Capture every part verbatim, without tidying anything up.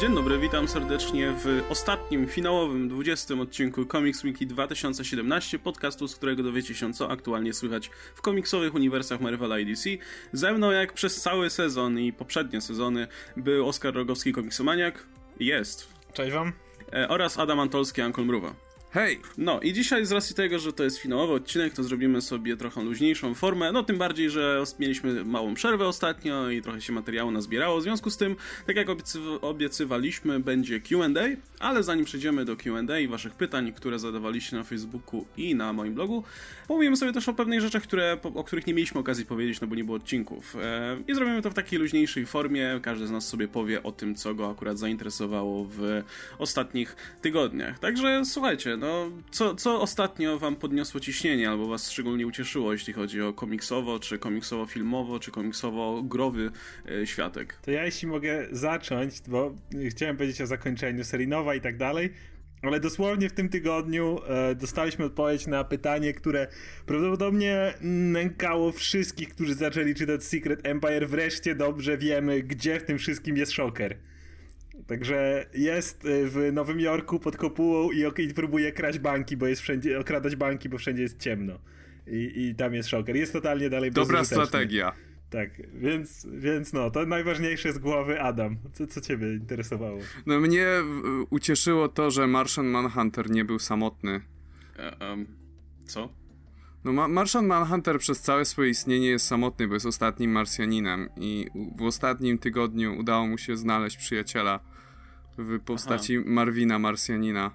Dzień dobry, witam serdecznie w ostatnim, finałowym, dwudziestym odcinku Comics Weekly dwa tysiące siedemnaście, podcastu, z którego dowiecie się, co aktualnie słychać w komiksowych uniwersach Marvela i D C. Ze mną, jak przez cały sezon i poprzednie sezony, był Oskar Rogowski, komiksomaniak. Jest. Cześć wam. E, oraz Adam Antolski, Ankol Mruwa. Hej! No i dzisiaj z racji tego, że to jest finałowy odcinek, to zrobimy sobie trochę luźniejszą formę, no tym bardziej, że mieliśmy małą przerwę ostatnio i trochę się materiału nazbierało, w związku z tym, tak jak obiecy- obiecywaliśmy, będzie Q and A, ale zanim przejdziemy do Q and A i waszych pytań, które zadawaliście na Facebooku i na moim blogu, powiemy sobie też o pewnych rzeczach, które, o których nie mieliśmy okazji powiedzieć, no bo nie było odcinków. E, I zrobimy to w takiej luźniejszej formie, każdy z nas sobie powie o tym, co go akurat zainteresowało w ostatnich tygodniach. Także słuchajcie, no, co, co ostatnio wam podniosło ciśnienie, albo was szczególnie ucieszyło, jeśli chodzi o komiksowo, czy komiksowo-filmowo, czy komiksowo-growy e, światek? To ja jeśli mogę zacząć, bo chciałem powiedzieć o zakończeniu serii nowa i tak dalej, ale dosłownie w tym tygodniu e, dostaliśmy odpowiedź na pytanie, które prawdopodobnie nękało wszystkich, którzy zaczęli czytać Secret Empire. Wreszcie dobrze wiemy, gdzie w tym wszystkim jest Shocker. Także jest w Nowym Jorku pod kopułą i, i próbuje kraść banki, bo jest wszędzie, okradać banki, bo wszędzie jest ciemno. I, i tam jest Shocker. Jest totalnie dalej Dobra bezużyteczny. strategia. Tak, więc, więc no, to najważniejsze z głowy. Adam, co, co ciebie interesowało? No mnie w, ucieszyło to, że Martian Manhunter nie był samotny. E, um, co? No Ma- Martian Manhunter przez całe swoje istnienie jest samotny, bo jest ostatnim Marsjaninem i w ostatnim tygodniu udało mu się znaleźć przyjaciela w postaci Aha. Marvina Marsjanina.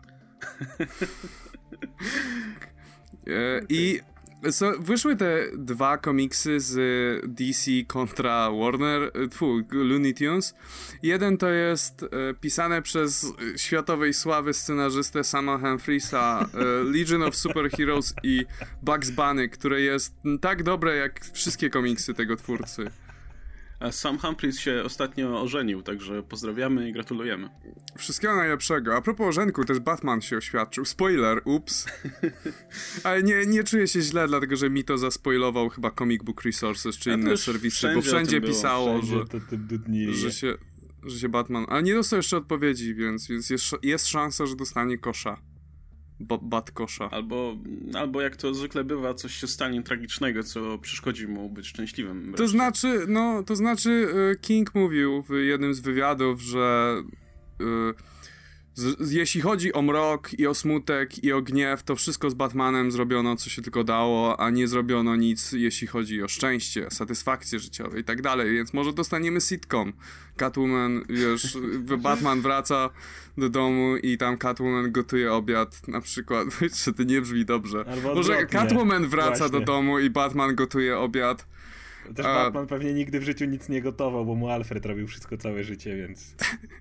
e, I so, wyszły te dwa komiksy z D C kontra Warner, tfu, Looney Tunes. Jeden to jest e, pisane przez światowej sławy scenarzystę Sama Humphriesa e, Legion of Superheroes i Bugs Bunny, które jest tak dobre jak wszystkie komiksy tego twórcy. A Sam Humphries się ostatnio ożenił, także pozdrawiamy i gratulujemy. Wszystkiego najlepszego. A propos ożenku, też Batman się oświadczył. Spoiler, ups. Ale nie, nie czuję się źle, dlatego że mi to zaspoilował chyba Comic Book Resources czy ja inne serwisy, bo wszędzie pisało, wszędzie że, to, to, to nie że, się, że się Batman... Ale nie dostał jeszcze odpowiedzi, więc, więc jest, jest szansa, że dostanie kosza. Bo, bat kosza. Albo, albo jak to zwykle bywa, coś się stanie tragicznego, co przeszkodzi mu być szczęśliwym. Wreszcie. To znaczy, no, to znaczy King mówił w jednym z wywiadów, że y, z, jeśli chodzi o mrok i o smutek i o gniew, to wszystko z Batmanem zrobiono, co się tylko dało, a nie zrobiono nic, jeśli chodzi o szczęście, satysfakcję życiową i tak dalej, więc może dostaniemy sitcom. Catwoman, wiesz, Batman wraca do domu i tam Catwoman gotuje obiad, na przykład, że to nie brzmi dobrze. Albo może odwrotnie. Catwoman wraca Właśnie. do domu i Batman gotuje obiad. Też A... Batman pewnie nigdy w życiu nic nie gotował, bo mu Alfred robił wszystko całe życie, więc...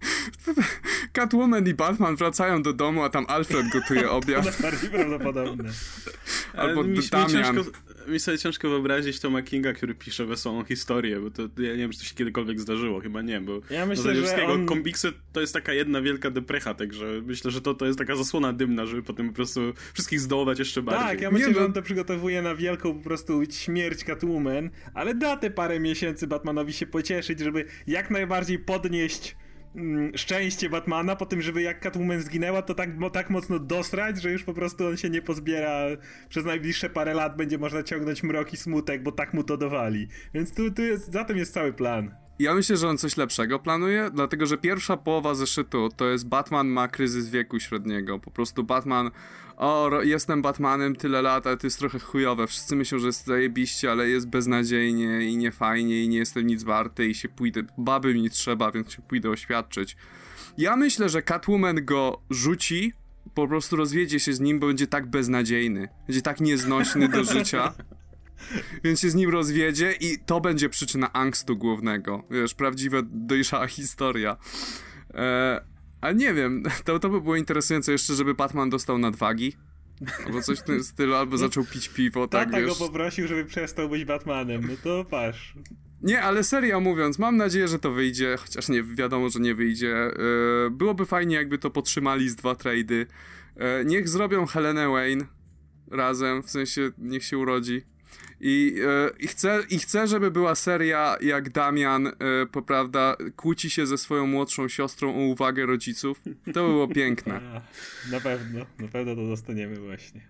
Catwoman i Batman wracają do domu, a tam Alfred gotuje obiad. To bardziej prawdopodobne. Albo mi, mi, Damian. ciężko, mi sobie ciężko wyobrazić Toma Kinga, który pisze wesołą historię, bo to ja nie wiem, czy to się kiedykolwiek zdarzyło, chyba nie, bo ja myślę, że on... komiksy to jest taka jedna wielka deprecha, także myślę, że to, to jest taka zasłona dymna, żeby potem po prostu wszystkich zdołować jeszcze bardziej. Tak, ja myślę, nie, że no... on to przygotowuje na wielką po prostu śmierć Catwoman, ale da te parę miesięcy Batmanowi się pocieszyć, żeby jak najbardziej podnieść mm, szczęście Batmana, po tym, żeby jak Catwoman zginęła, to tak, mo, tak mocno dosrać, że już po prostu on się nie pozbiera przez najbliższe parę lat, będzie można ciągnąć mrok i smutek, bo tak mu to dowali. Więc tu, tu jest, za tym jest cały plan. Ja myślę, że on coś lepszego planuje, dlatego że pierwsza połowa zeszytu to jest Batman ma kryzys wieku średniego. Po prostu Batman, o, jestem Batmanem tyle lat, ale to jest trochę chujowe. Wszyscy myślą, że jest zajebiście, ale jest beznadziejnie i niefajnie i nie jestem nic warty i się pójdę, baby mi trzeba, więc się pójdę oświadczyć. Ja myślę, że Catwoman go rzuci, po prostu rozwiedzie się z nim, bo będzie tak beznadziejny, będzie tak nieznośny do życia. Więc się z nim rozwiedzie i to będzie przyczyna angstu głównego. Wiesz, prawdziwa, dojrzała historia. E, ale nie wiem, to, to by było interesujące jeszcze, żeby Batman dostał nadwagi. Albo coś w tym stylu, albo zaczął pić piwo, tak, Tata wiesz. go poprosił, żeby przestał być Batmanem, no to patrz. Nie, ale serio mówiąc, mam nadzieję, że to wyjdzie, chociaż nie wiadomo, że nie wyjdzie. E, byłoby fajnie, jakby to potrzymali z dwa trady. E, niech zrobią Helenę Wayne razem, w sensie niech się urodzi. I, e, i, chcę, I chcę, żeby była seria, jak Damian, e, poprawda, kłóci się ze swoją młodszą siostrą o uwagę rodziców. To było piękne. A, na pewno, na pewno to dostaniemy właśnie.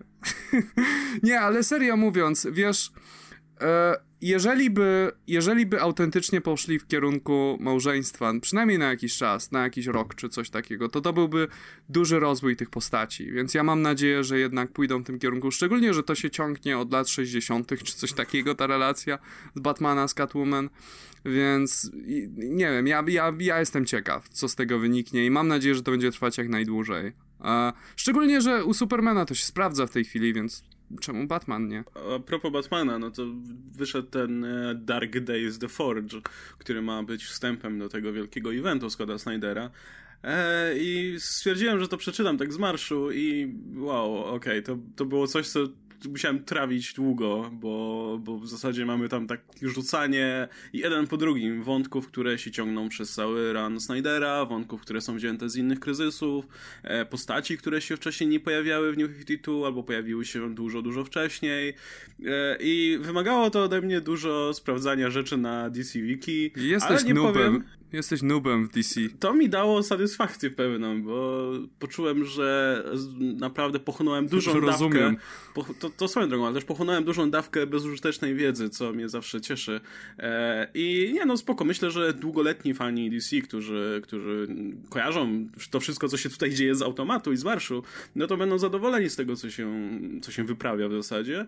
Nie, ale serio mówiąc, wiesz, e, jeżeli by, jeżeli by autentycznie poszli w kierunku małżeństwa, przynajmniej na jakiś czas, na jakiś rok czy coś takiego, to to byłby duży rozwój tych postaci, więc ja mam nadzieję, że jednak pójdą w tym kierunku, szczególnie, że to się ciągnie od lat sześćdziesiątych czy coś takiego, ta relacja z Batmana z Catwoman, więc nie wiem, ja, ja, ja jestem ciekaw, co z tego wyniknie i mam nadzieję, że to będzie trwać jak najdłużej. A szczególnie, że u Supermana to się sprawdza w tej chwili, więc czemu Batman nie? A propos Batmana, no to wyszedł ten Dark Days The Forge, który ma być wstępem do tego wielkiego eventu Scotta Snydera. E, I stwierdziłem, że to przeczytam tak z marszu i wow, okej, okay, to, to było coś, co musiałem trawić długo, bo, bo w zasadzie mamy tam tak rzucanie jeden po drugim wątków, które się ciągną przez cały run Snydera, wątków, które są wzięte z innych kryzysów, e, postaci, które się wcześniej nie pojawiały w New pięćdziesiąt dwa albo pojawiły się dużo, dużo wcześniej e, i wymagało to ode mnie dużo sprawdzania rzeczy na D C Wiki. Jesteś ale nie noobem. powiem, Jesteś noobem w D C. to mi dało satysfakcję pewną, bo poczułem, że naprawdę pochłonąłem dużą dawkę. Rozumiem. Po, to, to swoją drogą, ale też pochłonąłem dużą dawkę bezużytecznej wiedzy, co mnie zawsze cieszy. E, I nie no, spoko. Myślę, że długoletni fani D C, którzy, którzy kojarzą to wszystko, co się tutaj dzieje z automatu i z marszu, no to będą zadowoleni z tego, co się, co się wyprawia w zasadzie.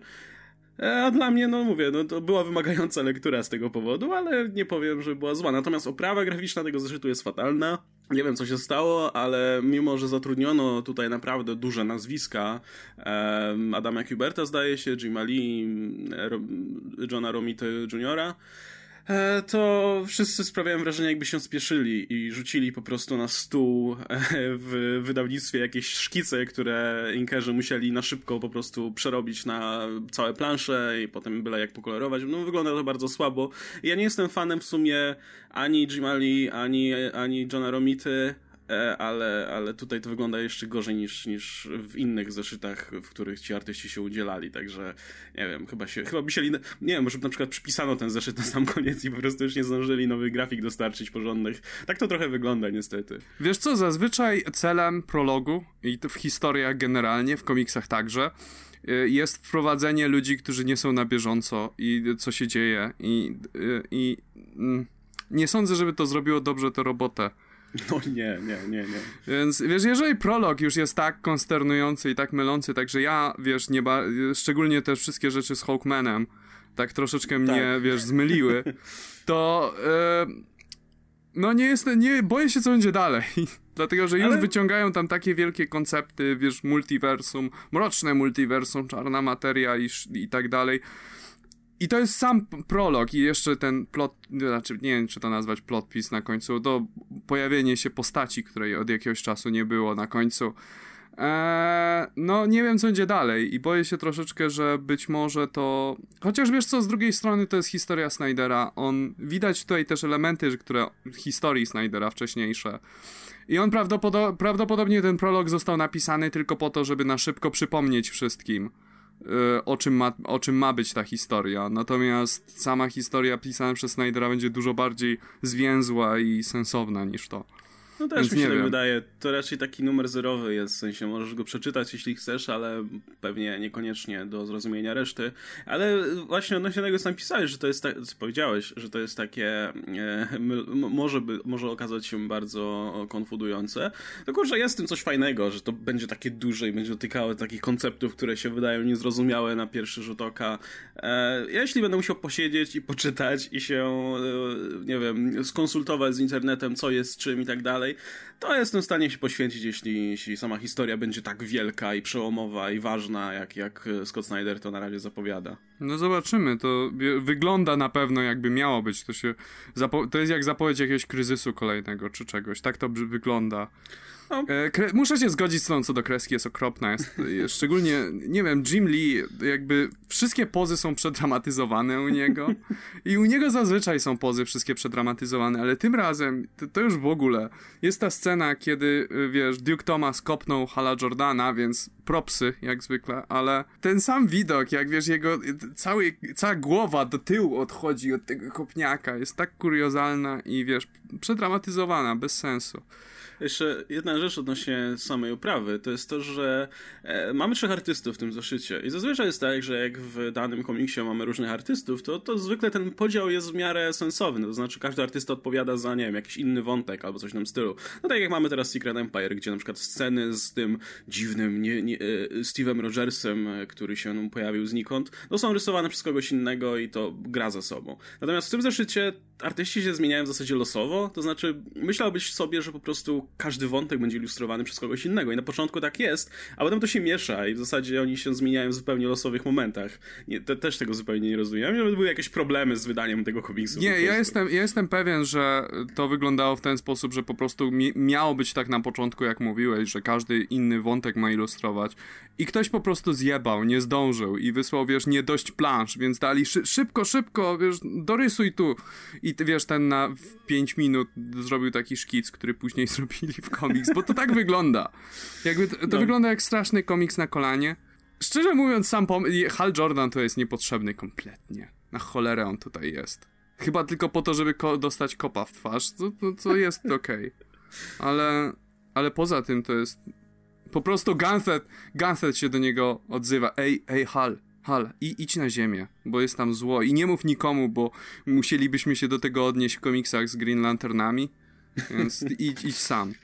A dla mnie, no mówię, no to była wymagająca lektura z tego powodu, ale nie powiem, że była zła. Natomiast oprawa graficzna tego zeszytu jest fatalna. Nie wiem, co się stało, ale mimo, że zatrudniono tutaj naprawdę duże nazwiska, um, Adama Kuberta zdaje się, Jima Lee, Johna Romita juniora, to wszyscy sprawiają wrażenie, jakby się spieszyli i rzucili po prostu na stół w wydawnictwie jakieś szkice, które inkerzy musieli na szybko po prostu przerobić na całe plansze i potem byle jak pokolorować. No wygląda to bardzo słabo. Ja nie jestem fanem w sumie ani Jima Lee, ani, ani Johna Romity, ale, ale tutaj to wygląda jeszcze gorzej niż, niż w innych zeszytach, w których ci artyści się udzielali, także nie wiem, chyba się, chyba by się, nie wiem, może na przykład przypisano ten zeszyt na sam koniec i po prostu już nie zdążyli nowych grafik dostarczyć porządnych. Tak to trochę wygląda niestety. Wiesz co, zazwyczaj celem prologu i to w historiach generalnie, w komiksach także, jest wprowadzenie ludzi, którzy nie są na bieżąco i co się dzieje i, i, i nie sądzę, żeby to zrobiło dobrze tę robotę. No nie, nie, nie, nie. Więc wiesz, jeżeli prolog już jest tak konsternujący i tak mylący, także ja, wiesz, nie ba- szczególnie te wszystkie rzeczy z Hawkmanem tak troszeczkę mnie, tak. wiesz, zmyliły, to yy, no nie jestem, nie, boję się, co będzie dalej. Dlatego, że już Ale... wyciągają tam takie wielkie koncepty, wiesz, multiversum, mroczne multiversum, czarna materia i, i tak dalej. I to jest sam prolog i jeszcze ten plot, znaczy nie wiem, czy to nazwać plot twist na końcu, to pojawienie się postaci, której od jakiegoś czasu nie było na końcu. Eee, no nie wiem, co będzie dalej i boję się troszeczkę, że być może to... Chociaż wiesz co, z drugiej strony to jest historia Snydera. On, widać tutaj też elementy, które historii Snydera wcześniejsze. I on prawdopodo- prawdopodobnie ten prolog został napisany tylko po to, żeby na szybko przypomnieć wszystkim, O czym, ma, o czym ma być ta historia. Natomiast sama historia pisana przez Snydera będzie dużo bardziej zwięzła i sensowna niż to. No też Więc mi się tak wiem. wydaje. To raczej taki numer zerowy jest, w sensie możesz go przeczytać, jeśli chcesz, ale pewnie niekoniecznie do zrozumienia reszty. Ale właśnie odnośnie tego, co napisałeś, że to jest tak, co powiedziałeś, że to jest takie e, m- może, by, może okazać się bardzo konfudujące. Tylko, że jest w tym coś fajnego, że to będzie takie duże i będzie dotykało takich konceptów, które się wydają niezrozumiałe na pierwszy rzut oka. E, jeśli będę musiał posiedzieć i poczytać i się, e, nie wiem, skonsultować z internetem, co jest czym i tak dalej, to jestem w stanie się poświęcić, jeśli, jeśli sama historia będzie tak wielka i przełomowa i ważna, jak, jak Scott Snyder to na razie zapowiada. No zobaczymy, to wygląda na pewno jakby miało być, to się zapo- to jest jak zapowiedź jakiegoś kryzysu kolejnego czy czegoś, tak to wygląda. No. E, kre- muszę się zgodzić z tą, co do kreski jest okropna. Jest, jest, szczególnie, nie wiem, Jim Lee, jakby wszystkie pozy są przedramatyzowane u niego i u niego zazwyczaj są pozy wszystkie przedramatyzowane, ale tym razem to, to już w ogóle. Jest ta scena, kiedy, wiesz, Duke Thomas kopnął Hala Jordana, więc propsy, jak zwykle, ale ten sam widok, jak wiesz, jego cały, cała głowa do tyłu odchodzi od tego kopniaka, jest tak kuriozalna i wiesz, przedramatyzowana, bez sensu. Jeszcze jedna rzecz odnośnie samej oprawy, to jest to, że e, mamy trzech artystów w tym zeszycie i zazwyczaj jest tak, że jak w danym komiksie mamy różnych artystów, to, to zwykle ten podział jest w miarę sensowny, to znaczy każdy artysta odpowiada za, nie wiem, jakiś inny wątek albo coś w tym stylu. No tak jak mamy teraz Secret Empire, gdzie na przykład sceny z tym dziwnym nie, nie, e, Steve'em Rogersem, e, który się pojawił znikąd, to są rysowane przez kogoś innego i to gra ze sobą. Natomiast w tym zeszycie artyści się zmieniają w zasadzie losowo, to znaczy myślałbyś sobie, że po prostu każdy wątek będzie ilustrowany przez kogoś innego i na początku tak jest, a potem to się miesza i w zasadzie oni się zmieniają w zupełnie losowych momentach. Nie, te, też tego zupełnie nie rozumiem, żeby były jakieś problemy z wydaniem tego komiksu. Nie, ja jestem, ja jestem pewien, że to wyglądało w ten sposób, że po prostu mi, miało być tak na początku, jak mówiłeś, że każdy inny wątek ma ilustrować i ktoś po prostu zjebał, nie zdążył i wysłał, wiesz, nie dość plansz, więc dali szy, szybko, szybko, wiesz, dorysuj tu i ty, wiesz, ten na w pięć minut zrobił taki szkic, który później zrobili w komiks, bo to tak wygląda. Jakby to, to no. wygląda jak straszny komiks na kolanie. Szczerze mówiąc, sam pom- Hal Jordan to jest niepotrzebny kompletnie. Na cholerę on tutaj jest. Chyba tylko po to, żeby ko- dostać kopa w twarz, co, to, co jest okej. Okay. Ale, ale poza tym to jest... Po prostu Gunther, Gunther się do niego odzywa. Ej, ej Hal, Hal, i, idź na ziemię, bo jest tam zło. I nie mów nikomu, bo musielibyśmy się do tego odnieść w komiksach z Green Lanternami. Więc idź, idź sam.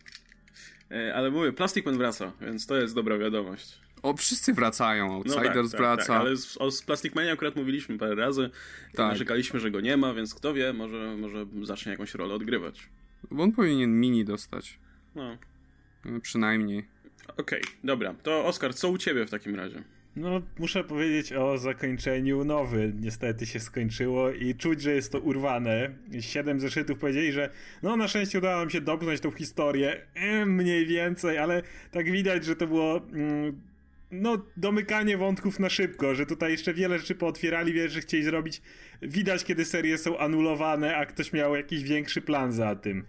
Ale mówię, Plastic Man wraca, więc to jest dobra wiadomość. O, wszyscy wracają, Outsiders no tak, tak, wraca. Tak, ale z, o z Plastic Manie akurat mówiliśmy parę razy. Tak. Narzekaliśmy, że go nie ma, więc kto wie, może, może zacznie jakąś rolę odgrywać. Bo on powinien mini dostać. No. Przynajmniej. Okej, okay, dobra. To Oskar, co u ciebie w takim razie? No, muszę powiedzieć o zakończeniu. Nowy niestety się skończyło i czuć, że jest to urwane. Siedem zeszytów powiedzieli, że no na szczęście udało nam się dopchnąć tą historię. E, mniej więcej, ale tak widać, że to było... Mm, no, domykanie wątków na szybko, że tutaj jeszcze wiele rzeczy pootwierali, wiele że chcieli zrobić. Widać, kiedy serie są anulowane, a ktoś miał jakiś większy plan za tym.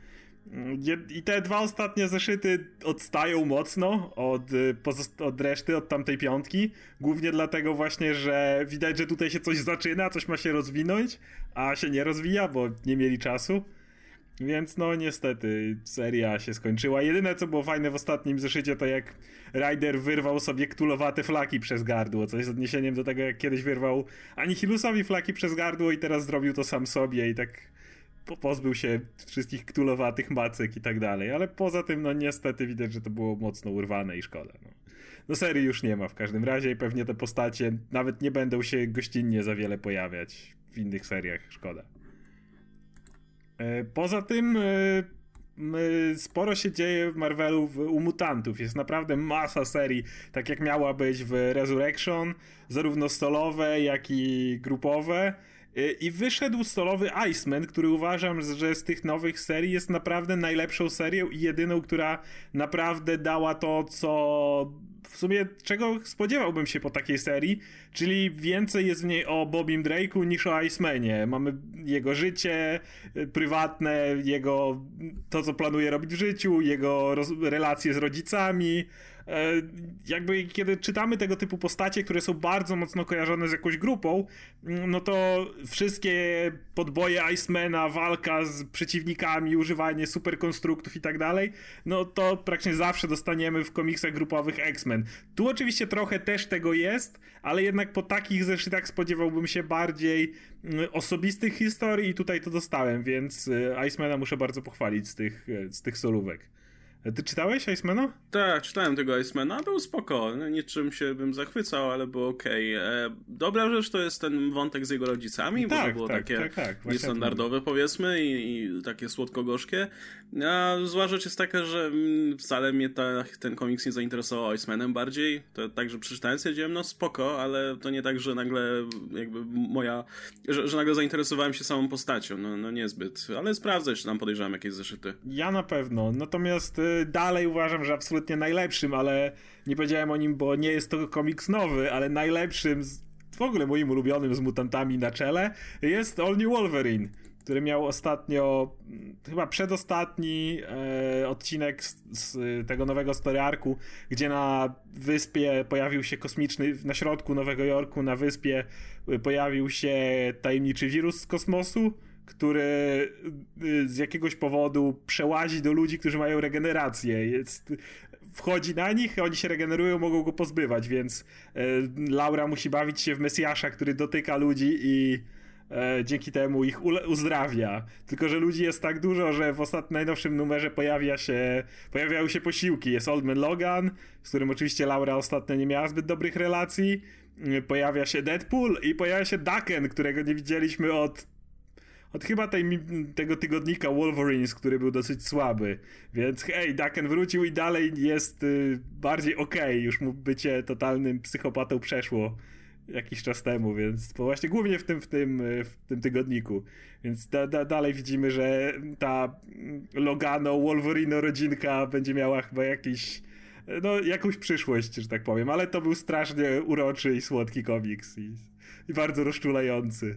I te dwa ostatnie zeszyty odstają mocno od, pozost- od reszty, od tamtej piątki. Głównie dlatego właśnie, że widać, że tutaj się coś zaczyna, coś ma się rozwinąć, a się nie rozwija, bo nie mieli czasu. Więc no niestety seria się skończyła. Jedyne co było fajne w ostatnim zeszycie to jak Ryder wyrwał sobie ktulowate flaki przez gardło, coś z odniesieniem do tego jak kiedyś wyrwał Anihilusowi flaki przez gardło i teraz zrobił to sam sobie i tak pozbył się wszystkich ktulowatych macek i tak dalej, ale poza tym no niestety widać, że to było mocno urwane i szkoda. No, no serii już nie ma w każdym razie i pewnie te postacie nawet nie będą się gościnnie za wiele pojawiać w innych seriach, szkoda. Poza tym sporo się dzieje w Marvelu w, u mutantów. Jest naprawdę masa serii, tak jak miała być w Resurrection, zarówno solowe, jak i grupowe. I wyszedł solowy Iceman, który uważam, że z tych nowych serii jest naprawdę najlepszą serią i jedyną, która naprawdę dała to, co w sumie czego spodziewałbym się po takiej serii, czyli więcej jest w niej o Bobim Drake'u niż o Icemanie. Mamy jego życie prywatne, jego to, co planuje robić w życiu, jego roz- relacje z rodzicami. Jakby kiedy czytamy tego typu postacie, które są bardzo mocno kojarzone z jakąś grupą, no to wszystkie podboje Icemana, walka z przeciwnikami, używanie superkonstruktów i tak dalej, no to praktycznie zawsze dostaniemy w komiksach grupowych X-Men. Tu oczywiście trochę też tego jest, ale jednak po takich zeszytach spodziewałbym się bardziej osobistych historii i tutaj to dostałem, więc Icemana muszę bardzo pochwalić z tych, z tych solówek. Ty czytałeś Icemana? Tak, czytałem tego Icemana, był spoko, no, niczym się bym zachwycał, ale było okej. Okay. Dobra rzecz to jest ten wątek z jego rodzicami, bo tak, to było tak, takie tak, tak, niestandardowe powiedzmy i, i takie słodko-gorzkie. A zła rzecz jest taka, że wcale mnie ta, ten komiks nie zainteresował Icemanem bardziej, to tak, że przeczytałem stwierdziłem, no spoko, ale to nie tak, że nagle jakby moja, że, że nagle zainteresowałem się samą postacią, no, no niezbyt, ale sprawdzę, czy tam podejrzewam jakieś zeszyty. Ja na pewno, natomiast y, dalej uważam, że absolutnie najlepszym, ale nie powiedziałem o nim, bo nie jest to komiks nowy, ale najlepszym, z, w ogóle moim ulubionym z mutantami na czele jest All New Wolverine, który miał ostatnio, chyba przedostatni e, odcinek z, z tego nowego story arcu, gdzie na wyspie pojawił się kosmiczny, na środku Nowego Jorku, na wyspie pojawił się tajemniczy wirus z kosmosu, który z jakiegoś powodu przełazi do ludzi, którzy mają regenerację. Jest, wchodzi na nich, oni się regenerują, mogą go pozbywać, więc e, Laura musi bawić się w Mesjasza, który dotyka ludzi i E, dzięki temu ich ule- uzdrawia. Tylko że ludzi jest tak dużo, że w ostatnim, najnowszym numerze pojawia się, pojawiają się posiłki. Jest Old Man Logan, z którym oczywiście Laura ostatnio nie miała zbyt dobrych relacji. E, pojawia się Deadpool i pojawia się Daken, którego nie widzieliśmy od od chyba tej, tego tygodnika Wolverines, który był dosyć słaby. Więc hej, Daken wrócił i dalej jest y, bardziej okej. Okay. Już mu bycie totalnym psychopatą przeszło jakiś czas temu, więc właśnie głównie w tym, w tym, w tym tygodniku. Więc da, da, dalej widzimy, że ta Logano, Wolverino rodzinka będzie miała chyba jakiś, no jakąś przyszłość, że tak powiem, ale to był strasznie uroczy i słodki komiks i, i bardzo rozczulający.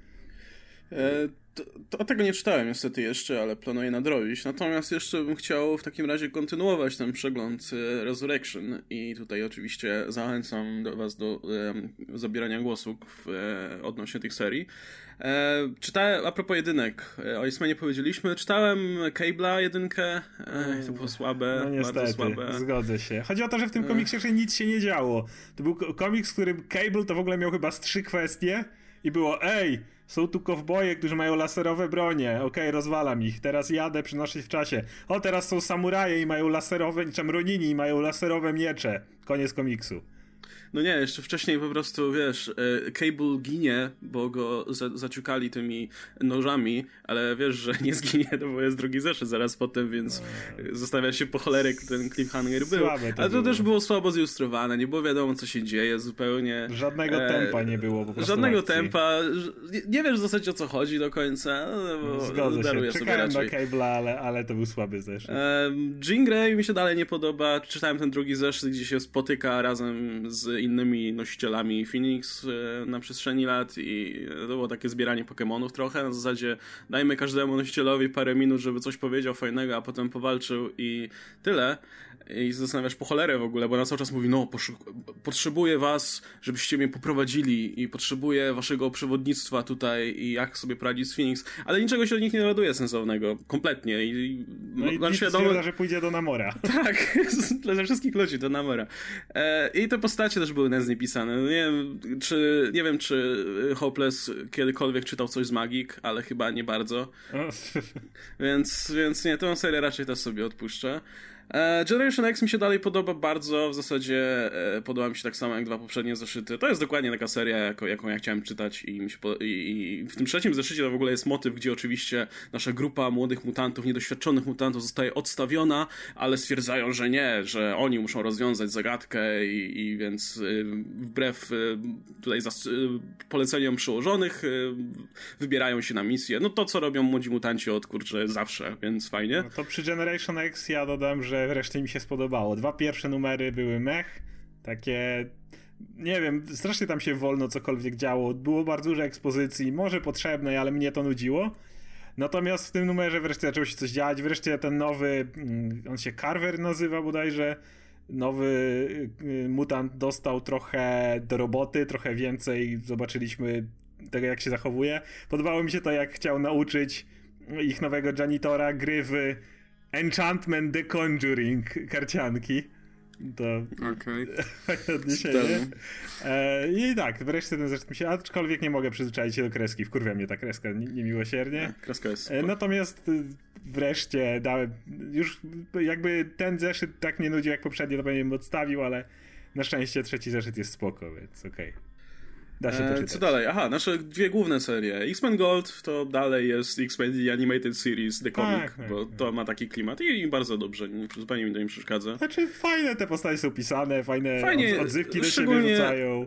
E, to, to tego nie czytałem niestety jeszcze, ale planuję nadrobić. Natomiast jeszcze bym chciał w takim razie kontynuować ten przegląd e, Resurrection i tutaj oczywiście zachęcam do was do e, zabierania głosu w, e, odnośnie tych serii. E, czytałem, a propos jedynek, e, o X-Menie powiedzieliśmy, czytałem Cable'a jedynkę, e, to było słabe, no niestety, bardzo słabe. Zgodzę się. Chodzi o to, że w tym komiksie jeszcze nic się nie działo. To był komiks, w którym Cable to w ogóle miał chyba z trzy kwestie i było, ej, są tu kowboje, którzy mają laserowe bronie. Okej, okay, rozwalam ich. Teraz jadę, przenoszę w czasie. O, teraz są samuraje i mają laserowe, niczym Ronini i mają laserowe miecze. Koniec komiksu. No nie, jeszcze wcześniej po prostu, wiesz, Cable ginie, bo go za- zaciukali tymi nożami, ale wiesz, że nie zginie, no bo jest drugi zeszyt zaraz potem, więc no. Zostawia się po cholerę, ten cliffhanger był. Słabe to ale to było. Też było słabo zilustrowane, nie było wiadomo, co się dzieje zupełnie. Żadnego e... tempa nie było po prostu. Żadnego akcji. tempa, nie, nie wiesz w zasadzie, o co chodzi do końca. No, Zgodzę się, czekałem na Cable'a, ale, ale to był słaby zeszyt. E, Jean Grey mi się dalej nie podoba. Czytałem ten drugi zeszyt, gdzie się spotyka razem z innymi nosicielami Phoenix na przestrzeni lat i to było takie zbieranie Pokemonów trochę, na zasadzie dajmy każdemu nosicielowi parę minut, żeby coś powiedział fajnego, a potem powalczył i tyle. I zastanawiasz po cholerę w ogóle, bo na cały czas mówi, no poszu- potrzebuję was, żebyście mnie poprowadzili i potrzebuję waszego przewodnictwa tutaj i jak sobie poradzić z Phoenix, ale niczego się od nich nie dowiaduje sensownego, kompletnie. I, no i no, stwierdza, że pójdzie do Namora. Tak, dla wszystkich ludzi do Namora. E, I te postacie też były nędznie pisane. Nie wiem, czy, nie wiem, czy Hopeless kiedykolwiek czytał coś z Magik, ale chyba nie bardzo. więc, więc nie, tę serię raczej też sobie odpuszczę. Generation X mi się dalej podoba bardzo, w zasadzie e, podoba mi się tak samo jak dwa poprzednie zeszyty. To jest dokładnie taka seria, jako, jaką ja chciałem czytać i, mi się po, i, i w tym trzecim zeszycie to w ogóle jest motyw, gdzie oczywiście nasza grupa młodych mutantów, niedoświadczonych mutantów zostaje odstawiona, ale stwierdzają, że nie, że oni muszą rozwiązać zagadkę i, i więc y, wbrew y, tutaj zas- y, poleceniom przełożonych y, wybierają się na misję. No to, co robią młodzi mutanci od kurczę zawsze, więc fajnie. No to przy Generation X ja dodam, że wreszcie mi się spodobało. Dwa pierwsze numery były mech, takie, nie wiem, strasznie tam się wolno cokolwiek działo. Było bardzo dużo ekspozycji, może potrzebnej, ale mnie to nudziło. Natomiast w tym numerze wreszcie zaczęło się coś dziać. Wreszcie ten nowy, on się Carver nazywa bodajże, nowy mutant dostał trochę do roboty, trochę więcej zobaczyliśmy tego, jak się zachowuje. Podobało mi się to, jak chciał nauczyć ich nowego janitora gry w Enchantment The Conjuring karcianki. To okej. Okay. odniesienie. E, I tak, wreszcie ten zresztą mi się, aczkolwiek nie mogę przyzwyczaić się do kreski. Wkurwia mnie ta kreska niemiłosiernie. Kreska jest e, Natomiast wreszcie dałem, już jakby ten zeszyt tak mnie nudził jak poprzedni, to pewnie bym odstawił, ale na szczęście trzeci zeszyt jest spoko, więc okej. Okay. Da się to czytać. Co dalej? Aha, nasze dwie główne serie. X-Men Gold to dalej jest X-Men The Animated Series, The Comic, tak, tak, bo tak. To ma taki klimat i bardzo dobrze, zupełnie mi to nie przeszkadza. Znaczy fajne te postacie są pisane, fajne Fajnie, odzywki do siebie rzucają.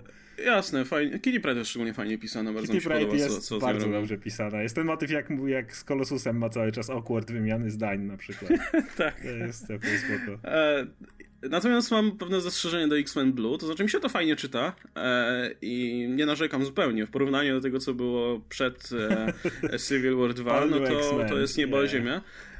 jasne, fajnie. Kitty Pryde jest szczególnie fajnie pisana, bardzo Kitty mi się Pryde podoba, jest co, co bardzo zrobił. dobrze pisana. Jest ten motyw jak, jak z Colossusem ma cały czas awkward wymiany zdań na przykład. Tak. To jest całkiem spoko. E, natomiast mam pewne zastrzeżenie do X-Men Blue, to znaczy mi się to fajnie czyta e, i nie narzekam zupełnie. W porównaniu do tego, co było przed e, Civil War dwa, no to, to jest niebo a ziemia.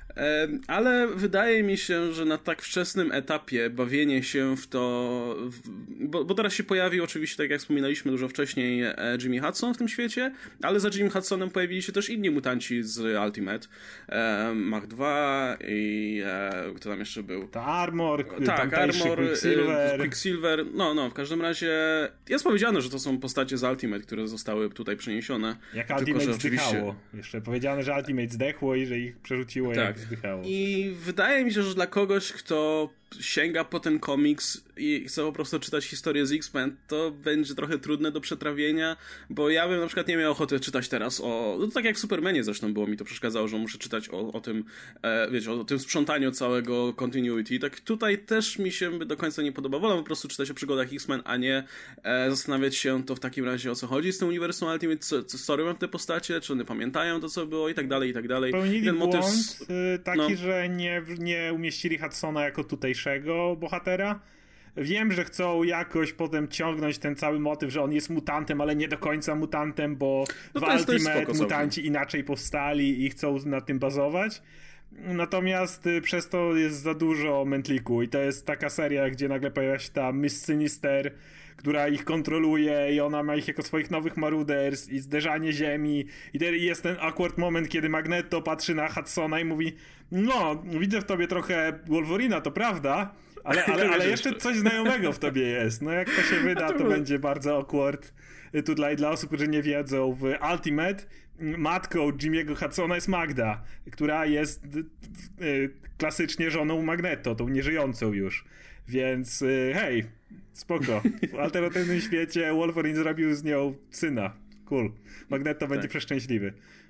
Ale wydaje mi się, że na tak wczesnym etapie bawienie się w to, bo, bo teraz się pojawił oczywiście, tak jak wspominaliśmy dużo wcześniej, Jimmy Hudson w tym świecie, ale za Jimmy Hudsonem pojawili się też inni mutanci z Ultimate, Mach dwa i kto tam jeszcze był? Ta Armor, tak, Armor, Quicksilver. Quicksilver, no, no, w każdym razie jest powiedziane, że to są postacie z Ultimate, które zostały tutaj przeniesione. Jak Tylko, Ultimate że zdychało. oczywiście... Jeszcze powiedziane, że Ultimate zdechło i że ich przerzuciło tak. jak zdychało. I wydaje mi się, że dla kogoś, kto sięga po ten komiks i chce po prostu czytać historię z X-Men, to będzie trochę trudne do przetrawienia, bo ja bym na przykład nie miał ochoty czytać teraz o... No tak jak w Supermanie zresztą było, mi to przeszkadzało, że muszę czytać o, o tym, e, wiecie, o tym sprzątaniu całego continuity. Tak tutaj też mi się by do końca nie podoba. Wolę po prostu czytać o przygodach X-Men, a nie e, zastanawiać się to w takim razie, o co chodzi z tym uniwersum Ultimate, co, co story mam te postacie, czy one pamiętają to, co było i tak dalej, i tak dalej. Pełnili ten motyw... błąd y, taki, no. że nie, nie umieścili Hudsona jako tutejszego bohatera. Wiem, że chcą jakoś potem ciągnąć ten cały motyw, że on jest mutantem, ale nie do końca mutantem, bo no w to jest, to jest Ultimate spoko mutanci całkiem. inaczej powstali i chcą na tym bazować. Natomiast y, przez to jest za dużo mętliku i to jest taka seria, gdzie nagle pojawia się ta Miss Sinister, która ich kontroluje i ona ma ich jako swoich nowych Marauders i zderzanie ziemi i jest ten awkward moment, kiedy Magneto patrzy na Hudsona i mówi: no, widzę w tobie trochę Wolverina, to prawda, ale, ale, ale jeszcze coś znajomego w tobie jest. No jak to się wyda, to będzie bardzo awkward. Tutaj dla osób, którzy nie wiedzą, w Ultimate matką Jimmy'ego Hudsona jest Magda, która jest y, klasycznie żoną Magneto, tą nieżyjącą już. Więc y, hej, spoko. W alternatywnym świecie Wolverine zrobił z nią syna. Cool. Magneto będzie tak. przeszczęśliwy.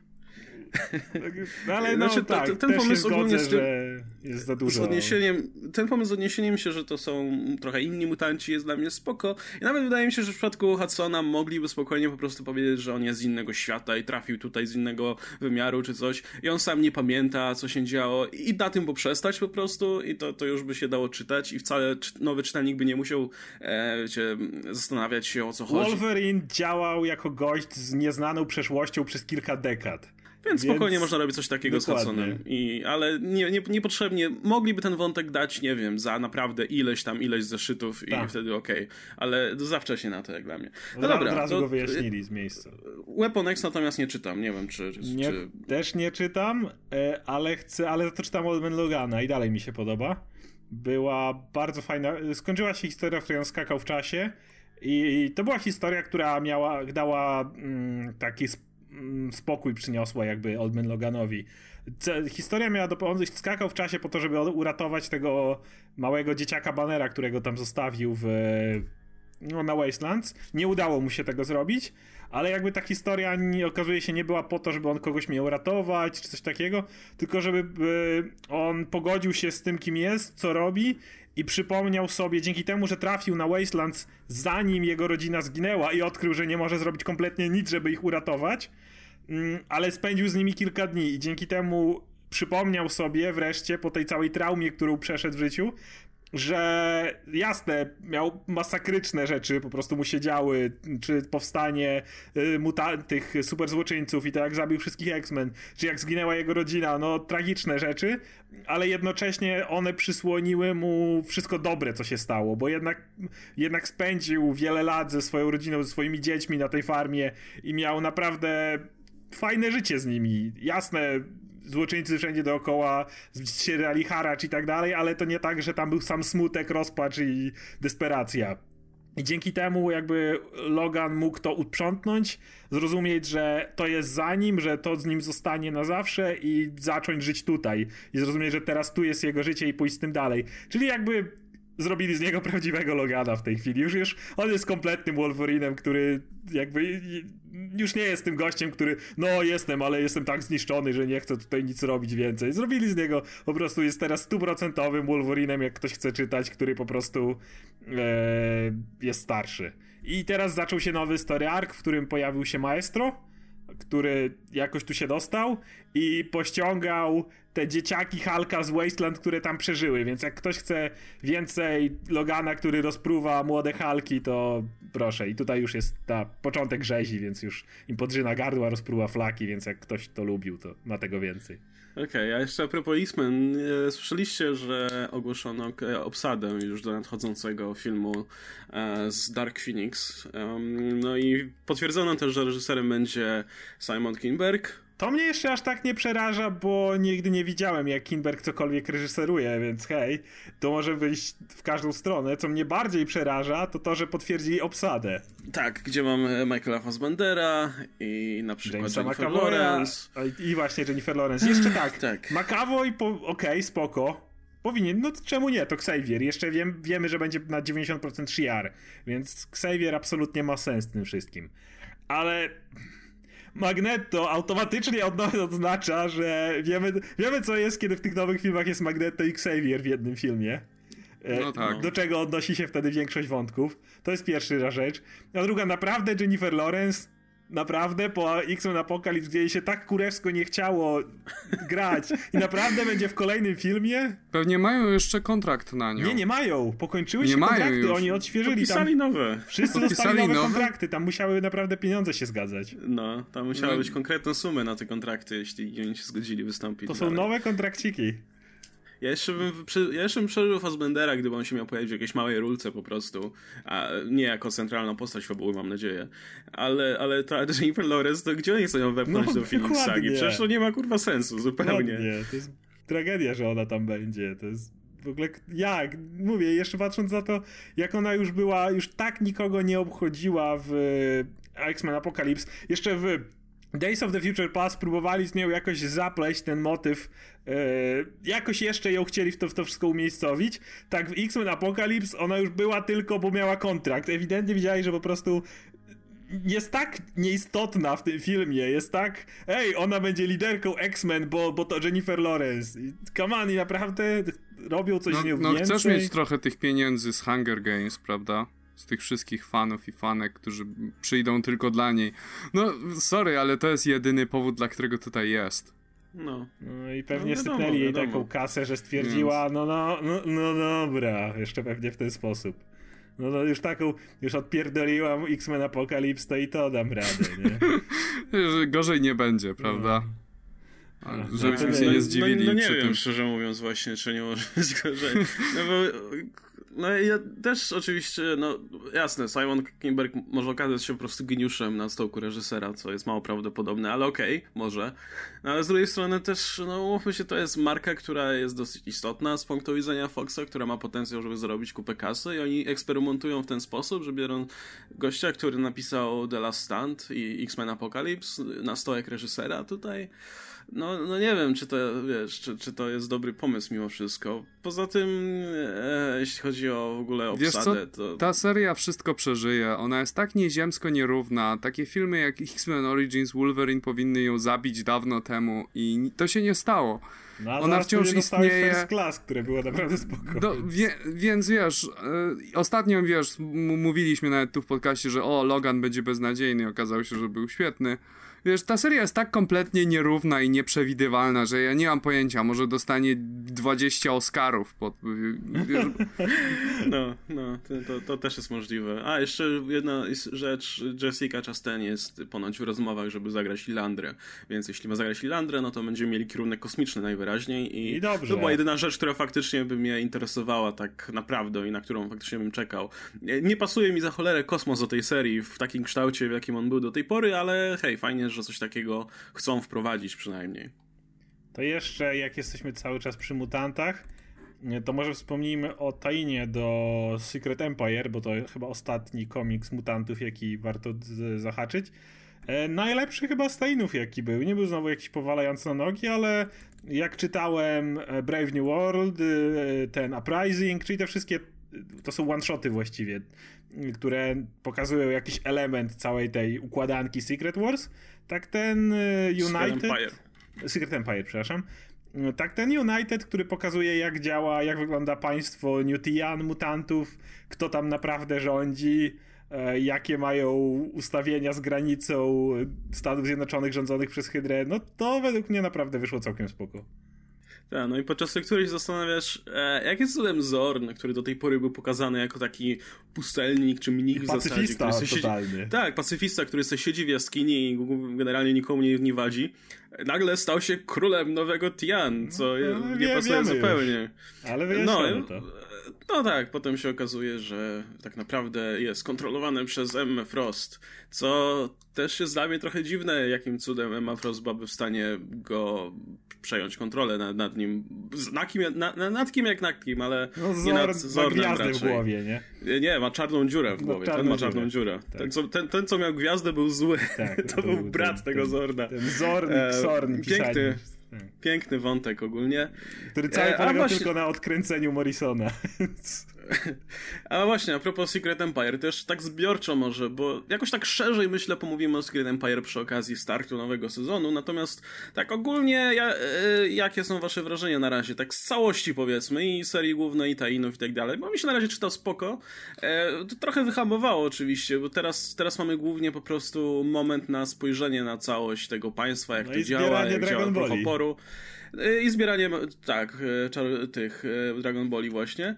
No, ale no znaczy, tak, to, ten też pomysł się zgodzę, ogólnie z tym, że jest za dużo. Z odniesieniem, ten pomysł z odniesieniem się, że to są trochę inni mutanci, jest dla mnie spoko. I nawet wydaje mi się, że w przypadku Hudsona mogliby spokojnie po prostu powiedzieć, że on jest z innego świata i trafił tutaj z innego wymiaru czy coś i on sam nie pamięta, co się działo i na tym poprzestać po prostu i to, to już by się dało czytać i wcale nowy czytelnik by nie musiał e, wiecie, zastanawiać się, o co chodzi. Wolverine działał jako gość z nieznaną przeszłością przez kilka dekad. Więc spokojnie Więc... można robić coś takiego Dokładnie. z Hudsonem. I, ale nie, nie, niepotrzebnie mogliby ten wątek dać, nie wiem, za naprawdę ileś tam, ileś zeszytów i tak. wtedy okej. Okay. Ale za wcześnie na to, jak dla mnie. No od, dobra. Od razu to, go wyjaśnili z miejsca. Weapon X natomiast nie czytam. Nie wiem, czy... Nie, czy... Też nie czytam, ale chcę, ale to czytam Old Man Logana i dalej mi się podoba. Była bardzo fajna... Skończyła się historia, w której on skakał w czasie i to była historia, która miała, dała mm, taki spokój, przyniosła jakby Old Man Loganowi. Historia miała, do... on skakał w czasie po to, żeby uratować tego małego dzieciaka Bannera, którego tam zostawił w, no, na Wastelands. Nie udało mu się tego zrobić, ale jakby ta historia nie, okazuje się nie była po to, żeby on kogoś miał ratować, czy coś takiego, tylko żeby on pogodził się z tym, kim jest, co robi i przypomniał sobie, dzięki temu, że trafił na Wastelands zanim jego rodzina zginęła i odkrył, że nie może zrobić kompletnie nic, żeby ich uratować, ale spędził z nimi kilka dni i dzięki temu przypomniał sobie wreszcie po tej całej traumie, którą przeszedł w życiu, że jasne, miał masakryczne rzeczy, po prostu mu się działy, czy powstanie y, muta- tych super złoczyńców i to jak zabił wszystkich X-Men, czy jak zginęła jego rodzina, no tragiczne rzeczy, ale jednocześnie one przysłoniły mu wszystko dobre, co się stało, bo jednak, jednak spędził wiele lat ze swoją rodziną, ze swoimi dziećmi na tej farmie i miał naprawdę fajne życie z nimi. Jasne, złoczyńcy wszędzie dookoła, ścierali haracz i tak dalej, ale to nie tak, że tam był sam smutek, rozpacz i desperacja. I dzięki temu jakby Logan mógł to uprzątnąć, zrozumieć, że to jest za nim, że to z nim zostanie na zawsze i zacząć żyć tutaj. I zrozumieć, że teraz tu jest jego życie i pójść z tym dalej. Czyli jakby zrobili z niego prawdziwego Logana w tej chwili. Już, już on jest kompletnym Wolverinem, który jakby już nie jest tym gościem, który no jestem, ale jestem tak zniszczony, że nie chcę tutaj nic robić więcej. Zrobili z niego, po prostu jest teraz stuprocentowym Wolverinem, jak ktoś chce czytać, który po prostu e, jest starszy. I teraz zaczął się nowy story arc, w którym pojawił się Maestro, który jakoś tu się dostał i pościągał te dzieciaki Hulka z Wasteland, które tam przeżyły, więc jak ktoś chce więcej Logana, który rozpruwa młode Hulki, to proszę. I tutaj już jest ta początek rzezi, więc już im podrzyna gardła, rozpruwa flaki, więc jak ktoś to lubił, to ma tego więcej. Okej, okay, a jeszcze a propos X-Men, słyszeliście, że ogłoszono obsadę już do nadchodzącego filmu z Dark Phoenix. No i potwierdzono też, że reżyserem będzie Simon Kinberg. To mnie jeszcze aż tak nie przeraża, bo nigdy nie widziałem, jak Kinberg cokolwiek reżyseruje, więc hej, to może wyjść w każdą stronę. Co mnie bardziej przeraża, to to, że potwierdzili obsadę. Tak, gdzie mamy Michaela Fassbendera i na przykład Jamesa Jennifer McAvoya, Lawrence. I właśnie Jennifer Lawrence. Jeszcze tak, tak. McAvoy, po... okej, okay, spoko. Powinien, no czemu nie, to Xavier. Jeszcze wiem, wiemy, że będzie na dziewięćdziesiąt procent Shi'ar, więc Xavier absolutnie ma sens w tym wszystkim. Ale... Magneto automatycznie od nowa oznacza, że wiemy, wiemy co jest, kiedy w tych nowych filmach jest Magneto i Xavier w jednym filmie. No tak. Do czego odnosi się wtedy większość wątków. To jest pierwsza rzecz. A druga, naprawdę Jennifer Lawrence, naprawdę po X-Men Apocalypse, gdzie jej się tak kurewsko nie chciało grać i naprawdę będzie w kolejnym filmie? Pewnie mają jeszcze kontrakt na nią. Nie, nie mają. Pokończyły nie się mają kontrakty, już. oni odświeżyli. Podpisali tam. nowe. Wszyscy Podpisali dostali nowe, nowe kontrakty, tam musiały naprawdę pieniądze się zgadzać. No, tam musiały no. być konkretne sumy na te kontrakty, jeśli oni się zgodzili wystąpić. To są dalej. nowe kontrakciki. Ja jeszcze bym, ja jeszcze bym przeżył Fassbendera, gdyby on się miał pojawić w jakiejś małej rulce po prostu, a nie jako centralną postać fabuły, mam nadzieję. Ale, ale ta Jennifer Lawrence, to gdzie oni chcą ją wepchnąć No, do Phoenix Sagi? Przecież to nie ma kurwa sensu, zupełnie. Nie, to jest tragedia, że ona tam będzie. To jest w ogóle, jak? Mówię, jeszcze patrząc na to, jak ona już była, już tak nikogo nie obchodziła w X-Men Apocalypse, jeszcze w Days of the Future Past próbowali z nią jakoś zapleść ten motyw, yy, jakoś jeszcze ją chcieli w to, w to wszystko umiejscowić. Tak w X-Men Apocalypse ona już była tylko, bo miała kontrakt. Ewidentnie widzieli, że po prostu jest tak nieistotna w tym filmie, jest tak, ej, ona będzie liderką X-Men, bo, bo to Jennifer Lawrence. Come on, i naprawdę robią coś no, z nią no więcej. chcesz mieć trochę tych pieniędzy z Hunger Games, prawda? Z tych wszystkich fanów i fanek, którzy przyjdą tylko dla niej. No, sorry, ale to jest jedyny powód, dla którego tutaj jest. No. No i pewnie no wiadomo, sypnęli jej wiadomo. taką kasę, że stwierdziła, no, no, no, no dobra, jeszcze pewnie w ten sposób. No, no już taką, już odpierdoliłam X-Men Apocalypse, to i to dam radę, nie? Gorzej nie będzie, prawda? No. Żebyśmy No, się no, nie zdziwili No, no nie przy wiem, tym. szczerze mówiąc właśnie, czy nie może być gorzej. No bo... No ja też oczywiście, no jasne, Simon Kinberg może okazać się po prostu geniuszem na stołku reżysera, co jest mało prawdopodobne, ale okej, okay, może. No ale z drugiej strony też, no mówmy się, to jest marka, która jest dosyć istotna z punktu widzenia Foxa, która ma potencjał, żeby zarobić kupę kasy i oni eksperymentują w ten sposób, że biorą gościa, który napisał The Last Stand i X-Men Apocalypse na stołek reżysera tutaj. No, no nie wiem, czy to, wiesz, czy, czy to jest dobry pomysł mimo wszystko. Poza tym, e, jeśli chodzi o w ogóle obsadę, to... Ta seria wszystko przeżyje. Ona jest tak nieziemsko nierówna. Takie filmy jak X-Men Origins Wolverine powinny ją zabić dawno temu i to się nie stało. No, a ona wciąż istnieje. First Class, które było naprawdę spoko. Do, wie, więc wiesz, y, ostatnio wiesz, m- mówiliśmy nawet tu w podcaście, że o, Logan będzie beznadziejny, okazało się, że był świetny. Wiesz, ta seria jest tak kompletnie nierówna i nieprzewidywalna, że ja nie mam pojęcia, może dostanie dwadzieścia Oscarów. Pod, wiesz, No, no, to, to, to też jest możliwe. A, jeszcze jedna rzecz, Jessica Chastain jest ponoć w rozmowach, żeby zagrać Lilandrę, więc jeśli ma zagrać Lilandrę, no to będziemy mieli kierunek kosmiczny najwyraźniej i, I dobrze. To była jedyna rzecz, która faktycznie by mnie interesowała tak naprawdę i na którą faktycznie bym czekał. Nie pasuje mi za cholerę kosmos do tej serii w takim kształcie, w jakim on był do tej pory, ale hej, fajnie, że coś takiego chcą wprowadzić przynajmniej. To jeszcze, jak jesteśmy cały czas przy mutantach, to może wspomnijmy o tie-inie do Secret Empire, bo to chyba ostatni komiks mutantów, jaki warto z- zahaczyć. E, najlepszy chyba z tie-inów, jaki był. Nie był znowu jakiś powalający na nogi, ale jak czytałem Brave New World, e, ten Uprising, czyli te wszystkie to są one-shoty właściwie, które pokazują jakiś element całej tej układanki Secret Wars, tak ten United... Secret Empire. Secret Empire, przepraszam. Tak ten United, który pokazuje jak działa, jak wygląda państwo Newtian, mutantów, kto tam naprawdę rządzi, jakie mają ustawienia z granicą Stanów Zjednoczonych rządzonych przez Hydrę, no to według mnie naprawdę wyszło całkiem spoko. Tak, no i podczas lektury się zastanawiasz, e, jak jest cudem Zorn, który do tej pory był pokazany jako taki pustelnik czy mnik w zasadzie. Pacyfista totalny. Siedzi, tak, pacyfista, który sobie siedzi w jaskini i generalnie nikomu nie, nie wadzi. Nagle stał się królem nowego Tian, co no, nie wie, pasuje zupełnie. Już. Ale wyjaśniamy no, to. No tak, potem się okazuje, że tak naprawdę jest kontrolowany przez Emmę Frost, co też jest dla mnie trochę dziwne, jakim cudem Emma Frost byłaby w stanie go przejąć kontrolę nad, nad nim. Na kim, na, nad kim jak nad kim, ale no, Zor, nie nad Zornem ma gwiazdę raczej. w głowie, nie? Nie, ma czarną dziurę w głowie. No, ten ma czarną dziurę. dziurę. Tak. Ten, co, ten, ten, co miał gwiazdę, był zły. Tak, to, to był brat ten, tego ten, Zorna. Ten Zorn i Xorn Piękny. Piękny wątek ogólnie. Który cały e, polegał właśnie... tylko na odkręceniu Morrisona. A właśnie, a propos Secret Empire, też tak zbiorczo może, bo jakoś tak szerzej myślę pomówimy o Secret Empire przy okazji startu nowego sezonu, natomiast tak ogólnie ja, e, jakie są wasze wrażenia na razie, tak z całości powiedzmy, i serii głównej, i Tainów i tak dalej, bo mi się na razie czytał spoko, e, to trochę wyhamowało oczywiście, bo teraz, teraz mamy głównie po prostu moment na spojrzenie na całość tego państwa, jak no to działa, jak działa Proch Oporu. I zbieranie, tak, czar- tych Dragon Balli właśnie.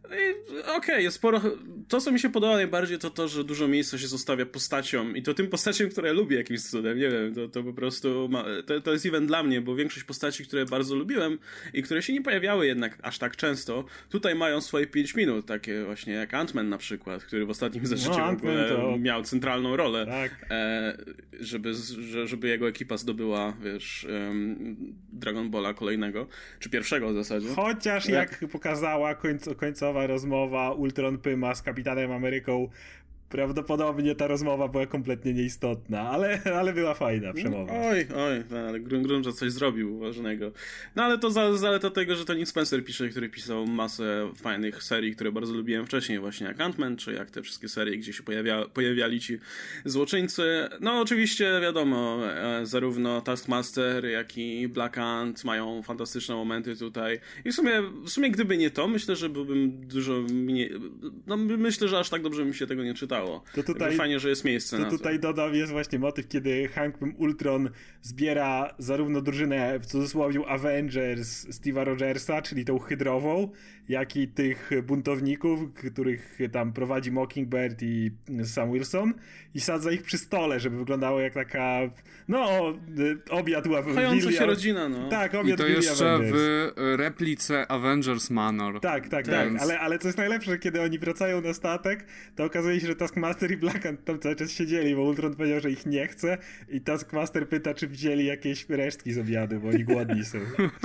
Okej, okay, jest sporo. To, co mi się podoba najbardziej, to to, że dużo miejsca się zostawia postaciom i to tym postaciom, które lubię jakimś cudem, nie wiem, to, to po prostu ma, to, to jest event dla mnie, bo większość postaci, które bardzo lubiłem i które się nie pojawiały jednak aż tak często, tutaj mają swoje pięć minut, takie właśnie jak Ant-Man na przykład, który w ostatnim zeszycie no, w ogóle to... miał centralną rolę, tak. e, żeby, żeby jego ekipa zdobyła, wiesz, um, Dragon Balla kolejnego, czy pierwszego w zasadzie. Chociaż jak, jak pokazała końc, końcowa rozmowa Ultron Pyma z Kapitanem Ameryką, prawdopodobnie ta rozmowa była kompletnie nieistotna, ale, ale była fajna przemowa. Oj, oj, ale Grunge coś zrobił ważnego. No ale to za, zaleta tego, że to Nick Spencer pisze, który pisał masę fajnych serii, które bardzo lubiłem wcześniej, właśnie jak Ant-Man, czy jak te wszystkie serie, gdzie się pojawia, pojawiali ci złoczyńcy. No oczywiście wiadomo, e, zarówno Taskmaster, jak i Black Ant mają fantastyczne momenty tutaj. I w sumie, w sumie gdyby nie to, myślę, że byłbym dużo mniej... No myślę, że aż tak dobrze mi się tego nie czytało. To tutaj, fajnie, że jest miejsce to na tutaj to. dodam, jest właśnie motyw, kiedy Hank Pym Ultron zbiera zarówno drużynę w cudzysłowie Avengers Steve'a Rogersa, czyli tą hydrową, jak i tych buntowników, których tam prowadzi Mockingbird i Sam Wilson, i sadza ich przy stole, żeby wyglądało jak taka, no, obiad Chająca się rodzina, no. Tak, obiad I to jeszcze Avengers. w replice Avengers Manor. Tak, tak, Więc... tak, ale, ale co jest najlepsze, że kiedy oni wracają na statek, to okazuje się, że Taskmaster i Black Ant tam cały czas siedzieli, bo Ultron powiedział, że ich nie chce, i Taskmaster pyta, czy wzięli jakieś resztki z obiadu, bo oni głodni są.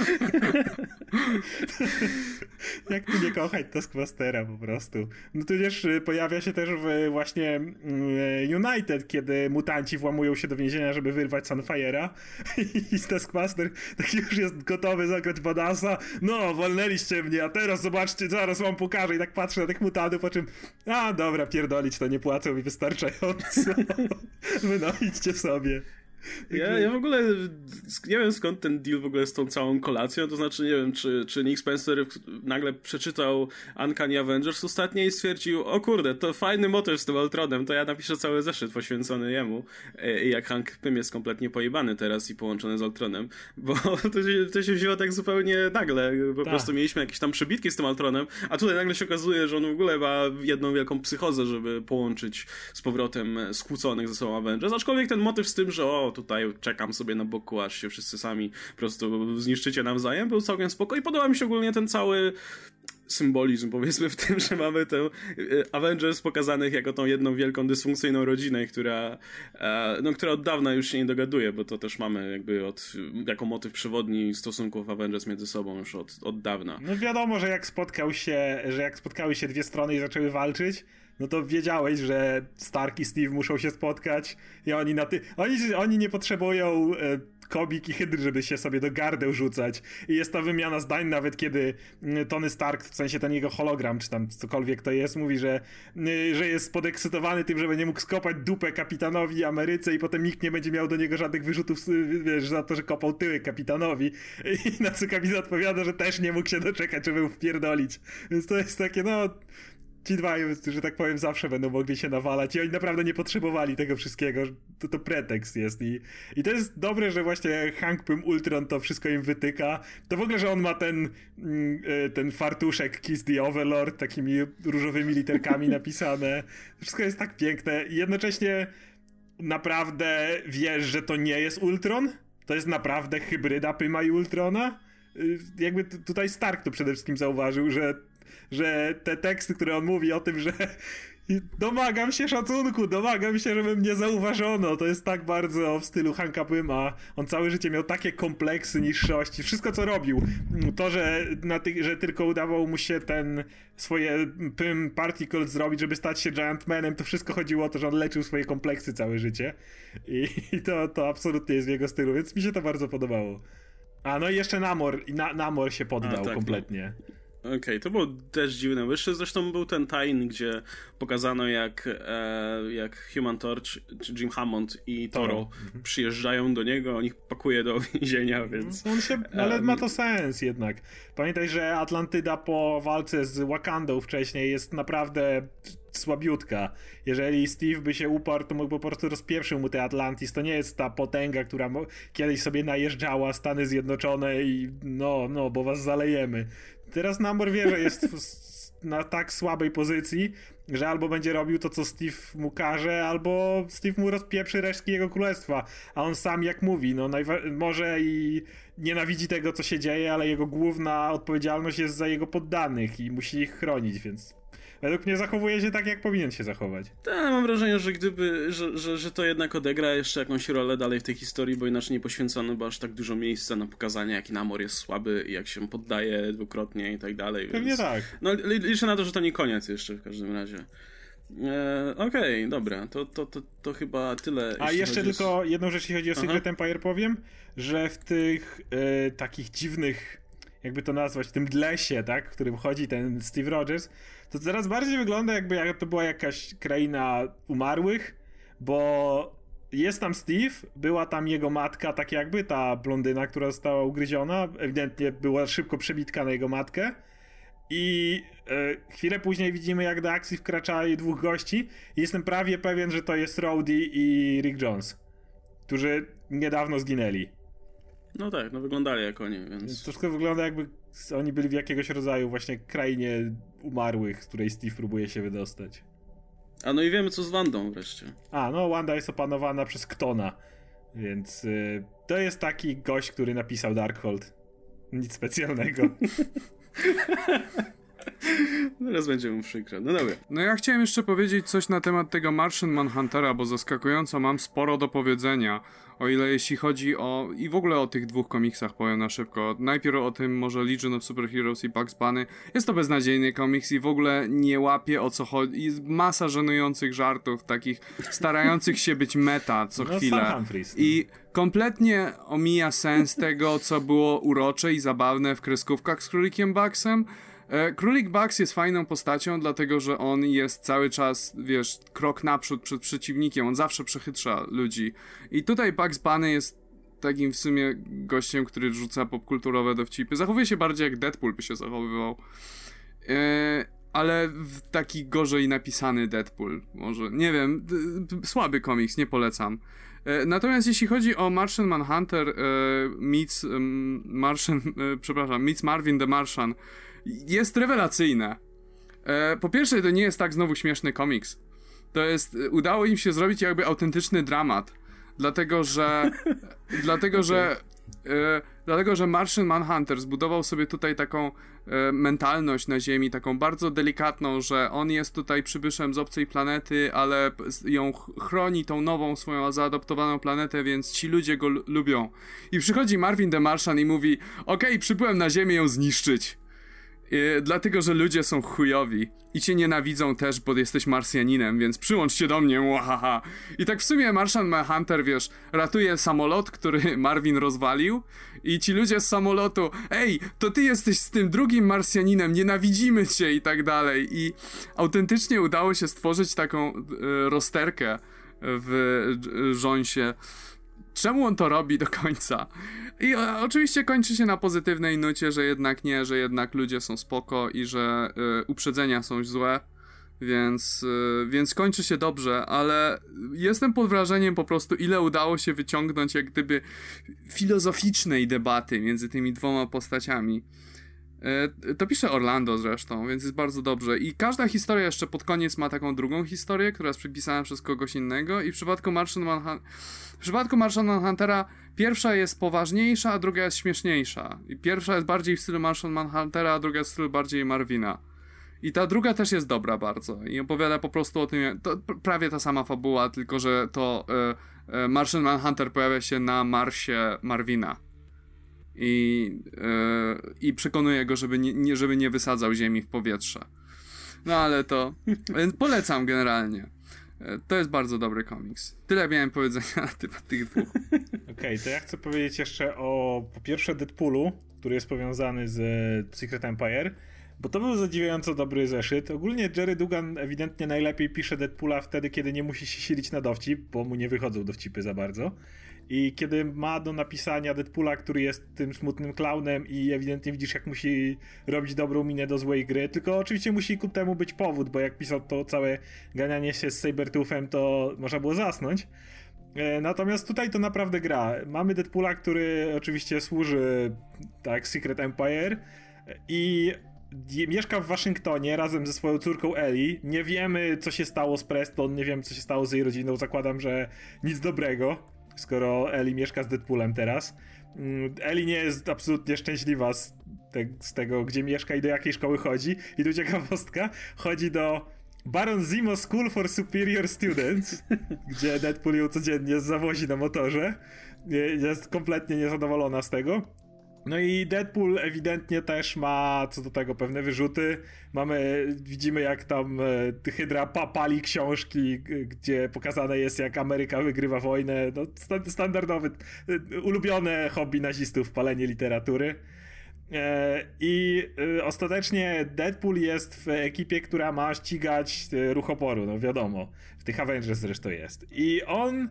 Jak tu nie kochać Taskmastera po prostu. No tudzież pojawia się też w właśnie United, kiedy mutanci włamują się do więzienia, żeby wyrwać Sunfire'a, i Taskmaster tak już jest gotowy zagrać badasa. No, wolnęliście mnie, a teraz zobaczcie, zaraz wam pokażę, i tak patrzę na tych mutantów, po czym a dobra, pierdolić, to nie płacą mi wystarczająco. Wy no, idźcie sobie. Ja, ja w ogóle nie wiem, skąd ten deal w ogóle z tą całą kolacją, to znaczy nie wiem, czy, czy Nick Spencer nagle przeczytał Uncanny Avengers ostatnio i stwierdził, o kurde, to fajny motyw z tym Ultronem, to ja napiszę cały zeszyt poświęcony jemu, i jak Hank Pym jest kompletnie pojebany teraz i połączony z Ultronem, bo to się, to się wzięło tak zupełnie nagle, po tak. prostu mieliśmy jakieś tam przebitki z tym Ultronem, a tutaj nagle się okazuje, że on w ogóle ma jedną wielką psychozę, żeby połączyć z powrotem skłóconych ze sobą Avengers, aczkolwiek ten motyw z tym, że o, tutaj czekam sobie na boku, aż się wszyscy sami po prostu zniszczycie nawzajem, był całkiem spoko i podoba mi się ogólnie ten cały symbolizm, powiedzmy, w tym, że mamy tę Avengers pokazanych jako tą jedną wielką dysfunkcyjną rodzinę, która, no, która od dawna już się nie dogaduje, bo to też mamy jakby od, jako motyw przewodni stosunków Avengers między sobą już od, od dawna. No wiadomo, że jak spotkał się, że jak spotkały się dwie strony i zaczęły walczyć, no to wiedziałeś, że Stark i Steve muszą się spotkać i oni na ty... Oni, oni nie potrzebują e, kobik i hydry, żeby się sobie do gardeł rzucać. I jest ta wymiana zdań, nawet kiedy Tony Stark, w sensie ten jego hologram, czy tam cokolwiek to jest, mówi, że, że jest podekscytowany tym, że będzie mógł skopać dupę kapitanowi Ameryce i potem nikt nie będzie miał do niego żadnych wyrzutów, wiesz, za to, że kopał tyły kapitanowi. I na co kapitan odpowiada, że też nie mógł się doczekać, żeby mu wpierdolić. Więc to jest takie, no... Ci dwaj, że tak powiem, zawsze będą mogli się nawalać i oni naprawdę nie potrzebowali tego wszystkiego. To, to pretekst jest i, i to jest dobre, że właśnie Hank Pym Ultron to wszystko im wytyka. To w ogóle, że on ma ten ten fartuszek Kiss the Overlord, takimi różowymi literkami napisane. Wszystko jest tak piękne i jednocześnie naprawdę wiesz, że to nie jest Ultron. To jest naprawdę hybryda Pyma i Ultrona. Jakby t- tutaj Stark to przede wszystkim zauważył, że że te teksty, które on mówi o tym, że domagam się szacunku, domagam się, żeby mnie zauważono. To jest tak bardzo w stylu Hanka Pyma. On całe życie miał takie kompleksy niższości. Wszystko, co robił. To, że, na ty- że tylko udawał mu się ten swoje Pym Particles zrobić, żeby stać się Giant Manem, to wszystko chodziło o to, że on leczył swoje kompleksy całe życie. I, i to, to absolutnie jest w jego stylu, więc mi się to bardzo podobało. A no i jeszcze Namor. I na- Namor się poddał A, tak, kompletnie. No. Okej, okay, to było też dziwne. Jeszcze zresztą był ten tajny, gdzie pokazano jak, e, jak Human Torch, czy Jim Hammond i Toro, Toro. Mhm. przyjeżdżają do niego, on ich pakuje do więzienia, więc... On się, ale ma to sens jednak. Pamiętaj, że Atlantyda po walce z Wakandą wcześniej jest naprawdę słabiutka. Jeżeli Steve by się uparł, to mógł po prostu rozpieprzył mu te Atlantis. To nie jest ta potęga, która mo- kiedyś sobie najeżdżała Stany Zjednoczone i no, no, bo was zalejemy. Teraz Namor wie, że jest na tak słabej pozycji, że albo będzie robił to, co Steve mu każe, albo Steve mu rozpieprzy resztki jego królestwa. A on sam, jak mówi, no najwa- może i nienawidzi tego, co się dzieje, ale jego główna odpowiedzialność jest za jego poddanych i musi ich chronić, więc według mnie zachowuje się tak, jak powinien się zachować. Tak, mam wrażenie, że gdyby, że, że, że to jednak odegra jeszcze jakąś rolę dalej w tej historii, bo inaczej nie poświęcono by aż tak dużo miejsca na pokazanie, jaki Namor jest słaby i jak się poddaje dwukrotnie i tak dalej. Pewnie więc... tak. No liczę na to, że to nie koniec jeszcze w każdym razie. E, Okej, okay, dobra, to, to, to, to chyba tyle. A jeszcze tylko o... jedną rzecz, jeśli chodzi o Secret Aha. Empire, powiem, że w tych e, takich dziwnych, jakby to nazwać, w tym lesie, tak, w którym chodzi ten Steve Rogers, to coraz bardziej wygląda, jakby to była jakaś kraina umarłych, bo jest tam Steve, była tam jego matka, tak jakby ta blondyna, która została ugryziona, ewidentnie była szybko przebitka na jego matkę i e, chwilę później widzimy, jak do akcji wkracza dwóch gości i jestem prawie pewien, że to jest Rhodey i Rick Jones, którzy niedawno zginęli. No tak, no wyglądali jak oni, więc... więc to wszystko wygląda, jakby oni byli w jakiegoś rodzaju właśnie krainie umarłych, z której Steve próbuje się wydostać. A no i wiemy, co z Wandą wreszcie. A, no Wanda jest opanowana przez Ktona, więc y, to jest taki gość, który napisał Darkhold. Nic specjalnego. Teraz będzie mu przykro. No dobra. No ja chciałem jeszcze powiedzieć coś na temat tego Martian Manhuntera, bo zaskakująco mam sporo do powiedzenia. O ile jeśli chodzi o... I w ogóle o tych dwóch komiksach powiem na szybko. Najpierw o tym może Legion of Superheroes i Bugs Bunny. Jest to beznadziejny komiks i w ogóle nie łapie o co chodzi. Jest masa żenujących żartów, takich starających się być meta co no, chwilę. I kompletnie omija sens tego, co było urocze i zabawne w kreskówkach z Królikiem Bugsem. Królik Bugs jest fajną postacią, dlatego że on jest cały czas, wiesz, krok naprzód przed przeciwnikiem, on zawsze przechytrza ludzi. I tutaj Bugs Bunny jest takim w sumie gościem, który rzuca popkulturowe dowcipy. Zachowuje się bardziej jak Deadpool by się zachowywał. Yy, ale w taki gorzej napisany Deadpool, może. Nie wiem, d- d- słaby komiks, nie polecam. Yy, natomiast jeśli chodzi o Martian Manhunter yy, meets yy, Martian, yy, przepraszam, meets Marvin the Martian, jest rewelacyjne. E, po pierwsze, to nie jest tak znowu śmieszny komiks. To jest, udało im się zrobić jakby autentyczny dramat. Dlatego, że dlatego, okay. że e, dlatego, że Martian Manhunter zbudował sobie tutaj taką e, mentalność na Ziemi, taką bardzo delikatną, że on jest tutaj przybyszem z obcej planety, ale ją chroni, tą nową swoją zaadoptowaną planetę, więc ci ludzie go l- lubią. I przychodzi Marvin the Martian i mówi: okej, okay, przybyłem na Ziemię ją zniszczyć. Yy, dlatego, że ludzie są chujowi i cię nienawidzą też, bo jesteś Marsjaninem, więc przyłącz się do mnie, łahaha. I tak w sumie Martian Manhunter, wiesz, ratuje samolot, który Marvin rozwalił i ci ludzie z samolotu, ej, to ty jesteś z tym drugim Marsjaninem, nienawidzimy cię i tak dalej. I autentycznie udało się stworzyć taką yy, rozterkę w yy, Jonsie. Czemu on to robi do końca? I o, oczywiście kończy się na pozytywnej nucie, że jednak nie, że jednak ludzie są spoko i że y, uprzedzenia są złe, więc, y, więc kończy się dobrze, ale jestem pod wrażeniem po prostu, ile udało się wyciągnąć jak gdyby filozoficznej debaty między tymi dwoma postaciami. Y, to pisze Orlando zresztą, więc jest bardzo dobrze. I każda historia jeszcze pod koniec ma taką drugą historię, która jest przypisana przez kogoś innego i w przypadku Martian Manhunter W przypadku Martian Manhuntera pierwsza jest poważniejsza, a druga jest śmieszniejsza. I pierwsza jest bardziej w stylu Martian Manhuntera, a druga jest w stylu bardziej Marvina. I ta druga też jest dobra bardzo. I opowiada po prostu o tym, to prawie ta sama fabuła, tylko że to y, y, Martian Manhunter pojawia się na Marsie Marvina. I, y, i przekonuje go, żeby nie, nie, żeby nie wysadzał ziemi w powietrze. No ale to... Więc polecam generalnie. To jest bardzo dobry komiks. Tyle miałem powiedzenia na temat tych dwóch. Okej, okay, to ja chcę powiedzieć jeszcze o po pierwsze Deadpoolu, który jest powiązany z Secret Empire, bo to był zadziwiająco dobry zeszyt. Ogólnie Jerry Dugan ewidentnie najlepiej pisze Deadpoola wtedy, kiedy nie musi się silić na dowcip, bo mu nie wychodzą dowcipy za bardzo. I kiedy ma do napisania Deadpoola, który jest tym smutnym klaunem i ewidentnie widzisz, jak musi robić dobrą minę do złej gry, tylko oczywiście musi ku temu być powód, bo jak pisał to całe ganianie się z Sabertoothem, to można było zasnąć. Natomiast tutaj to naprawdę gra. Mamy Deadpoola, który oczywiście służy tak Secret Empire i mieszka w Waszyngtonie razem ze swoją córką Ellie. Nie wiemy, co się stało z Preston, nie wiem, co się stało z jej rodziną. Zakładam, że nic dobrego, skoro Ellie mieszka z Deadpoolem teraz. Ellie nie jest absolutnie szczęśliwa z, te, z tego, gdzie mieszka i do jakiej szkoły chodzi. I tu ciekawostka, chodzi do Baron Zemo School for Superior Students, gdzie Deadpool ją codziennie zawozi na motorze. Jest kompletnie niezadowolona z tego. No i Deadpool ewidentnie też ma co do tego pewne wyrzuty. Mamy, widzimy jak tam e, Hydra pa, pali książki, gdzie pokazane jest jak Ameryka wygrywa wojnę. No, sta, standardowy, e, ulubione hobby nazistów, palenie literatury. E, I e, ostatecznie Deadpool jest w ekipie, która ma ścigać e, ruch oporu, no wiadomo. W tych Avengers zresztą jest. I on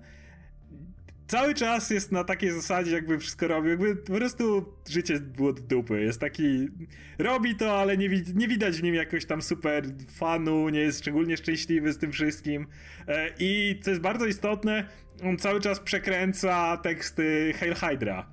cały czas jest na takiej zasadzie, jakby wszystko robił, jakby po prostu życie było do dupy. Jest taki, robi to, ale nie, wi- nie widać w nim jakoś tam super fanu, nie jest szczególnie szczęśliwy z tym wszystkim. E, I co jest bardzo istotne, on cały czas przekręca teksty Hail Hydra.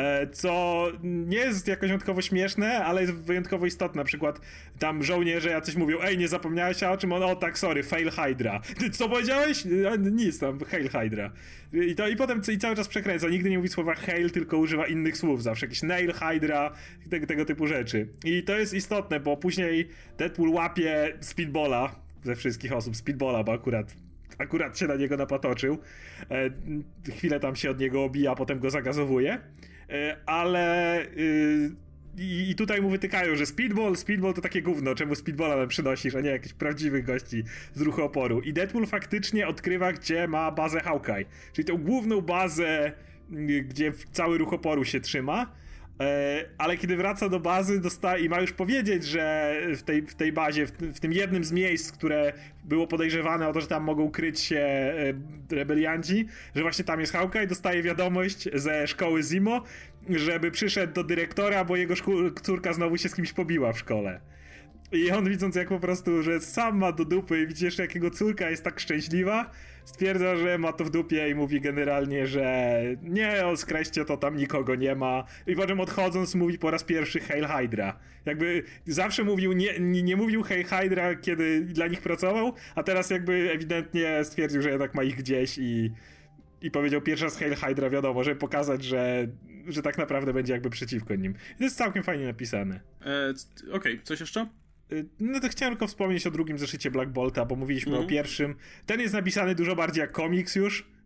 Co nie jest jakoś wyjątkowo śmieszne, ale jest wyjątkowo istotne. Na przykład tam żołnierze jacyś mówią: ej, nie zapomniałeś o czym? On, o tak, sorry, fail Hydra. Ty co powiedziałeś? Nic tam, hail Hydra. I, to, i potem i cały czas przekręca. Nigdy nie mówi słowa hail, tylko używa innych słów zawsze. Jakieś nail Hydra, tego, tego typu rzeczy. I to jest istotne, bo później Deadpool łapie Speedballa ze wszystkich osób. Speedballa, bo akurat akurat się na niego napatoczył. E, chwilę tam się od niego obija, a potem go zagazowuje. E, ale y, i, i tutaj mu wytykają, że Speedball, Speedball to takie gówno, czemu Speedballa nam przynosisz, a nie jakichś prawdziwych gości z ruchu oporu. I Deadpool faktycznie odkrywa, gdzie ma bazę Hawkeye, czyli tą główną bazę, gdzie cały ruch oporu się trzyma. Ale kiedy wraca do bazy dostaje, i ma już powiedzieć, że w tej, w tej bazie, w, w tym jednym z miejsc, które było podejrzewane o to, że tam mogą kryć się rebelianci, że właśnie tam jest Hawkeye, dostaje wiadomość ze szkoły Zemo, żeby przyszedł do dyrektora, bo jego szkół, córka znowu się z kimś pobiła w szkole. I on, widząc jak po prostu, że sam ma do dupy i widzi jeszcze jak jego córka jest tak szczęśliwa, stwierdza, że ma to w dupie i mówi generalnie, że nie, o, skreślcie to, tam nikogo nie ma. I potem odchodząc mówi po raz pierwszy Hail Hydra. Jakby zawsze mówił, nie, nie, nie mówił Hail Hydra, kiedy dla nich pracował, a teraz jakby ewidentnie stwierdził, że jednak ma ich gdzieś i, i powiedział pierwszy raz Hail Hydra, wiadomo, żeby pokazać, że, że tak naprawdę będzie jakby przeciwko nim. I to jest całkiem fajnie napisane. E, Okej, okay. Coś jeszcze? No to chciałem tylko wspomnieć o drugim zeszycie Black Bolta, bo mówiliśmy mm. o pierwszym. Ten jest napisany dużo bardziej jak komiks już.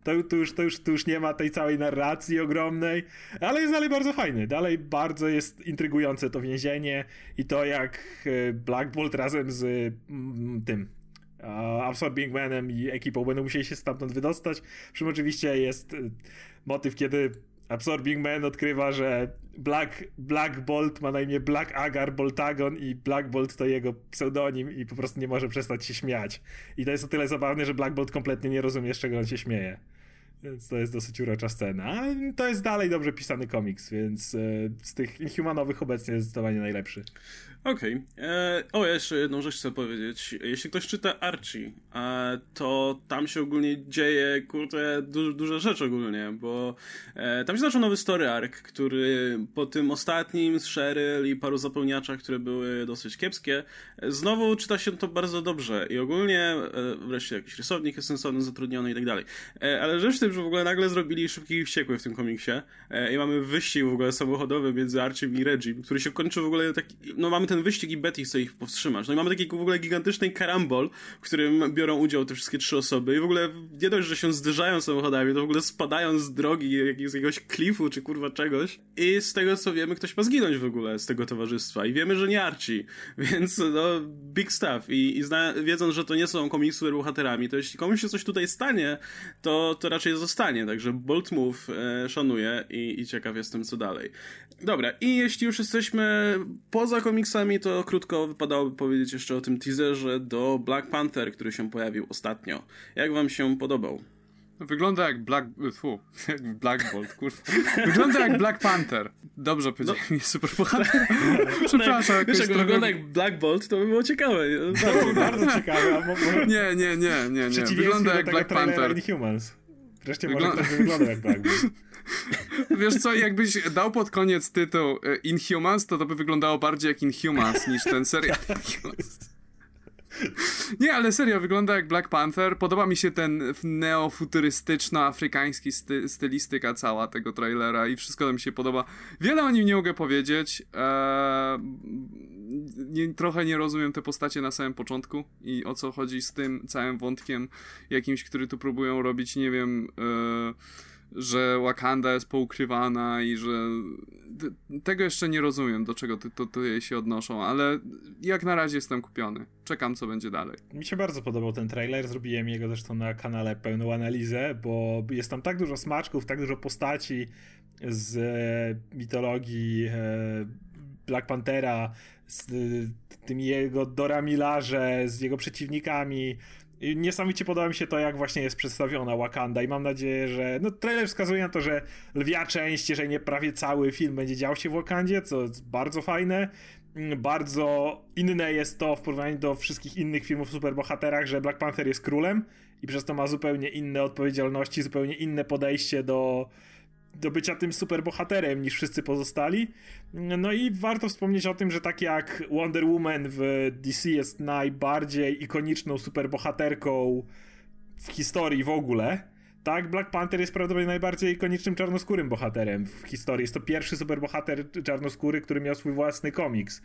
to, to, już, to, już, to już nie ma tej całej narracji ogromnej, ale jest dalej bardzo fajny. Dalej bardzo jest intrygujące to więzienie i to, jak Black Bolt razem z mm, tym Absorbing Manem i ekipą będą musieli się stamtąd wydostać. Przy czym oczywiście jest motyw, kiedy Absorbing Man odkrywa, że Black, Black Bolt ma na imię Black Agar Boltagon i Black Bolt to jego pseudonim i po prostu nie może przestać się śmiać. I to jest o tyle zabawne, że Black Bolt kompletnie nie rozumie, z czego on się śmieje. Więc to jest dosyć urocza scena. Ale to jest dalej dobrze pisany komiks, więc z tych Inhumanowych obecnie jest zdecydowanie najlepszy. Okej. Okay. O, ja jeszcze jedną rzecz chcę powiedzieć. Jeśli ktoś czyta Archie, e, to tam się ogólnie dzieje, kurde, du- duża rzecz ogólnie, bo e, tam się zaczął nowy story arc, który po tym ostatnim z Cheryl i paru zapełniaczach, które były dosyć kiepskie, e, znowu czyta się to bardzo dobrze i ogólnie e, wreszcie jakiś rysownik jest sensowny, zatrudniony i tak dalej. E, ale rzecz w tym, że w ogóle nagle zrobili Szybkich i Wściekłych w tym komiksie e, i mamy wyścig w ogóle samochodowy między Archiem i Regim, który się kończy w ogóle taki, no mamy ten wyścig i Betty chce ich powstrzymać. No i mamy taki w ogóle gigantyczny karambol, w którym biorą udział te wszystkie trzy osoby i w ogóle nie dość, że się zderzają samochodami, to w ogóle spadają z drogi jak, z jakiegoś klifu czy kurwa czegoś i z tego co wiemy, ktoś ma zginąć w ogóle z tego towarzystwa i wiemy, że nie Archie, więc no big stuff i, i zna, wiedząc, że to nie są komiks superbohaterami, to jeśli komuś się coś tutaj stanie, to, to raczej zostanie, także bold move, e, szanuję i, i ciekaw jestem co dalej. Dobra, i jeśli już jesteśmy poza komiksami, to krótko wypadałoby powiedzieć jeszcze o tym teaserze do Black Panther, który się pojawił ostatnio. Jak wam się podobał? Wygląda jak Black... Fu, jak Black Bolt, kurwa. Wygląda jak Black Panther. Dobrze powiedziałem, no. Super bohater. Przepraszam. No, wiesz, jak trochę... wygląda jak Black Bolt, to by było ciekawe. Bardzo, bardzo ciekawe. Bo... Nie, nie, nie, nie, nie. Wygląda jak Black Panther. Inhumans. Wreszcie Wygląda... może ktoś wygląda jak Black Bolt. Wiesz co, jakbyś dał pod koniec tytuł Inhumans, to to by wyglądało bardziej jak Inhumans niż ten serial Inhumans. Nie, ale serio, wygląda jak Black Panther. Podoba mi się ten neofuturystyczno-afrykański sty- stylistyka cała tego trailera i wszystko to mi się podoba. Wiele o nim nie mogę powiedzieć. Eee, nie, trochę nie rozumiem te postacie na samym początku i o co chodzi z tym całym wątkiem jakimś, który tu próbują robić, nie wiem... Eee, że Wakanda jest poukrywana i że tego jeszcze nie rozumiem, do czego to, to, to jej się odnoszą, ale jak na razie jestem kupiony. Czekam, co będzie dalej. Mi się bardzo podobał ten trailer, zrobiłem jego zresztą na kanale pełną analizę, bo jest tam tak dużo smaczków, tak dużo postaci z mitologii Black Panthera, z tymi jego Dora Milaje, z jego przeciwnikami. I niesamowicie podoba mi się to, jak właśnie jest przedstawiona Wakanda i mam nadzieję, że... No trailer wskazuje na to, że lwia część, jeżeli nie prawie cały film będzie dział się w Wakandzie, co jest bardzo fajne. Bardzo inne jest to w porównaniu do wszystkich innych filmów o superbohaterach, że Black Panther jest królem i przez to ma zupełnie inne odpowiedzialności, zupełnie inne podejście do... do bycia tym superbohaterem niż wszyscy pozostali. No i warto wspomnieć o tym, że tak jak Wonder Woman w D C jest najbardziej ikoniczną superbohaterką w historii w ogóle, tak Black Panther jest prawdopodobnie najbardziej ikonicznym czarnoskórym bohaterem w historii. Jest to pierwszy superbohater czarnoskóry, który miał swój własny komiks.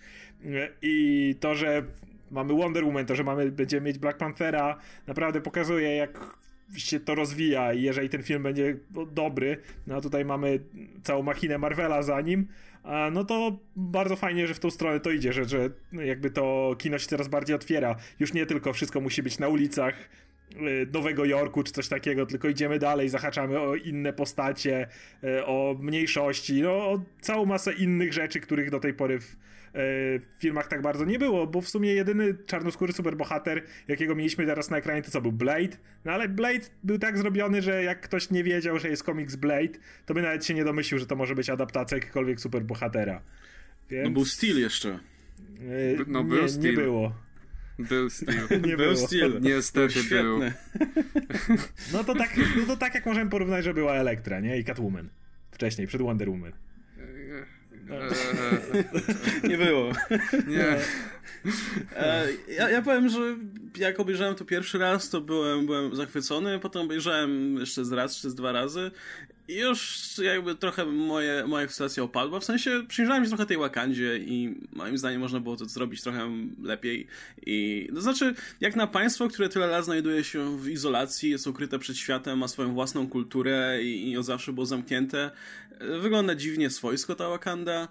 I to, że mamy Wonder Woman, to, że mamy, będziemy mieć Black Panthera, naprawdę pokazuje, jak się to rozwija i jeżeli ten film będzie dobry, no a tutaj mamy całą machinę Marvela za nim, no to bardzo fajnie, że w tą stronę to idzie, że, że jakby to kino się coraz bardziej otwiera. Już nie tylko wszystko musi być na ulicach Nowego Jorku czy coś takiego, tylko idziemy dalej, zahaczamy o inne postacie, o mniejszości, no o całą masę innych rzeczy, których do tej pory w w filmach tak bardzo nie było, bo w sumie jedyny czarnoskóry superbohater, jakiego mieliśmy teraz na ekranie, to co był Blade, no ale Blade był tak zrobiony, że jak ktoś nie wiedział, że jest komiks Blade, to by nawet się nie domyślił, że to może być adaptacja jakiegokolwiek superbohatera. Więc... No był Steel jeszcze. Yy, no był nie, Steel. Nie było. Był Steel. Nie był było. Steel. Niestety był. No to, tak, no to tak jak możemy porównać, że była Elektra, nie? I Catwoman. Wcześniej, przed Wonder Woman. Nie było. Nie. E, ja, ja powiem, że jak obejrzałem to pierwszy raz, to byłem, byłem zachwycony, potem obejrzałem jeszcze z raz, czy z dwa razy i już jakby trochę moje, moja ekscytacja opadła, w sensie przyjrzałem się trochę tej Wakandzie i moim zdaniem można było to zrobić trochę lepiej i to znaczy, jak na państwo, które tyle lat znajduje się w izolacji, jest ukryte przed światem, ma swoją własną kulturę i, i od zawsze było zamknięte, wygląda dziwnie swojsko ta Wakanda.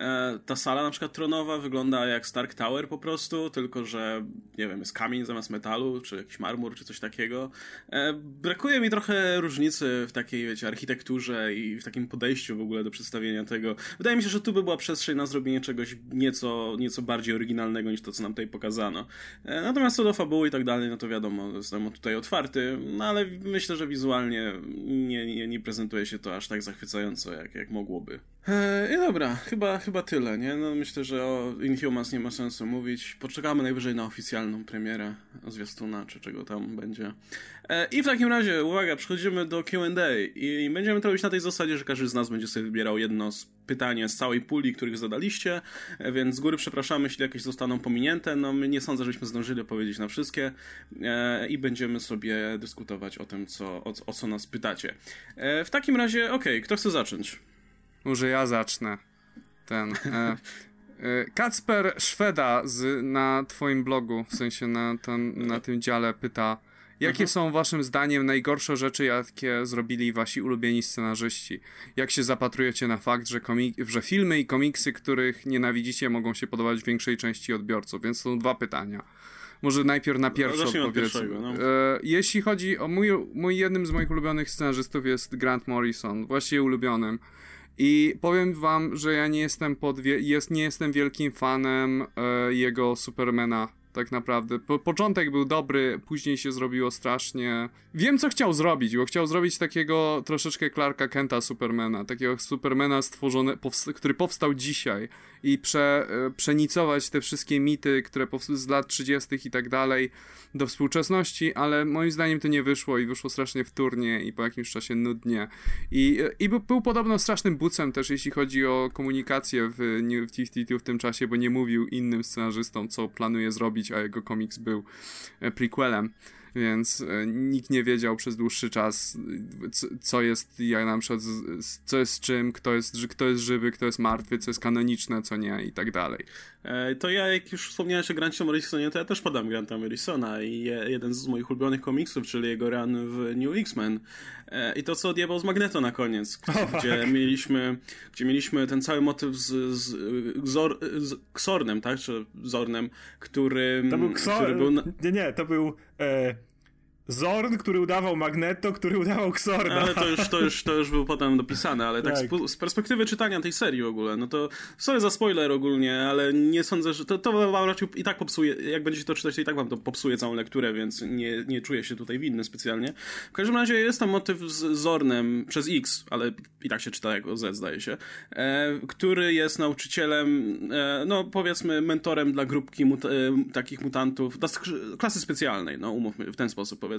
Ta sala na przykład tronowa wygląda jak Stark Tower po prostu, tylko że, nie wiem, jest kamień zamiast metalu, czy jakiś marmur, czy coś takiego. Brakuje mi trochę różnicy w takiej, wiecie, architekturze i w takim podejściu w ogóle do przedstawienia tego. Wydaje mi się, że tu by była przestrzeń na zrobienie czegoś nieco, nieco bardziej oryginalnego niż to, co nam tutaj pokazano. Natomiast co do fabuły i tak dalej, no to wiadomo, jestem tutaj otwarty, no ale myślę, że wizualnie nie, nie, nie prezentuje się to aż tak zachwycająco, jak, jak mogłoby. I dobra, chyba Chyba tyle, nie? No myślę, że o Inhumans nie ma sensu mówić. Poczekamy najwyżej na oficjalną premierę zwiastuna, czy czego tam będzie. E, I w takim razie, uwaga, przechodzimy do Q and A i będziemy to robić na tej zasadzie, że każdy z nas będzie sobie wybierał jedno z pytanie z całej puli, których zadaliście, e, więc z góry przepraszamy, jeśli jakieś zostaną pominięte. No my nie sądzę, żebyśmy zdążyli odpowiedzieć na wszystkie e, i będziemy sobie dyskutować o tym, co, o, o co nas pytacie. E, w takim razie, okej, okay, kto chce zacząć? Może ja zacznę. Ten e, e, Kacper Szweda z, na twoim blogu, w sensie na, ten, na tym dziale pyta, jakie mhm. są waszym zdaniem najgorsze rzeczy, jakie zrobili wasi ulubieni scenarzyści? Jak się zapatrujecie na fakt, że, komik- że filmy i komiksy, których nienawidzicie, mogą się podobać większej części odbiorców? Więc są dwa pytania. Może najpierw na pierwsze no, odpowiedz. No. E, jeśli chodzi o mój, mój jednym z moich ulubionych scenarzystów jest Grant Morrison, właściwie ulubionym. I powiem wam, że ja nie jestem pod wie- jest, nie jestem wielkim fanem e, jego Supermana, tak naprawdę. Po- początek był dobry, później się zrobiło strasznie... Wiem, co chciał zrobić, bo chciał zrobić takiego troszeczkę Clarka Kenta Supermana, takiego Supermana stworzone, powst- który powstał dzisiaj i prze, e, przenicować te wszystkie mity, które powstały z lat trzydziestych i tak dalej do współczesności, ale moim zdaniem to nie wyszło i wyszło strasznie wtórnie i po jakimś czasie nudnie. I, i był, był podobno strasznym bucem też, jeśli chodzi o komunikację w New fifty-two w tym czasie, bo nie mówił innym scenarzystom, co planuje zrobić, a jego komiks był prequelem. Więc e, nikt nie wiedział przez dłuższy czas, co, co jest, jak na przykład, z, z, co jest z czym, kto jest, kto jest żywy, kto jest martwy, co jest kanoniczne, co nie i tak dalej. E, to ja, jak już wspomniałeś o Grancie Morrisonie, to ja też podam Granta Morrisona i je, jeden z moich ulubionych komiksów, czyli jego run w New X-Men. E, I to, co odjebał z Magneto na koniec, oh, gdzie, fuck. mieliśmy, gdzie mieliśmy ten cały motyw z, z, Xor, z Xornem, tak? Czy Zornem, który... To był Xor... Który był na... Nie, nie, to był... E... Zorn, który udawał Magneto, który udawał Xorna. Ale to już, to już, to już był potem dopisane, ale tak, tak z, z perspektywy czytania tej serii w ogóle, no to sorry za spoiler ogólnie, ale nie sądzę, że to, to wam raczej i tak popsuje, jak będziecie to czytać, to i tak wam to popsuje całą lekturę, więc nie, nie czuję się tutaj winny specjalnie. W każdym razie jest tam motyw z Zornem przez X, ale i tak się czyta jako Z, zdaje się, e, który jest nauczycielem, e, no powiedzmy mentorem dla grupki mut- e, takich mutantów, dla klasy specjalnej, no umówmy w ten sposób powiedzmy.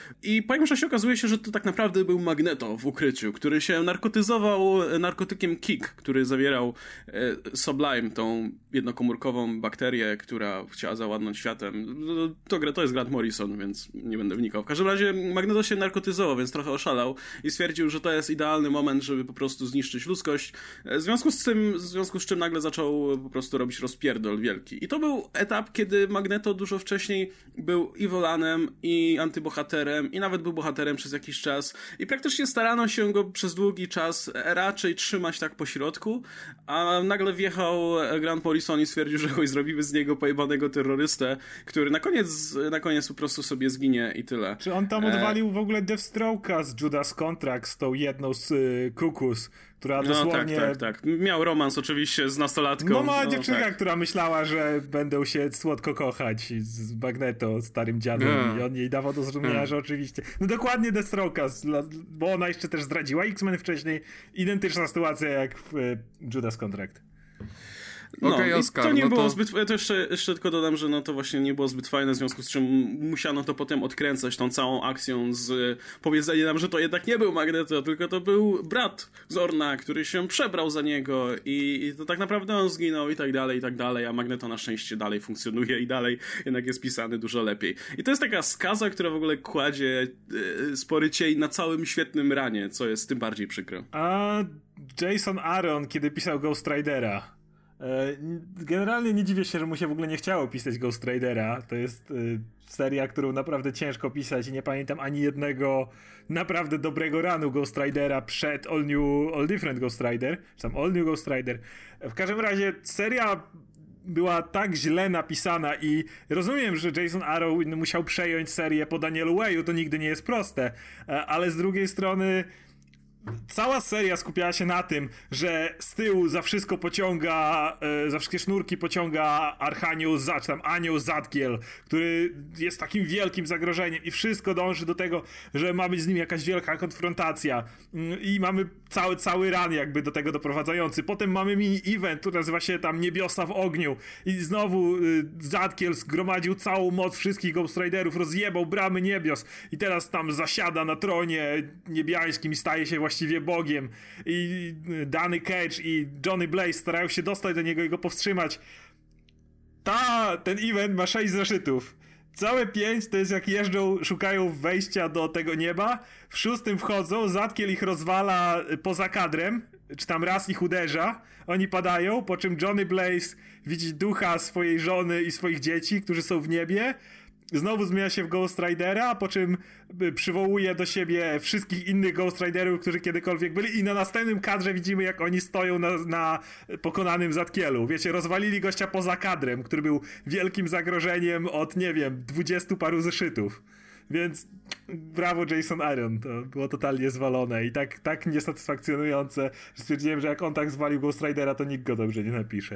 I po jakimś czasie okazuje się, że to tak naprawdę był Magneto w ukryciu, który się narkotyzował narkotykiem Kick, który zawierał e, Sublime, tą jednokomórkową bakterię, która chciała zawładnąć światem. To, to jest Grant Morrison, więc nie będę wnikał. W każdym razie Magneto się narkotyzował, więc trochę oszalał i stwierdził, że to jest idealny moment, żeby po prostu zniszczyć ludzkość. W związku z tym, w związku z czym nagle zaczął po prostu robić rozpierdol wielki. I to był etap, kiedy Magneto dużo wcześniej był i Volanem, i antybohaterem, i nawet był bohaterem przez jakiś czas. I praktycznie starano się go przez długi czas raczej trzymać tak po środku, a nagle wjechał Grant Morrison i stwierdził, że chuj, zrobimy z niego pojebanego terrorystę, który na koniec, na koniec po prostu sobie zginie i tyle. Czy on tam odwalił e... w ogóle Deathstroke'a z Judas Contract, z tą jedną z y, Kukus, która dosłownie... No tak, tak, tak. Miał romans oczywiście z nastolatką. No mała no, dziewczynka, tak. która myślała, że będą się słodko kochać z Magneto, starym dziadem, yeah. i on jej dawał do zrozumienia, yeah. że oczywiście... No dokładnie Deathstroke'a, bo ona jeszcze też zdradziła X-Men wcześniej. Identyczna sytuacja jak w y, Judas Contract. No, Okej, okay, Oskar, to nie no było to... zbyt... Ja to jeszcze, jeszcze tylko dodam, że no to właśnie nie było zbyt fajne, w związku z czym musiano to potem odkręcać tą całą akcją z powiedzeniem nam, że to jednak nie był Magneto, tylko to był brat Zorna, który się przebrał za niego i, i to tak naprawdę on zginął i tak dalej, i tak dalej, a Magneto na szczęście dalej funkcjonuje i dalej jednak jest pisany dużo lepiej. I to jest taka skaza, która w ogóle kładzie y, spory cień na całym świetnym ranie, co jest tym bardziej przykre. A Jason Aaron, kiedy pisał Ghost Ridera, generalnie nie dziwię się, że mu się w ogóle nie chciało pisać Ghost Ridera. To jest seria, którą naprawdę ciężko pisać i nie pamiętam ani jednego naprawdę dobrego ranu Ghost Ridera przed All New, All Different Ghost Rider, czy tam All New Ghost Rider. W każdym razie seria była tak źle napisana i rozumiem, że Jason Aaron musiał przejąć serię po Danielu Wayu, to nigdy nie jest proste, ale z drugiej strony cała seria skupiała się na tym, że z tyłu za wszystko pociąga, e, za wszystkie sznurki pociąga Archanioł, czy tam Anioł Zadkiel, który jest takim wielkim zagrożeniem i wszystko dąży do tego, że ma być z nim jakaś wielka konfrontacja i mamy cały, cały run jakby do tego doprowadzający. Potem mamy mini-event, który nazywa się tam Niebiosa w ogniu i znowu y, Zadkiel zgromadził całą moc wszystkich Ghost Riderów, rozjebał bramy niebios i teraz tam zasiada na tronie niebiańskim i staje się właściwie Bogiem i Danny Cage i Johnny Blaze starają się dostać do niego i go powstrzymać. Ta, ten event ma sześć zeszytów. Całe pięć to jest jak jeżdżą, szukają wejścia do tego nieba. W szóstym wchodzą, Zadkiel ich rozwala poza kadrem, czy tam raz ich uderza. Oni padają, po czym Johnny Blaze widzi ducha swojej żony i swoich dzieci, którzy są w niebie. Znowu zmienia się w Ghost Ridera, po czym przywołuje do siebie wszystkich innych Ghost Riderów, którzy kiedykolwiek byli i na następnym kadrze widzimy, jak oni stoją na, na pokonanym Zadkielu. Wiecie, rozwalili gościa poza kadrem, który był wielkim zagrożeniem od, nie wiem, dwudziestu paru zeszytów. Więc brawo Jason Aaron, to było totalnie zwalone i tak, tak niesatysfakcjonujące, że stwierdziłem, że jak on tak zwalił Ghost Ridera, to nikt go dobrze nie napisze.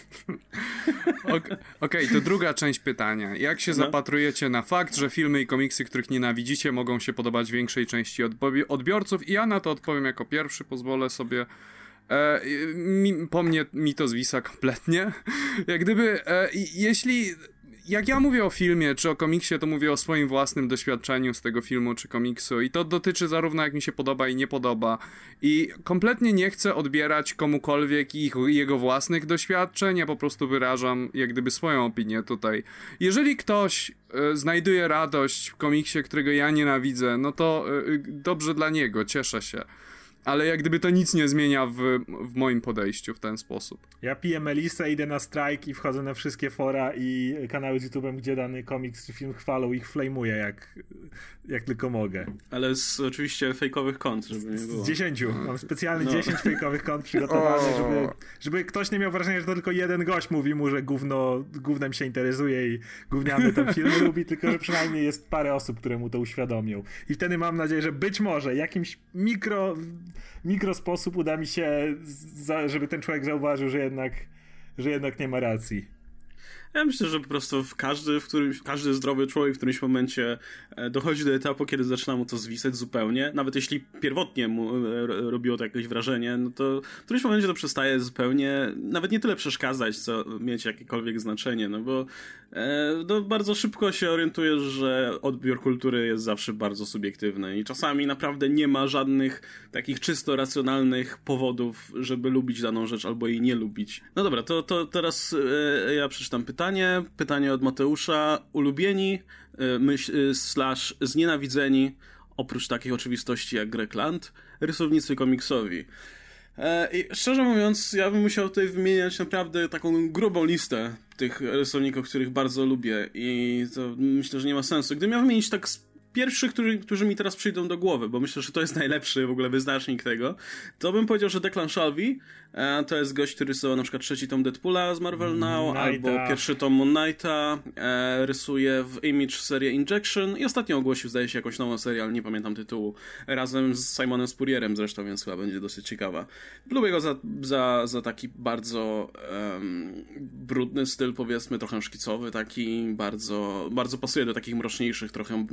Okej, okay, to druga część pytania. Jak się no. zapatrujecie na fakt, że filmy i komiksy, których nienawidzicie, mogą się podobać większej części odbiorców? I ja na to odpowiem jako pierwszy, pozwolę sobie... E, mi, po mnie mi to zwisa kompletnie. Jak gdyby, e, jeśli... Jak ja mówię o filmie czy o komiksie, to mówię o swoim własnym doświadczeniu z tego filmu czy komiksu i to dotyczy zarówno jak mi się podoba i nie podoba i kompletnie nie chcę odbierać komukolwiek ich, jego własnych doświadczeń, ja po prostu wyrażam jak gdyby swoją opinię tutaj. Jeżeli ktoś y, znajduje radość w komiksie, którego ja nienawidzę, no to y, dobrze dla niego, cieszę się. Ale jak gdyby to nic nie zmienia w, w moim podejściu w ten sposób. Ja piję melisę, idę na strajk i wchodzę na wszystkie fora i kanały z YouTube'em, gdzie dany komiks czy film chwalą, ich flamuję jak, jak tylko mogę. Ale z oczywiście fejkowych kont, żeby nie było. Z dziesięciu. Mam specjalnie no. dziesięć fejkowych kont przygotowanych, żeby, żeby ktoś nie miał wrażenia, że to tylko jeden gość mówi mu, że gówno, gównem się interesuje i gówniany ten film lubi, tylko że przynajmniej jest parę osób, które mu to uświadomią. I wtedy mam nadzieję, że być może jakimś mikro... mikro sposób uda mi się, za, żeby ten człowiek zauważył, że jednak, że jednak nie ma racji. Ja myślę, że po prostu w każdy, w którym, każdy zdrowy człowiek w którymś momencie dochodzi do etapu, kiedy zaczyna mu to zwisać zupełnie. Nawet jeśli pierwotnie mu robiło to jakieś wrażenie, no to w którymś momencie to przestaje zupełnie, nawet nie tyle przeszkadzać, co mieć jakiekolwiek znaczenie, no bo e, no bardzo szybko się orientujesz, że odbiór kultury jest zawsze bardzo subiektywny i czasami naprawdę nie ma żadnych takich czysto racjonalnych powodów, żeby lubić daną rzecz albo jej nie lubić. No dobra, to, to teraz e, ja przeczytam pytanie. Pytanie, pytanie od Mateusza. Ulubieni myśl, slash znienawidzeni, oprócz takich oczywistości jak Greg Land, rysownicy komiksowi. I szczerze mówiąc, ja bym musiał tutaj wymieniać naprawdę taką grubą listę tych rysowników, których bardzo lubię i to myślę, że nie ma sensu. Gdybym miał wymienić tak pierwszych, którzy, którzy mi teraz przyjdą do głowy, bo myślę, że to jest najlepszy w ogóle wyznacznik tego, to bym powiedział, że Declan Shalvey e, to jest gość, który rysował na przykład trzeci tom Deadpoola z Marvel Now, Nighta. albo pierwszy tom Moon Knighta, e, rysuje w Image serię Injection i ostatnio ogłosił, zdaje się, jakąś nową serię, ale nie pamiętam tytułu, razem z Simonem Spurrierem zresztą, więc chyba będzie dosyć ciekawa. Lubię go za, za, za taki bardzo um, brudny styl, powiedzmy, trochę szkicowy, taki bardzo, bardzo pasuje do takich mroczniejszych, trochę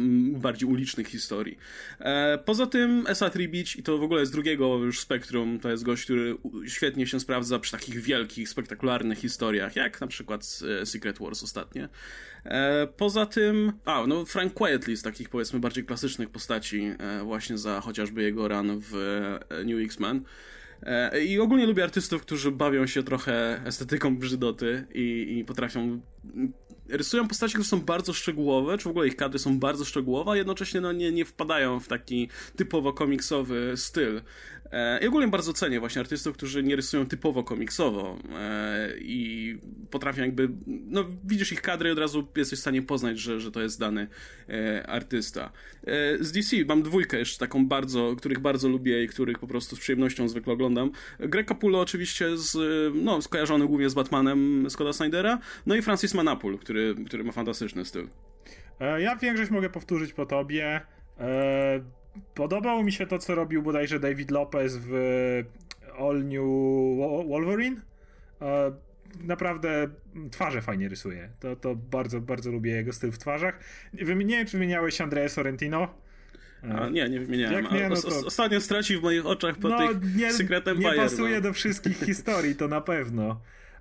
bardziej ulicznych historii. E, poza tym Esa Tribicz, i to w ogóle z drugiego już spektrum, to jest gość, który świetnie się sprawdza przy takich wielkich, spektakularnych historiach, jak na przykład Secret Wars ostatnie. E, poza tym, a no Frank Quitely z takich powiedzmy bardziej klasycznych postaci, e, właśnie za chociażby jego run w e, New X-Men. E, I ogólnie lubię artystów, którzy bawią się trochę estetyką brzydoty i, i potrafią... rysują postacie, które są bardzo szczegółowe, czy w ogóle ich kadry są bardzo szczegółowe, a jednocześnie no, nie, nie wpadają w taki typowo komiksowy styl. E, I ogólnie bardzo cenię właśnie artystów, którzy nie rysują typowo komiksowo e, i potrafią jakby, no widzisz ich kadry i od razu jesteś w stanie poznać, że, że to jest dany e, artysta. E, z D C mam dwójkę jeszcze taką bardzo, których bardzo lubię i których po prostu z przyjemnością zwykle oglądam. Greg Capullo oczywiście z, no, skojarzony głównie z Batmanem Scotta Snydera, no i Francis Manapul, który, który ma fantastyczny styl. E, ja większość mogę powtórzyć po tobie. E, podobało mi się to, co robił bodajże David Lopez w All New Wolverine. E, naprawdę twarze fajnie rysuje. To, to bardzo, bardzo lubię jego styl w twarzach. Nie wiem, czy wymieniałeś Andrea Sorrentino? A, nie, nie wymieniałem. Jak nie, no to... Ostatnio stracił w moich oczach po no, tych nie, Secret Empire. Nie pasuje no. do wszystkich historii, to na pewno.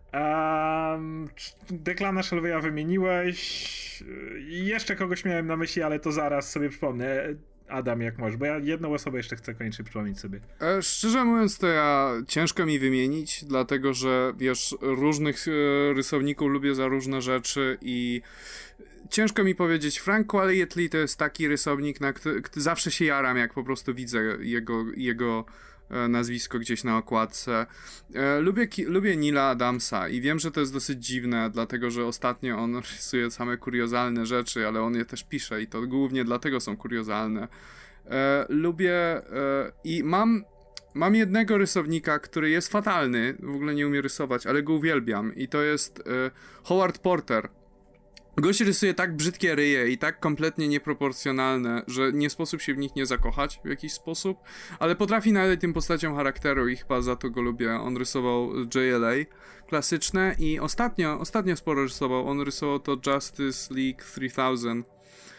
Um, Declana Shelveya wymieniłeś. I jeszcze kogoś miałem na myśli, ale to zaraz sobie przypomnę. Adam, jak możesz, bo ja jedną osobę jeszcze chcę koniecznie przypomnieć sobie. E, szczerze mówiąc, to ja ciężko mi wymienić, dlatego że wiesz, różnych e, rysowników lubię za różne rzeczy i ciężko mi powiedzieć. Frank Quitely to jest taki rysownik, na który zawsze się jaram, jak po prostu widzę jego, jego e, nazwisko gdzieś na okładce. E, lubię, ki, lubię Neila Adamsa i wiem, że to jest dosyć dziwne, dlatego że ostatnio on rysuje same kuriozalne rzeczy, ale on je też pisze i to głównie dlatego są kuriozalne. E, lubię e, i mam mam jednego rysownika, który jest fatalny, w ogóle nie umie rysować, ale go uwielbiam i to jest e, Howard Porter. Gość rysuje tak brzydkie ryje i tak kompletnie nieproporcjonalne, że nie sposób się w nich nie zakochać w jakiś sposób, ale potrafi nadać tym postaciom charakteru i chyba za to go lubię. On rysował J L A klasyczne i ostatnio, ostatnio sporo rysował. On rysował to Justice League three thousand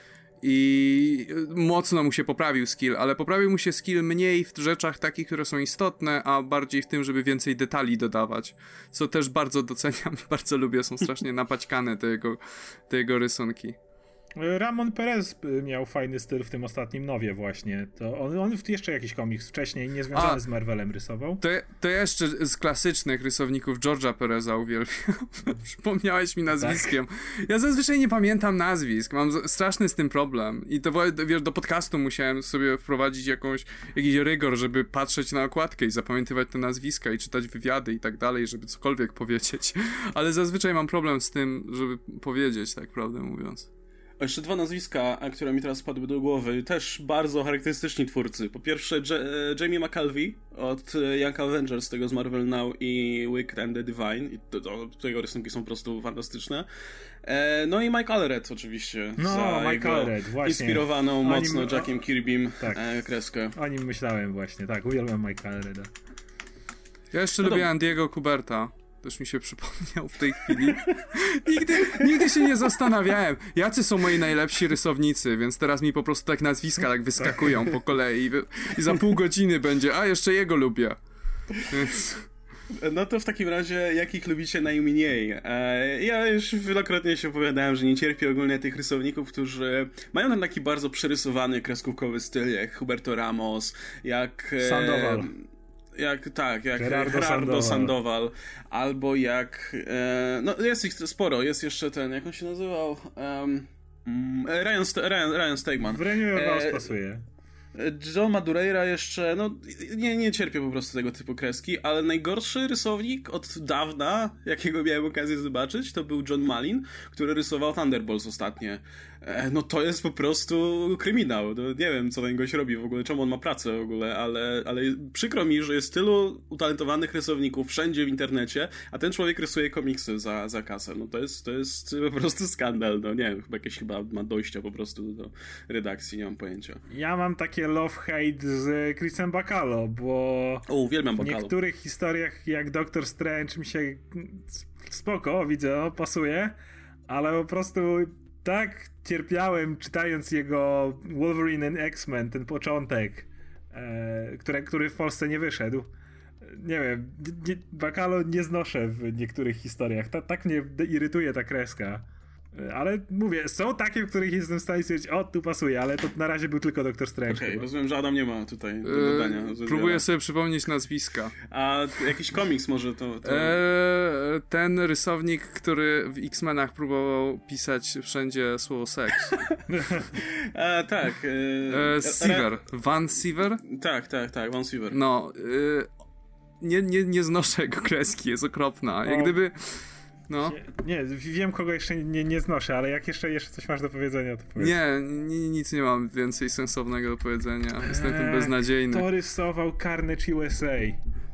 i mocno mu się poprawił skill, ale poprawił mu się skill mniej w rzeczach takich, które są istotne, a bardziej w tym, żeby więcej detali dodawać, co też bardzo doceniam i bardzo lubię, są strasznie napaćkane te jego, te jego rysunki. Ramon Perez miał fajny styl w tym ostatnim Nowie właśnie. To on, on jeszcze jakiś komiks wcześniej niezwiązany A, z Marvelem rysował. To, to jeszcze z klasycznych rysowników George'a Pereza uwielbiam. Przypomniałeś mi nazwiskiem. Tak. Ja zazwyczaj nie pamiętam nazwisk. Mam straszny z tym problem. I to wiesz, do podcastu musiałem sobie wprowadzić jakąś, jakiś rygor, żeby patrzeć na okładkę i zapamiętywać te nazwiska i czytać wywiady i tak dalej, żeby cokolwiek powiedzieć. Ale zazwyczaj mam problem z tym, żeby powiedzieć, tak prawdę mówiąc. O, jeszcze dwa nazwiska, które mi teraz spadły do głowy, też bardzo charakterystyczni twórcy. Po pierwsze J- Jamie McKelvey od Young Avengers, tego z Marvel Now i Wicked and the Divine. I to, to, to jego rysunki są po prostu fantastyczne. E, no i Mike Allred oczywiście. No, za Mike jego Allred, właśnie. Inspirowaną Nim, mocno Jackiem Kirbym tak. e, kreskę. O nim myślałem właśnie, tak, uwielbiam Mike Allreda. Ja jeszcze no lubię to... Andiego Kuberta. Też mi się przypomniał w tej chwili. Nigdy, nigdy się nie zastanawiałem, jacy są moi najlepsi rysownicy, więc teraz mi po prostu tak nazwiska tak wyskakują po kolei i, i za pół godziny będzie, a jeszcze jego lubię. Więc... No to w takim razie, jakich lubicie najmniej? E, ja już wielokrotnie się opowiadałem, że nie cierpię ogólnie tych rysowników, którzy mają ten taki bardzo przerysowany, kreskówkowy styl, jak Huberto Ramos, jak... E, Sandoval. Jak, tak, jak Gerardo, Gerardo Sandoval. Sandoval, albo jak, e, no jest ich sporo, jest jeszcze ten, jak on się nazywał, um, Ryan, Ryan, Ryan Stegman. W Renew e, pasuje. Joe Madureira jeszcze, no nie, nie cierpię po prostu tego typu kreski, ale najgorszy rysownik od dawna, jakiego miałem okazję zobaczyć, to był John Malin, który rysował Thunderbolts ostatnie. E, no to jest po prostu kryminał. No, nie wiem, co ten gość robi w ogóle, czemu on ma pracę w ogóle, ale, ale przykro mi, że jest tylu utalentowanych rysowników wszędzie w internecie, a ten człowiek rysuje komiksy za, za kasę. No to jest, to jest po prostu skandal. No nie wiem, chyba jakieś chyba ma dojścia po prostu do redakcji, nie mam pojęcia. Ja mam takie love-hate z Chrisem Bacalo, bo o, uwielbiam w Bacalo. niektórych historiach jak Doctor Strange mi się spoko, widzę, o, pasuje, ale po prostu tak cierpiałem czytając jego Wolverine and X-Men, ten początek, e, które, który w Polsce nie wyszedł. Nie wiem, nie, Bacalo nie znoszę w niektórych historiach. Ta, tak mnie irytuje ta kreska. Ale mówię, są takie, w których jestem w stanie stwierdzić, o, tu pasuje, ale to na razie był tylko Doktor Strange. Okej, okay, bo... rozumiem, że Adam nie ma tutaj do dodania. Eee, próbuję sobie przypomnieć nazwiska. A jakiś komiks może to... to... Eee, ten rysownik, który w X-Menach próbował pisać wszędzie słowo seks. A, tak. Eee, Siever. Van Siever? Tak, tak, tak, Van Siever. No, eee, nie, nie, nie znoszę jego kreski, jest okropna. Jak o. gdyby... No. Nie, nie, wiem kogo jeszcze nie, nie znoszę, ale jak jeszcze, jeszcze coś masz do powiedzenia, to powiedz. Nie, nie, nic nie mam więcej sensownego do powiedzenia. Jestem eee, tym beznadziejny. Kto rysował Carnage U S A? Eee...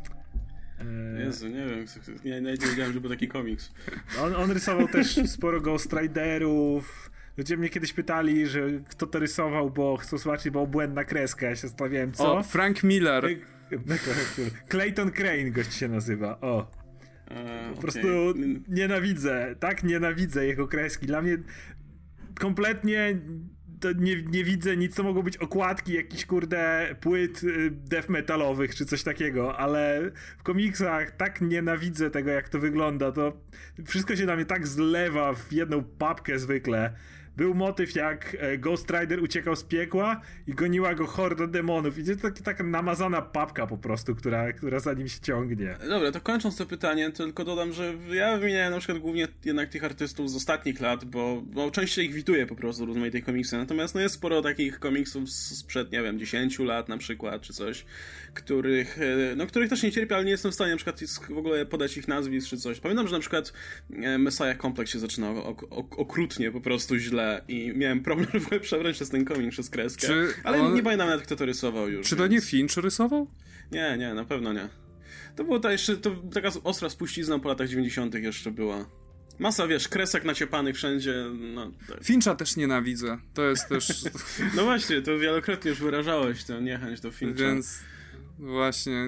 Jezu, nie wiem, nie, nie wiedziałem, że był taki komiks. On, on rysował też sporo Ghost Riderów. Ludzie mnie kiedyś pytali, że kto to rysował, bo chcą zobaczyć, bo błędna kreska. Ja się zastanawiałem, co? O, Frank Miller. Clayton Crane gość się nazywa, o. Po prostu okay. nienawidzę, tak nienawidzę jego kreski. Dla mnie kompletnie to nie, nie widzę nic, co mogą być okładki jakichś kurde płyt death metalowych czy coś takiego, ale w komiksach tak nienawidzę tego, jak to wygląda. To wszystko się na mnie tak zlewa w jedną papkę zwykle. Był motyw, jak Ghost Rider uciekał z piekła i goniła go horda demonów. I to taka, taka namazana papka po prostu, która, która za nim się ciągnie. Dobra, to kończąc to pytanie, tylko dodam, że ja wymieniałem na przykład głównie jednak tych artystów z ostatnich lat, bo, bo częściej ich wituję po prostu rozmaitej komiksy. Natomiast no jest sporo takich komiksów sprzed, nie wiem, dziesięciu lat na przykład, czy coś, których, no których też nie cierpię, ale nie jestem w stanie na przykład w ogóle podać ich nazwisk, czy coś. Pamiętam, że na przykład Messiah Complex się zaczynał ok- ok- okrutnie po prostu źle i miałem problem w ogóle przebrać przez ten komiks, przez kreskę. Czy ale on... nie pamiętam nawet, kto to rysował już. Czy to więc... nie Finch rysował? Nie, nie, na pewno nie. To była ta jeszcze, to taka ostra spuścizna po latach dziewięćdziesiątych jeszcze była. Masa, wiesz, kresek naciepanych wszędzie, no... Tak. Fincha też nienawidzę, to jest też... No właśnie, to wielokrotnie już wyrażałeś tę niechęć do Fincha. Więc... Właśnie,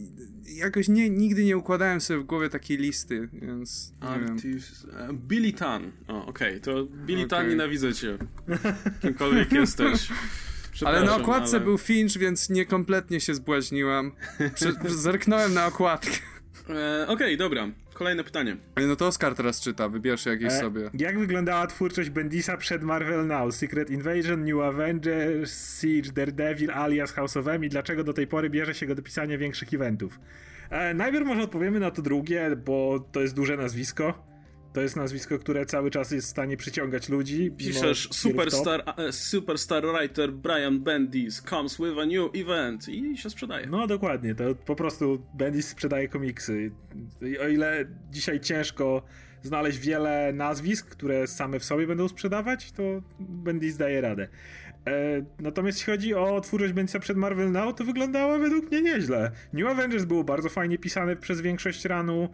jakoś nie, nigdy nie układałem sobie w głowie takiej listy, więc nie Artist, wiem. Billy Tan. O, okej, okay. To Billy okay. Tan, nienawidzę cię. Kimkolwiek jesteś. Ale na okładce ale... był Finch, więc niekompletnie się zbłaźniłem. Prze- zerknąłem na okładkę. E, Okej, okay, dobra. Kolejne pytanie. No to Oskar teraz czyta, wybierz jakieś e, sobie. Jak wyglądała twórczość Bendisa przed Marvel Now? Secret Invasion, New Avengers, Siege, Daredevil, alias House of M i dlaczego do tej pory bierze się go do pisania większych eventów? E, najpierw może odpowiemy na to drugie, bo to jest duże nazwisko. To jest nazwisko, które cały czas jest w stanie przyciągać ludzi. Piszesz superstar, uh, superstar writer Brian Bendis comes with a new event i się sprzedaje. No dokładnie, to po prostu Bendis sprzedaje komiksy. I o ile dzisiaj ciężko znaleźć wiele nazwisk, które same w sobie będą sprzedawać, to Bendis daje radę. E, natomiast jeśli chodzi o twórczość Bendisa przed Marvel Now, to wyglądała według mnie nieźle. New Avengers było bardzo fajnie pisane przez większość ranu.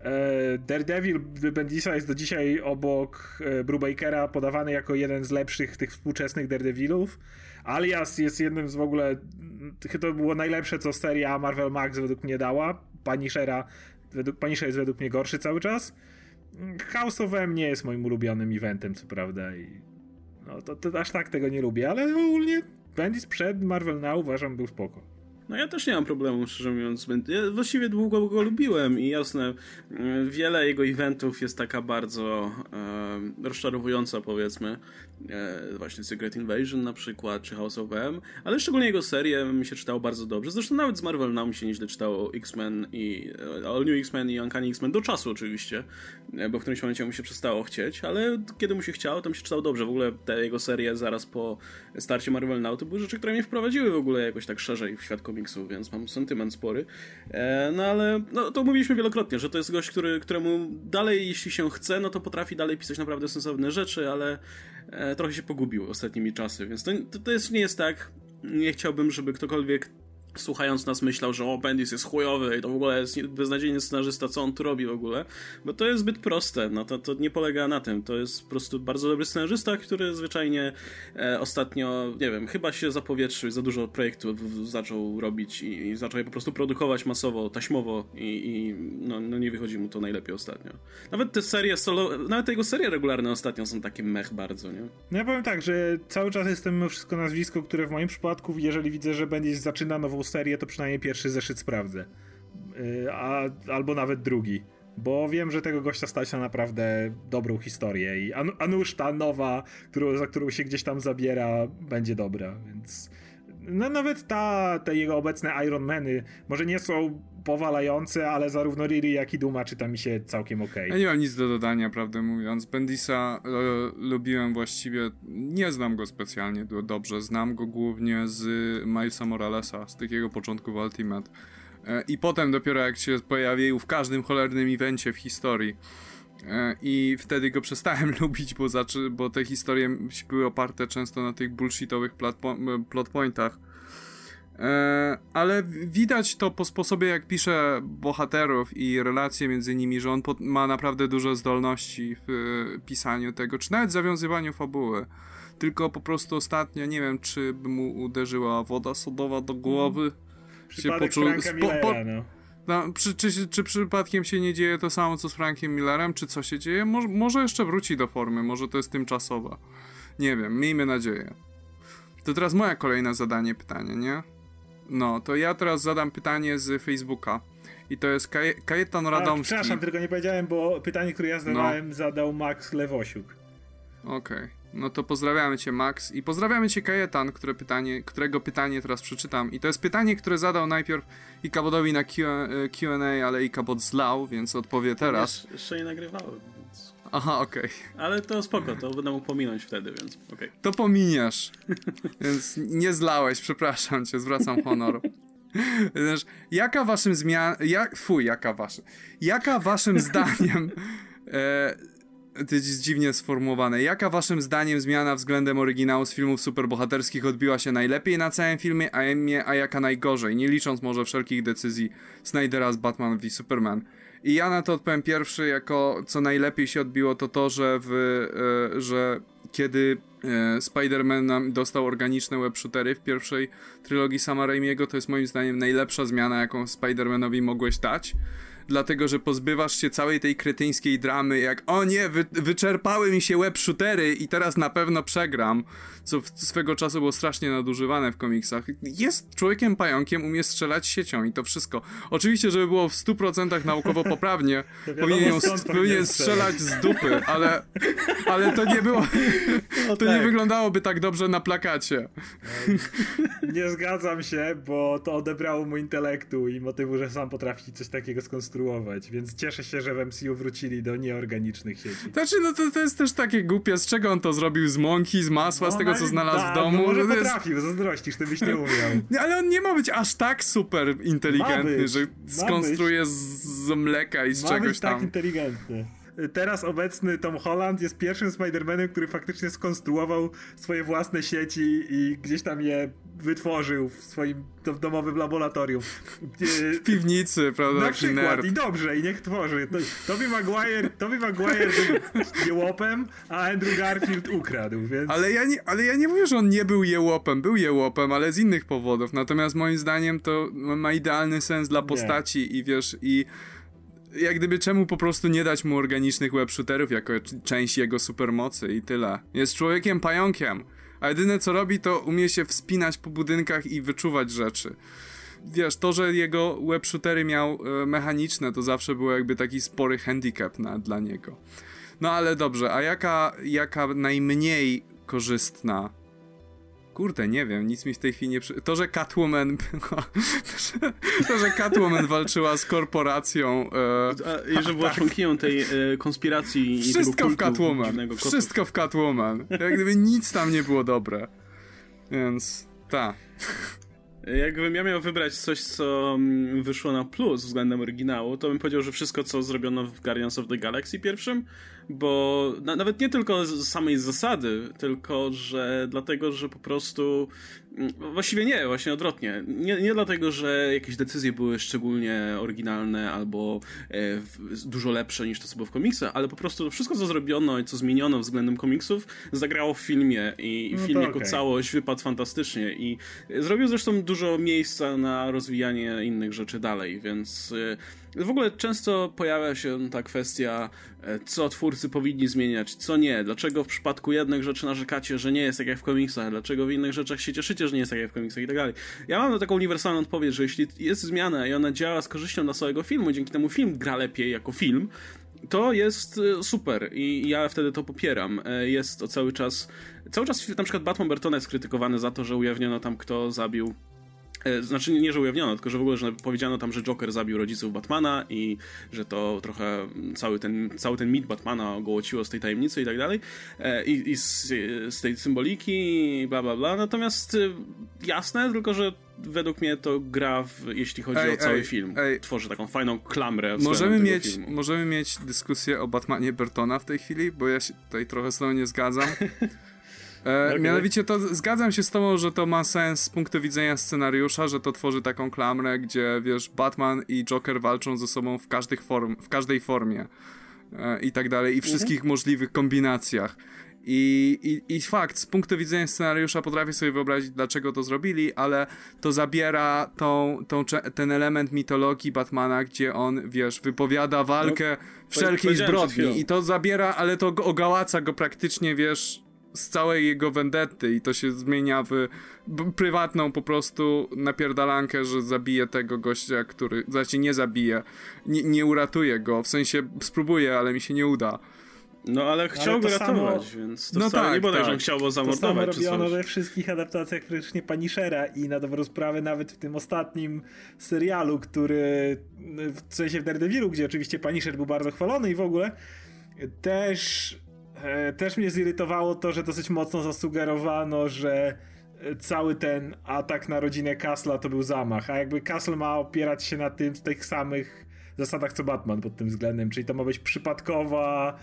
Daredevil Bendisa jest do dzisiaj obok Brubakera podawany jako jeden z lepszych tych współczesnych Daredevilów. Alias jest jednym z w ogóle, to było najlepsze, co seria Marvel Max według mnie dała. Punishera, według, Punisher jest według mnie gorszy cały czas. House of M nie jest moim ulubionym eventem, co prawda, i no to, to aż tak tego nie lubię, ale ogólnie Bendis przed Marvel Now uważam był spoko. No ja też nie mam problemu, szczerze mówiąc. Ja właściwie długo go lubiłem i jasne, wiele jego eventów jest taka bardzo e, rozczarowująca, powiedzmy. E, właśnie Secret Invasion na przykład, czy House of M, ale szczególnie jego serię mi się czytało bardzo dobrze. Zresztą nawet z Marvel Now mi się nieźle czytało X-Men i All New X-Men i Uncanny X-Men do czasu oczywiście, bo w którymś momencie mu się przestało chcieć, ale kiedy mu się chciało, to mi się czytało dobrze. W ogóle te jego serie zaraz po starcie Marvel Now to były rzeczy, które mnie wprowadziły w ogóle jakoś tak szerzej w świat komiksów, więc mam sentyment spory. E, no ale no, to mówiliśmy wielokrotnie, że to jest gość, który, któremu dalej, jeśli się chce, no to potrafi dalej pisać naprawdę sensowne rzeczy, ale e, trochę się pogubił ostatnimi czasy, więc to, to, to jest, nie jest tak. Nie chciałbym, żeby ktokolwiek słuchając nas myślał, że o, Bendis jest chujowy i to w ogóle jest beznadziejny scenarzysta, co on tu robi w ogóle, bo to jest zbyt proste, no to, to nie polega na tym, to jest po prostu bardzo dobry scenarzysta, który zwyczajnie e, ostatnio, nie wiem, chyba się zapowietrzył i za dużo projektów zaczął robić i, i zaczął je po prostu produkować masowo, taśmowo i, i no, no nie wychodzi mu to najlepiej ostatnio. Nawet te serie solo, nawet te jego serie regularne ostatnio są takie mech bardzo, nie? No ja powiem tak, że cały czas jest to mimo wszystko nazwisko, które w moim przypadku, jeżeli widzę, że Bendis zaczyna nową serię, to przynajmniej pierwszy zeszyt sprawdzę. Yy, a, albo nawet drugi. Bo wiem, że tego gościa stać na naprawdę dobrą historię i a, a nuż ta nowa, którą, za którą się gdzieś tam zabiera, będzie dobra, więc... No nawet ta, te jego obecne Iron Many może nie są powalające, ale zarówno Riri, jak i Duma czyta mi się całkiem okej. Ja nie mam nic do dodania, prawdę mówiąc. Bendisa e, lubiłem właściwie, nie znam go specjalnie do, dobrze, znam go głównie z Milesa Moralesa, z takiego początku w Ultimate. E, I potem dopiero jak się pojawił w każdym cholernym evencie w historii. E, I wtedy go przestałem lubić, bo, zaczy, bo te historie były oparte często na tych bullshitowych plot pointach. E, ale widać to po sposobie, jak pisze bohaterów i relacje między nimi, że on po, ma naprawdę dużo zdolności w e, pisaniu tego, czy nawet zawiązywaniu fabuły. Tylko po prostu ostatnio, nie wiem, czy by mu uderzyła woda sodowa do głowy. Przypadek się poczuł, Franka Millera, po, po, no. No, czy, czy, czy przypadkiem się nie dzieje to samo, co z Frankiem Millerem, czy co się dzieje? Może, może jeszcze wróci do formy, może to jest tymczasowa. Nie wiem, miejmy nadzieję. To teraz moja kolejne zadanie, pytanie, nie? No, to ja teraz zadam pytanie z Facebooka. I to jest Kaj Kajetan Radomski. A, przepraszam, tylko nie powiedziałem, bo pytanie, które ja zadałem, no. zadał Max Lewosiuk. Okej. Okay. No to pozdrawiamy cię, Max. I pozdrawiamy cię, Kajetan, które pytanie, którego pytanie teraz przeczytam. I to jest pytanie, które zadał najpierw Ikabodowi na Q and A, ale Ikabod zlał, więc odpowie teraz. Wiesz, jeszcze nie nagrywałem, więc... Aha, okej. Okay. Ale to spoko, to będę mógł pominąć wtedy, więc okej. Okay. To pominiesz. Więc nie zlałeś, przepraszam cię, zwracam honor. Wiesz, jaka waszym zmian... Jak... Fuj, jaka waszym... Jaka waszym zdaniem... E... To jest dziwnie sformułowane. Jaka waszym zdaniem zmiana względem oryginału z filmów superbohaterskich odbiła się najlepiej na całym filmie, a, a jaka najgorzej, nie licząc może wszelkich decyzji Snydera z Batman v Superman? I ja na to odpowiem pierwszy, jako co najlepiej się odbiło to to, że, w, e, że kiedy e, Spider-Man dostał organiczne web-shootery w pierwszej trylogii Sama Raimiego, to jest moim zdaniem najlepsza zmiana, jaką Spider-Manowi mogłeś dać. Dlatego, że pozbywasz się całej tej kretyńskiej dramy, jak o nie, wy, wyczerpały mi się web-shootery i teraz na pewno przegram, co w, swego czasu było strasznie nadużywane w komiksach. Jest człowiekiem pająkiem, umie strzelać siecią i to wszystko. Oczywiście, żeby było w stu procentach naukowo poprawnie, powinien, powinien strzelać z dupy, ale, ale to nie było, no to tak. Nie wyglądałoby tak dobrze na plakacie. Nie zgadzam się, bo to odebrało mu intelektu i motywu, że sam potrafi coś takiego skonstruować. Więc cieszę się, że w M C U wrócili do nieorganicznych sieci. Znaczy, no to, to jest też takie głupie, z czego on to zrobił? Z mąki, z masła, no, z tego, co znalazł da, w domu? No może to potrafił, jest... zazdrościsz, ty byś nie umiał. Ale on nie ma być aż tak super inteligentny, być, że skonstruuje z, z mleka i z ma czegoś być tam. Tak inteligentny. Teraz obecny Tom Holland jest pierwszym Spider-Manem, który faktycznie skonstruował swoje własne sieci i gdzieś tam je wytworzył w swoim domowym laboratorium. W piwnicy, prawda? Na przykład, nerd. I dobrze, i niech tworzy. Tobey Maguire, Tobey Maguire był jełopem, a Andrew Garfield ukradł, więc... Ale ja, nie, ale ja nie mówię, że on nie był jełopem. Był jełopem, ale z innych powodów. Natomiast moim zdaniem to ma idealny sens dla postaci nie. i wiesz, i jak gdyby czemu po prostu nie dać mu organicznych web-shooterów jako część jego supermocy i tyle. Jest człowiekiem pająkiem, a jedyne co robi, to umie się wspinać po budynkach i wyczuwać rzeczy. Wiesz, to, że jego web-shootery miał e, mechaniczne, to zawsze było jakby taki spory handicap na, dla niego. No ale dobrze, a jaka, jaka najmniej korzystna? Kurde, nie wiem, nic mi w tej chwili nie przy... To, że Catwoman była... To, że Catwoman walczyła z korporacją... E... I że była członkinią tej e, konspiracji... Wszystko w Catwoman. Wszystko w Catwoman. Jak gdyby nic tam nie było dobre. Więc... ta. Jakbym ja miał wybrać coś, co wyszło na plus względem oryginału, to bym powiedział, że wszystko, co zrobiono w Guardians of the Galaxy pierwszym, bo na, nawet nie tylko z samej zasady, tylko że dlatego, że po prostu właściwie nie, właśnie odwrotnie. Nie, nie dlatego, że jakieś decyzje były szczególnie oryginalne albo e, w, dużo lepsze niż to, co było w komiksach, ale po prostu wszystko, co zrobiono i co zmieniono względem komiksów, zagrało w filmie i no film jako okay. całość wypadł fantastycznie i zrobił zresztą dużo miejsca na rozwijanie innych rzeczy dalej, więc e, w ogóle często pojawia się ta kwestia, e, co twórcy powinni zmieniać, co nie, dlaczego w przypadku jednych rzeczy narzekacie, że nie jest tak jak w komiksach, dlaczego w innych rzeczach się cieszycie, że nie jest tak jak w komiksach i tak dalej. Ja mam taką uniwersalną odpowiedź, że jeśli jest zmiana i ona działa z korzyścią dla całego filmu i dzięki temu film gra lepiej jako film, to jest super i ja wtedy to popieram. Jest to cały czas, cały czas na przykład Batman Burtona jest krytykowany za to, że ujawniono tam, kto zabił. Znaczy nie, że ujawniono, tylko że w ogóle że powiedziano tam, że Joker zabił rodziców Batmana i że to trochę cały ten, cały ten mit Batmana ogołociło z tej tajemnicy i tak dalej i, i z, z tej symboliki bla bla bla, natomiast jasne, tylko że według mnie to gra, w, jeśli chodzi ej, o cały ej, film. Ej. Tworzy taką fajną klamrę możemy tego mieć, filmu. możemy mieć dyskusję o Batmanie Burtona w tej chwili, bo ja się tutaj trochę z tobą nie zgadzam. E, okay. Mianowicie to zgadzam się z tobą, że to ma sens z punktu widzenia scenariusza, że to tworzy taką klamrę, gdzie wiesz, Batman i Joker walczą ze sobą w, każdych form, w każdej formie e, i tak dalej, i wszystkich mhm. możliwych kombinacjach. I, i, I fakt, z punktu widzenia scenariusza potrafię sobie wyobrazić, dlaczego to zrobili, ale to zabiera tą, tą, ten element mitologii Batmana, gdzie on, wiesz, wypowiada walkę no, wszelkiej zbrodni i to zabiera, ale to ogałaca go praktycznie, wiesz, z całej jego vendetty i to się zmienia w b- prywatną po prostu napierdalankę, że zabije tego gościa, który, znaczy nie zabije, nie, nie uratuje go, w sensie spróbuje, ale mi się nie uda. No ale chciał ale go ratować, samo... więc to no wcale tak, nie było tak, tak, że on chciał go zamordować to czy samo robiono coś. we wszystkich adaptacjach praktycznie Punishera i na dobrą sprawę nawet w tym ostatnim serialu, który w sensie w Daredevilu, gdzie oczywiście Punisher był bardzo chwalony i w ogóle też e, też mnie zirytowało to, że dosyć mocno zasugerowano, że cały ten atak na rodzinę Castle'a to był zamach, a jakby Castle ma opierać się na tym z tych samych zasadach co Batman pod tym względem, czyli to ma być przypadkowa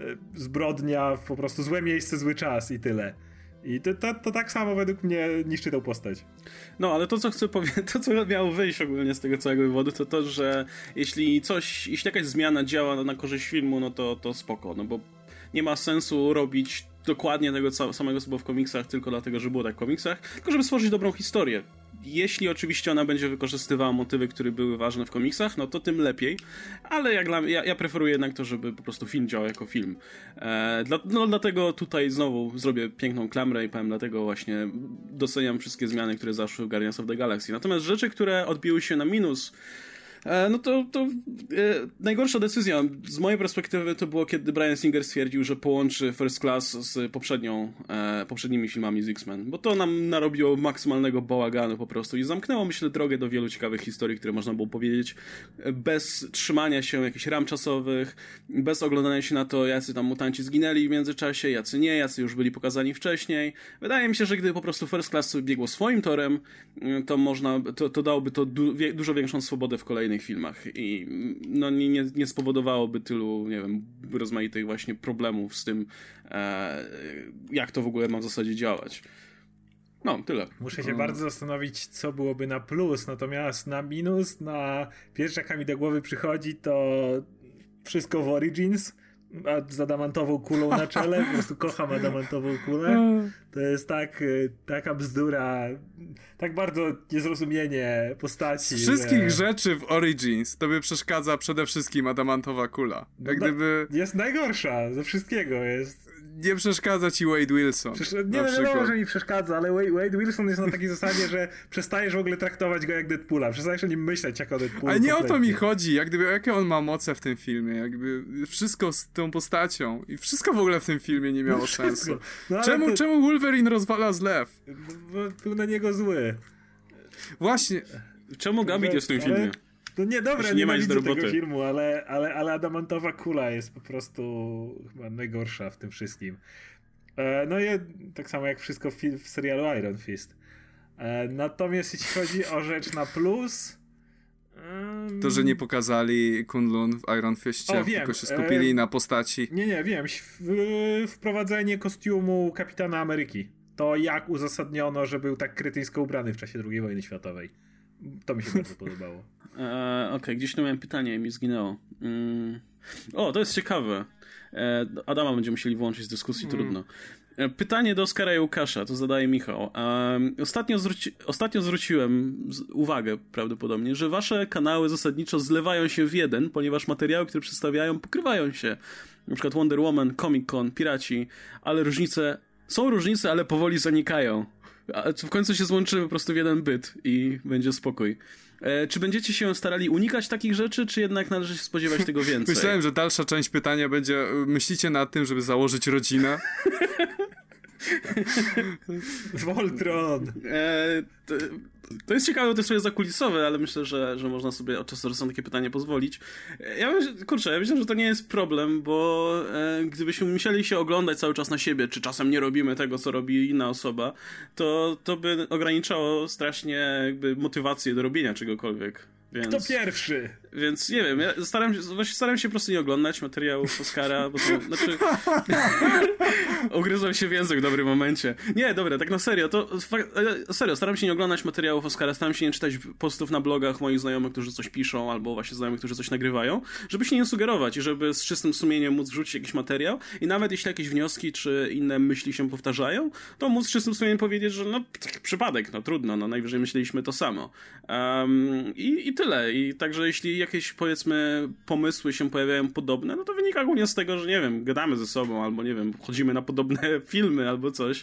zbrodnia, po prostu złe miejsce, zły czas i tyle. I to, to, to tak samo według mnie niszczy tą postać. No, ale to, co chcę powiedzieć, to, co miało wyjść ogólnie z tego całego wywodu, to to, że jeśli coś, jeśli jakaś zmiana działa na korzyść filmu, no to, to spoko, no bo nie ma sensu robić dokładnie tego samego, co było w komiksach, tylko dlatego, że było tak w komiksach, tylko żeby stworzyć dobrą historię. Jeśli oczywiście ona będzie wykorzystywała motywy, które były ważne w komiksach, no to tym lepiej, ale jak dla, ja, ja preferuję jednak to, żeby po prostu film działał jako film. E, dla, no dlatego tutaj znowu zrobię piękną klamrę i powiem, dlatego właśnie doceniam wszystkie zmiany, które zaszły w Guardians of the Galaxy. Natomiast rzeczy, które odbiły się na minus, no to, to e, najgorsza decyzja z mojej perspektywy to było, kiedy Bryan Singer stwierdził, że połączy First Class z poprzednią, e, poprzednimi filmami z X-Men, bo to nam narobiło maksymalnego bałaganu po prostu i zamknęło, myślę, drogę do wielu ciekawych historii, które można było powiedzieć bez trzymania się jakichś ram czasowych, bez oglądania się na to, jacy tam mutanci zginęli w międzyczasie, jacy nie, jacy już byli pokazani wcześniej. Wydaje mi się, że gdyby po prostu First Class sobie biegło swoim torem, to można, to, to dałoby to du- wie, dużo większą swobodę w kolejnych filmach i no nie, nie, nie spowodowałoby tylu, nie wiem, rozmaitych właśnie problemów z tym, e, jak to w ogóle ma w zasadzie działać. No, tyle. Muszę się hmm. bardzo zastanowić, co byłoby na plus, natomiast na minus, na pierwsze jaka mi do głowy przychodzi, to wszystko w Origins, a z adamantową kulą na czele, po prostu kocham adamantową kulę. To jest tak, taka bzdura, tak bardzo niezrozumienie postaci. Z wszystkich że... rzeczy w Origins tobie przeszkadza przede wszystkim adamantowa kula. Jak no, gdyby... Jest najgorsza ze wszystkiego, jest... Nie przeszkadza ci Wade Wilson. Przesz... Nie no, wiadomo, że mi przeszkadza, ale Wade, Wade Wilson jest na takiej zasadzie, że przestajesz w ogóle traktować go jak Deadpoola. Przestajesz o nim myśleć jako Deadpool. Ale nie kompletnie. O to mi chodzi. Jak gdyby, jakie on ma moce w tym filmie. Jakby wszystko z tą postacią i wszystko w ogóle w tym filmie nie miało no sensu. No, czemu, to... czemu Wolverine rozwala zlew? Bo był na niego zły. Właśnie. Czemu Gambit jest w tym ale... filmie? No nie, dobra, nie, nie ma ma nic do roboty. tego filmu, ale, ale, ale adamantowa kula jest po prostu chyba najgorsza w tym wszystkim. E, no i tak samo jak wszystko w, w serialu Iron Fist. E, natomiast jeśli chodzi o rzecz na plus, e, To, że nie pokazali Kunlun w Iron Fistie, o, wiem. tylko się skupili e... na postaci. Nie, nie, wiem. Wprowadzenie kostiumu Kapitana Ameryki. To jak uzasadniono, że był tak krytyjsko ubrany w czasie drugiej wojny światowej. To mi się bardzo podobało. E, Okej, okay. Gdzieś tu miałem pytanie i mi zginęło. Mm. O, to jest ciekawe. E, Adama będziemy musieli włączyć z dyskusji, mm. trudno. E, pytanie do Oskara i Łukasza, to zadaje Michał. E, ostatnio, zwróci, ostatnio zwróciłem uwagę prawdopodobnie, że wasze kanały zasadniczo zlewają się w jeden, ponieważ materiały, które przedstawiają, pokrywają się. Na przykład Wonder Woman, Comic Con, Piraci, ale różnice, są różnice, ale powoli zanikają. A w końcu się złączymy po prostu w jeden byt i będzie spokój. E, czy będziecie się starali unikać takich rzeczy, czy jednak należy się spodziewać tego więcej? Myślałem, że dalsza część pytania będzie, myślicie nad tym, żeby założyć rodzinę? Voltron! E, to, to jest ciekawe, to jest sobie zakulisowe, ale myślę, że, że można sobie od czasu do czasu na takie pytanie pozwolić. Ja myślę, kurczę, ja myślę, że to nie jest problem, bo e, gdybyśmy musieli się oglądać cały czas na siebie, czy czasem nie robimy tego, co robi inna osoba, to, to by ograniczało strasznie jakby motywację do robienia czegokolwiek. Więc, Kto pierwszy? Więc nie wiem, ja staram się, właśnie staram się po prostu nie oglądać materiałów Oscara, bo to, znaczy ugryzłem się w język w dobrym momencie. Nie, dobra, tak na serio, to serio, staram się nie oglądać materiałów Oscara, staram się nie czytać postów na blogach moich znajomych, którzy coś piszą, albo właśnie znajomych, którzy coś nagrywają, żeby się nie sugerować i żeby z czystym sumieniem móc wrzucić jakiś materiał i nawet jeśli jakieś wnioski czy inne myśli się powtarzają, to móc z czystym sumieniem powiedzieć, że no taki przypadek, no trudno, no najwyżej myśleliśmy to samo. Um, i, I tyle. I także jeśli jakieś, powiedzmy, pomysły się pojawiają podobne, no to wynika głównie z tego, że nie wiem, gadamy ze sobą, albo nie wiem, chodzimy na podobne filmy, albo coś.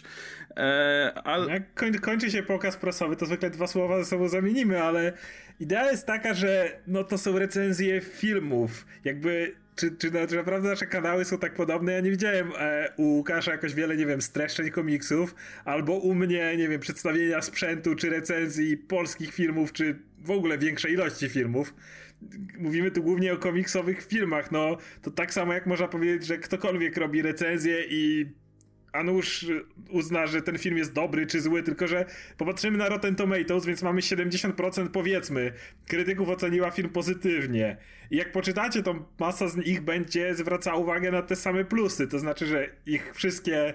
E, ale... Jak koń, kończy się pokaz prasowy, to zwykle dwa słowa ze sobą zamienimy, ale idea jest taka, że no to są recenzje filmów. Jakby... Czy, czy, czy naprawdę nasze kanały są tak podobne? Ja nie widziałem e, u Łukasza jakoś wiele, nie wiem, streszczeń komiksów, albo u mnie, nie wiem, przedstawienia sprzętu, czy recenzji polskich filmów, czy w ogóle większej ilości filmów. Mówimy tu głównie o komiksowych filmach, no to tak samo jak można powiedzieć, że ktokolwiek robi recenzję i a nuż uzna, że ten film jest dobry czy zły, tylko że popatrzymy na Rotten Tomatoes, więc mamy siedemdziesiąt procent powiedzmy krytyków oceniła film pozytywnie. I jak poczytacie, to masa z nich będzie zwracała uwagę na te same plusy, to znaczy, że ich wszystkie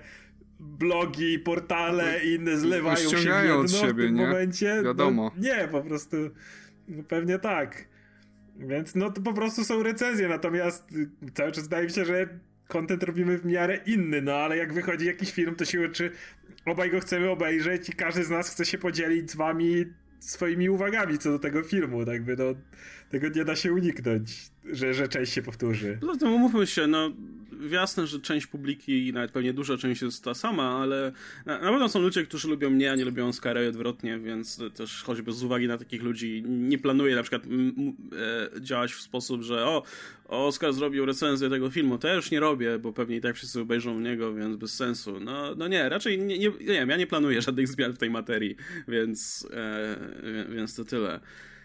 blogi, portale i inne zlewają się w jedno od siebie, w tym nie? momencie. Wiadomo. No, nie, po prostu no, pewnie tak. Więc no to po prostu są recenzje, natomiast cały czas wydaje mi się, że content robimy w miarę inny, no ale jak wychodzi jakiś film, to siłą czy obaj go chcemy obejrzeć i każdy z nas chce się podzielić z wami swoimi uwagami co do tego filmu, tak by no tego nie da się uniknąć, że, że część się powtórzy. Poza tym umówmy się, no jasne, że część publiki i nawet pewnie duża część jest ta sama, ale na, na pewno są ludzie, którzy lubią mnie, a nie lubią Oscara i odwrotnie, więc też choćby z uwagi na takich ludzi nie planuję na przykład m, m, e, działać w sposób, że o, Oscar zrobił recenzję tego filmu, to ja już nie robię, bo pewnie i tak wszyscy obejrzą niego, więc bez sensu. No, no nie, raczej nie, nie, nie wiem, ja nie planuję żadnych zmian w tej materii, więc, e, więc to tyle.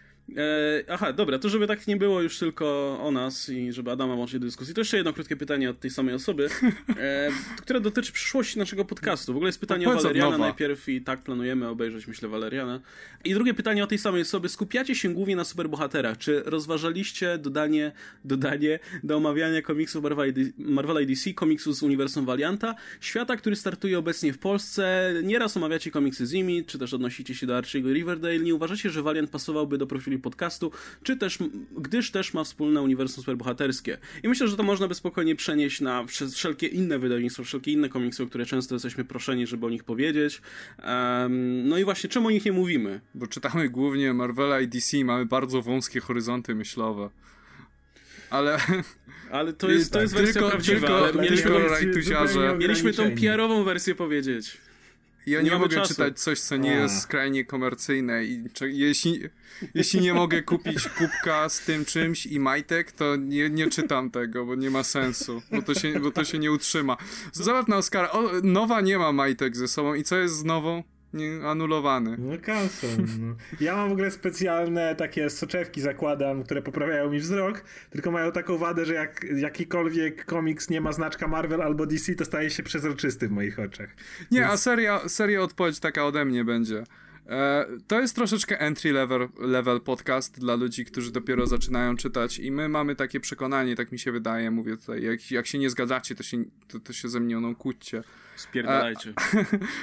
E, aha, dobra, to żeby tak nie było już tylko o nas i żeby Adama włączyć do dyskusji, to jeszcze jedno krótkie pytanie od tej samej osoby, e, które dotyczy przyszłości naszego podcastu. W ogóle jest pytanie o Waleriana najpierw i tak planujemy obejrzeć, myślę, Waleriana. I drugie pytanie o tej samej osoby. Skupiacie się głównie na superbohaterach. Czy rozważaliście dodanie, dodanie do omawiania komiksów Marvela i D C, komiksów z uniwersum Valianta, świata, który startuje obecnie w Polsce? Nieraz omawiacie komiksy z nimi, czy też odnosicie się do Archiego Riverdale. Nie uważacie, że Valiant pasowałby do profilu podcastu, czy też, gdyż też ma wspólne uniwersum superbohaterskie. I myślę, że to można by spokojnie przenieść na wszelkie inne wydawnictwa, wszelkie inne komiksy, o które często jesteśmy proszeni, żeby o nich powiedzieć. Um, no i właśnie, czemu o nich nie mówimy? Bo czytamy głównie Marvela i D C, mamy bardzo wąskie horyzonty myślowe. Ale... Ale to jest, to tak, jest wersja tylko, prawdziwa. Tylko, ale mieliśmy, tylko rajtuziarze. mieliśmy tą P R-ową wersję powiedzieć. Ja nie, nie mogę czasu. czytać coś, co nie A. jest skrajnie komercyjne i czy, jeśli, jeśli nie mogę kupić kubka z tym czymś i majtek, to nie, nie czytam tego, bo nie ma sensu, bo to się, bo to się nie utrzyma. Zobacz na Oscara, o, Nowa nie ma majtek ze sobą i co jest z Nową? Nie, anulowany. No cancel. No. Ja mam w ogóle specjalne takie soczewki zakładam, które poprawiają mi wzrok, tylko mają taką wadę, że jak jakikolwiek komiks nie ma znaczka Marvel albo D C, to staje się przezroczysty w moich oczach. Nie, Więc... a seria, seria odpowiedź taka ode mnie będzie. E, to jest troszeczkę entry level, level podcast dla ludzi, którzy dopiero zaczynają czytać i my mamy takie przekonanie, tak mi się wydaje, mówię tutaj, jak, jak się nie zgadzacie, to się, to, to się ze mnie no kłóćcie. Spierdalajcie. E,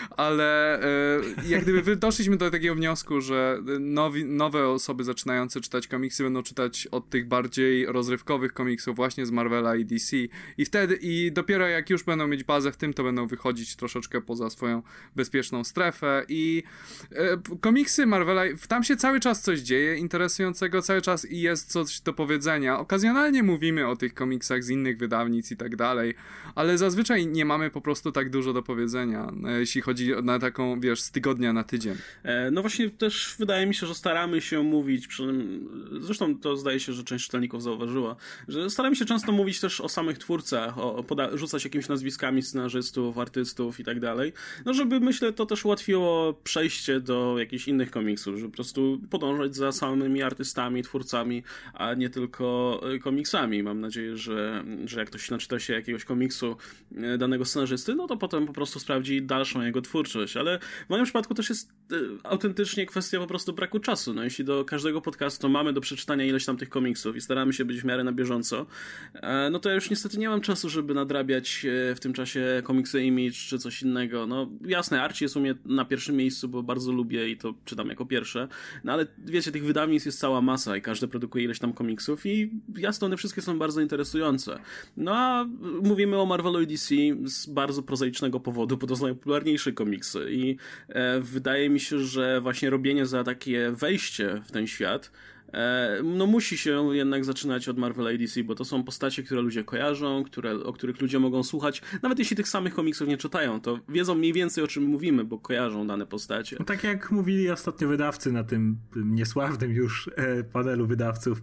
ale e, jak gdyby doszliśmy do takiego wniosku, że nowi, nowe osoby zaczynające czytać komiksy będą czytać od tych bardziej rozrywkowych komiksów właśnie z Marvela i D C i wtedy, i dopiero jak już będą mieć bazę w tym, to będą wychodzić troszeczkę poza swoją bezpieczną strefę i e, komiksy Marvela, tam się cały czas coś dzieje interesującego, cały czas i jest coś do powiedzenia. Okazjonalnie mówimy o tych komiksach z innych wydawnic i tak dalej, ale zazwyczaj nie mamy po prostu tak dużo do powiedzenia, jeśli chodzi na taką, wiesz, z tygodnia na tydzień. E, no właśnie też wydaje mi się, że staramy się mówić, przy, zresztą to zdaje się, że część czytelników zauważyła, że staramy się często mówić też o samych twórcach, o, o poda- rzucać jakimiś nazwiskami scenarzystów, artystów i tak dalej, no żeby, myślę, to też ułatwiło przejście do jakichś innych komiksów, żeby po prostu podążać za samymi artystami, twórcami, a nie tylko komiksami. Mam nadzieję, że, że jak ktoś naczyta się jakiegoś komiksu danego scenarzysty, no to potem po prostu sprawdzi dalszą jego twórczość, ale w moim przypadku też jest e, autentycznie kwestia po prostu braku czasu. No jeśli do każdego podcastu mamy do przeczytania ileś tam tych komiksów i staramy się być w miarę na bieżąco, e, no to ja już niestety nie mam czasu, żeby nadrabiać e, w tym czasie komiksy Image czy coś innego. No jasne, Archie jest u mnie na pierwszym miejscu, bo bardzo lubię i to czytam jako pierwsze, no ale wiecie, tych wydawnictw jest cała masa i każdy produkuje ileś tam komiksów i jasne, one wszystkie są bardzo interesujące. No a mówimy o Marvelu i D C z bardzo prozaicznego powodu, bo to są najpopularniejsze komiksy i e, wydaje mi się, że właśnie robienie za takie wejście w ten świat e, no musi się jednak zaczynać od Marvela i D C, bo to są postacie, które ludzie kojarzą, które, o których ludzie mogą słuchać, nawet jeśli tych samych komiksów nie czytają, to wiedzą mniej więcej, o czym mówimy, bo kojarzą dane postacie. No tak jak mówili ostatnio wydawcy na tym, tym niesławnym już e, panelu wydawców,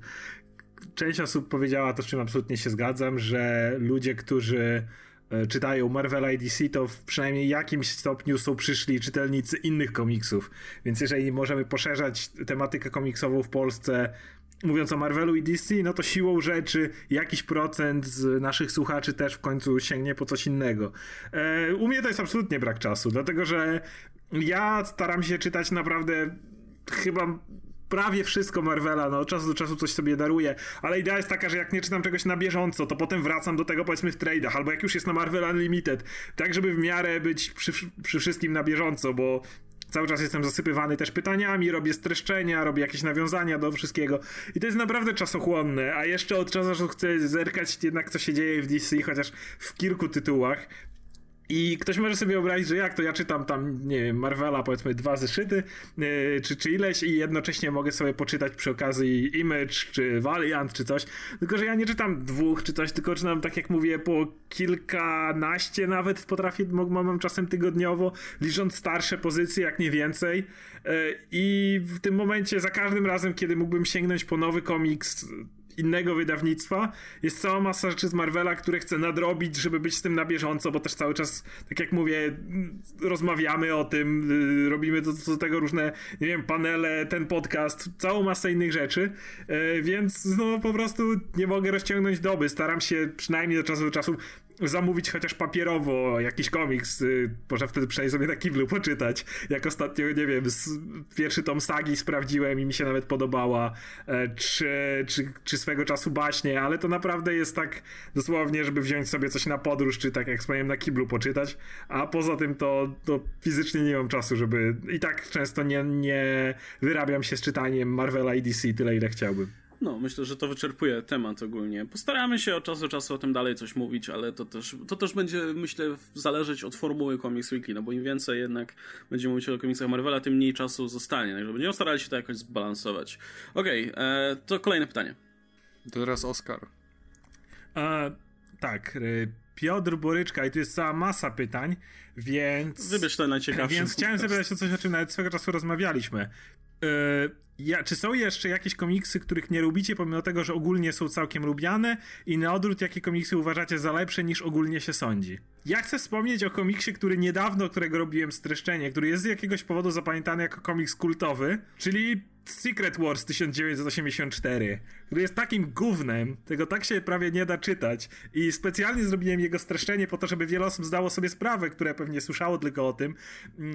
część osób powiedziała to, z czym absolutnie się zgadzam, że ludzie, którzy czytają Marvela i D C, to w przynajmniej jakimś stopniu są przyszli czytelnicy innych komiksów. Więc jeżeli możemy poszerzać tematykę komiksową w Polsce, mówiąc o Marvelu i D C, no to siłą rzeczy jakiś procent z naszych słuchaczy też w końcu sięgnie po coś innego. E, u mnie to jest absolutnie brak czasu, dlatego że ja staram się czytać naprawdę chyba prawie wszystko Marvela, no od czasu do czasu coś sobie daruję, ale idea jest taka, że jak nie czytam czegoś na bieżąco, to potem wracam do tego powiedzmy w trade'ach, albo jak już jest na Marvel Unlimited, tak żeby w miarę być przy, przy wszystkim na bieżąco, bo cały czas jestem zasypywany też pytaniami, robię streszczenia, robię jakieś nawiązania do wszystkiego i to jest naprawdę czasochłonne, a jeszcze od czasu do czasu chcę zerkać jednak co się dzieje w D C, chociaż w kilku tytułach. I ktoś może sobie wyobrazić, że jak to ja czytam tam, nie wiem, Marvela powiedzmy dwa zeszyty, yy, czy, czy ileś i jednocześnie mogę sobie poczytać przy okazji Image, czy Valiant, czy coś. Tylko, że ja nie czytam dwóch, czy coś, tylko czytam, tak jak mówię, po kilkanaście nawet potrafię, mam czasem tygodniowo, licząc starsze pozycje, jak nie więcej. Yy, I w tym momencie za każdym razem, kiedy mógłbym sięgnąć po nowy komiks innego wydawnictwa, jest cała masa rzeczy z Marvela, które chcę nadrobić, żeby być z tym na bieżąco, bo też cały czas, tak jak mówię, rozmawiamy o tym, yy, robimy do, do tego różne, nie wiem, panele, ten podcast, całą masę innych rzeczy, yy, więc no po prostu nie mogę rozciągnąć doby. Staram się przynajmniej do czasu do czasu zamówić chociaż papierowo jakiś komiks, yy, może wtedy przynajmniej sobie na Kindle poczytać. Jak ostatnio, nie wiem, pierwszy tom Sagi sprawdziłem i mi się nawet podobała, yy, czy, czy, czy swego czasu baśnie, ale to naprawdę jest tak dosłownie, żeby wziąć sobie coś na podróż, czy tak jak wspomniałem, na Kindle poczytać, a poza tym to, to fizycznie nie mam czasu, żeby i tak często nie, nie wyrabiam się z czytaniem Marvela i D C tyle, ile chciałbym. No, myślę, że to wyczerpuje temat ogólnie. Postaramy się od czasu do czasu o tym dalej coś mówić, ale to też, to też będzie, myślę, zależeć od formuły Comics Weekly, no bo im więcej jednak będziemy mówić o komiksach Marvela, tym mniej czasu zostanie, także będziemy starali się to jakoś zbalansować. Okej, okay, to kolejne pytanie. To teraz Oskar. E, tak, Piotr Boryczka i tu jest cała masa pytań, więc... Wybierz to najciekawsze. Więc chciałem zapytać o coś, o czym nawet swego czasu rozmawialiśmy. Ja, czy są jeszcze jakieś komiksy, których nie lubicie, pomimo tego, że ogólnie są całkiem lubiane, i na odwrót, jakie komiksy uważacie za lepsze, niż ogólnie się sądzi? Ja chcę wspomnieć o komiksie, który niedawno, którego robiłem streszczenie, który jest z jakiegoś powodu zapamiętany jako komiks kultowy, czyli Secret Wars tysiąc dziewięćset osiemdziesiąt cztery, który jest takim gównem, tego tak się prawie nie da czytać i specjalnie zrobiłem jego streszczenie po to, żeby wiele osób zdało sobie sprawę, które pewnie słyszało tylko o tym,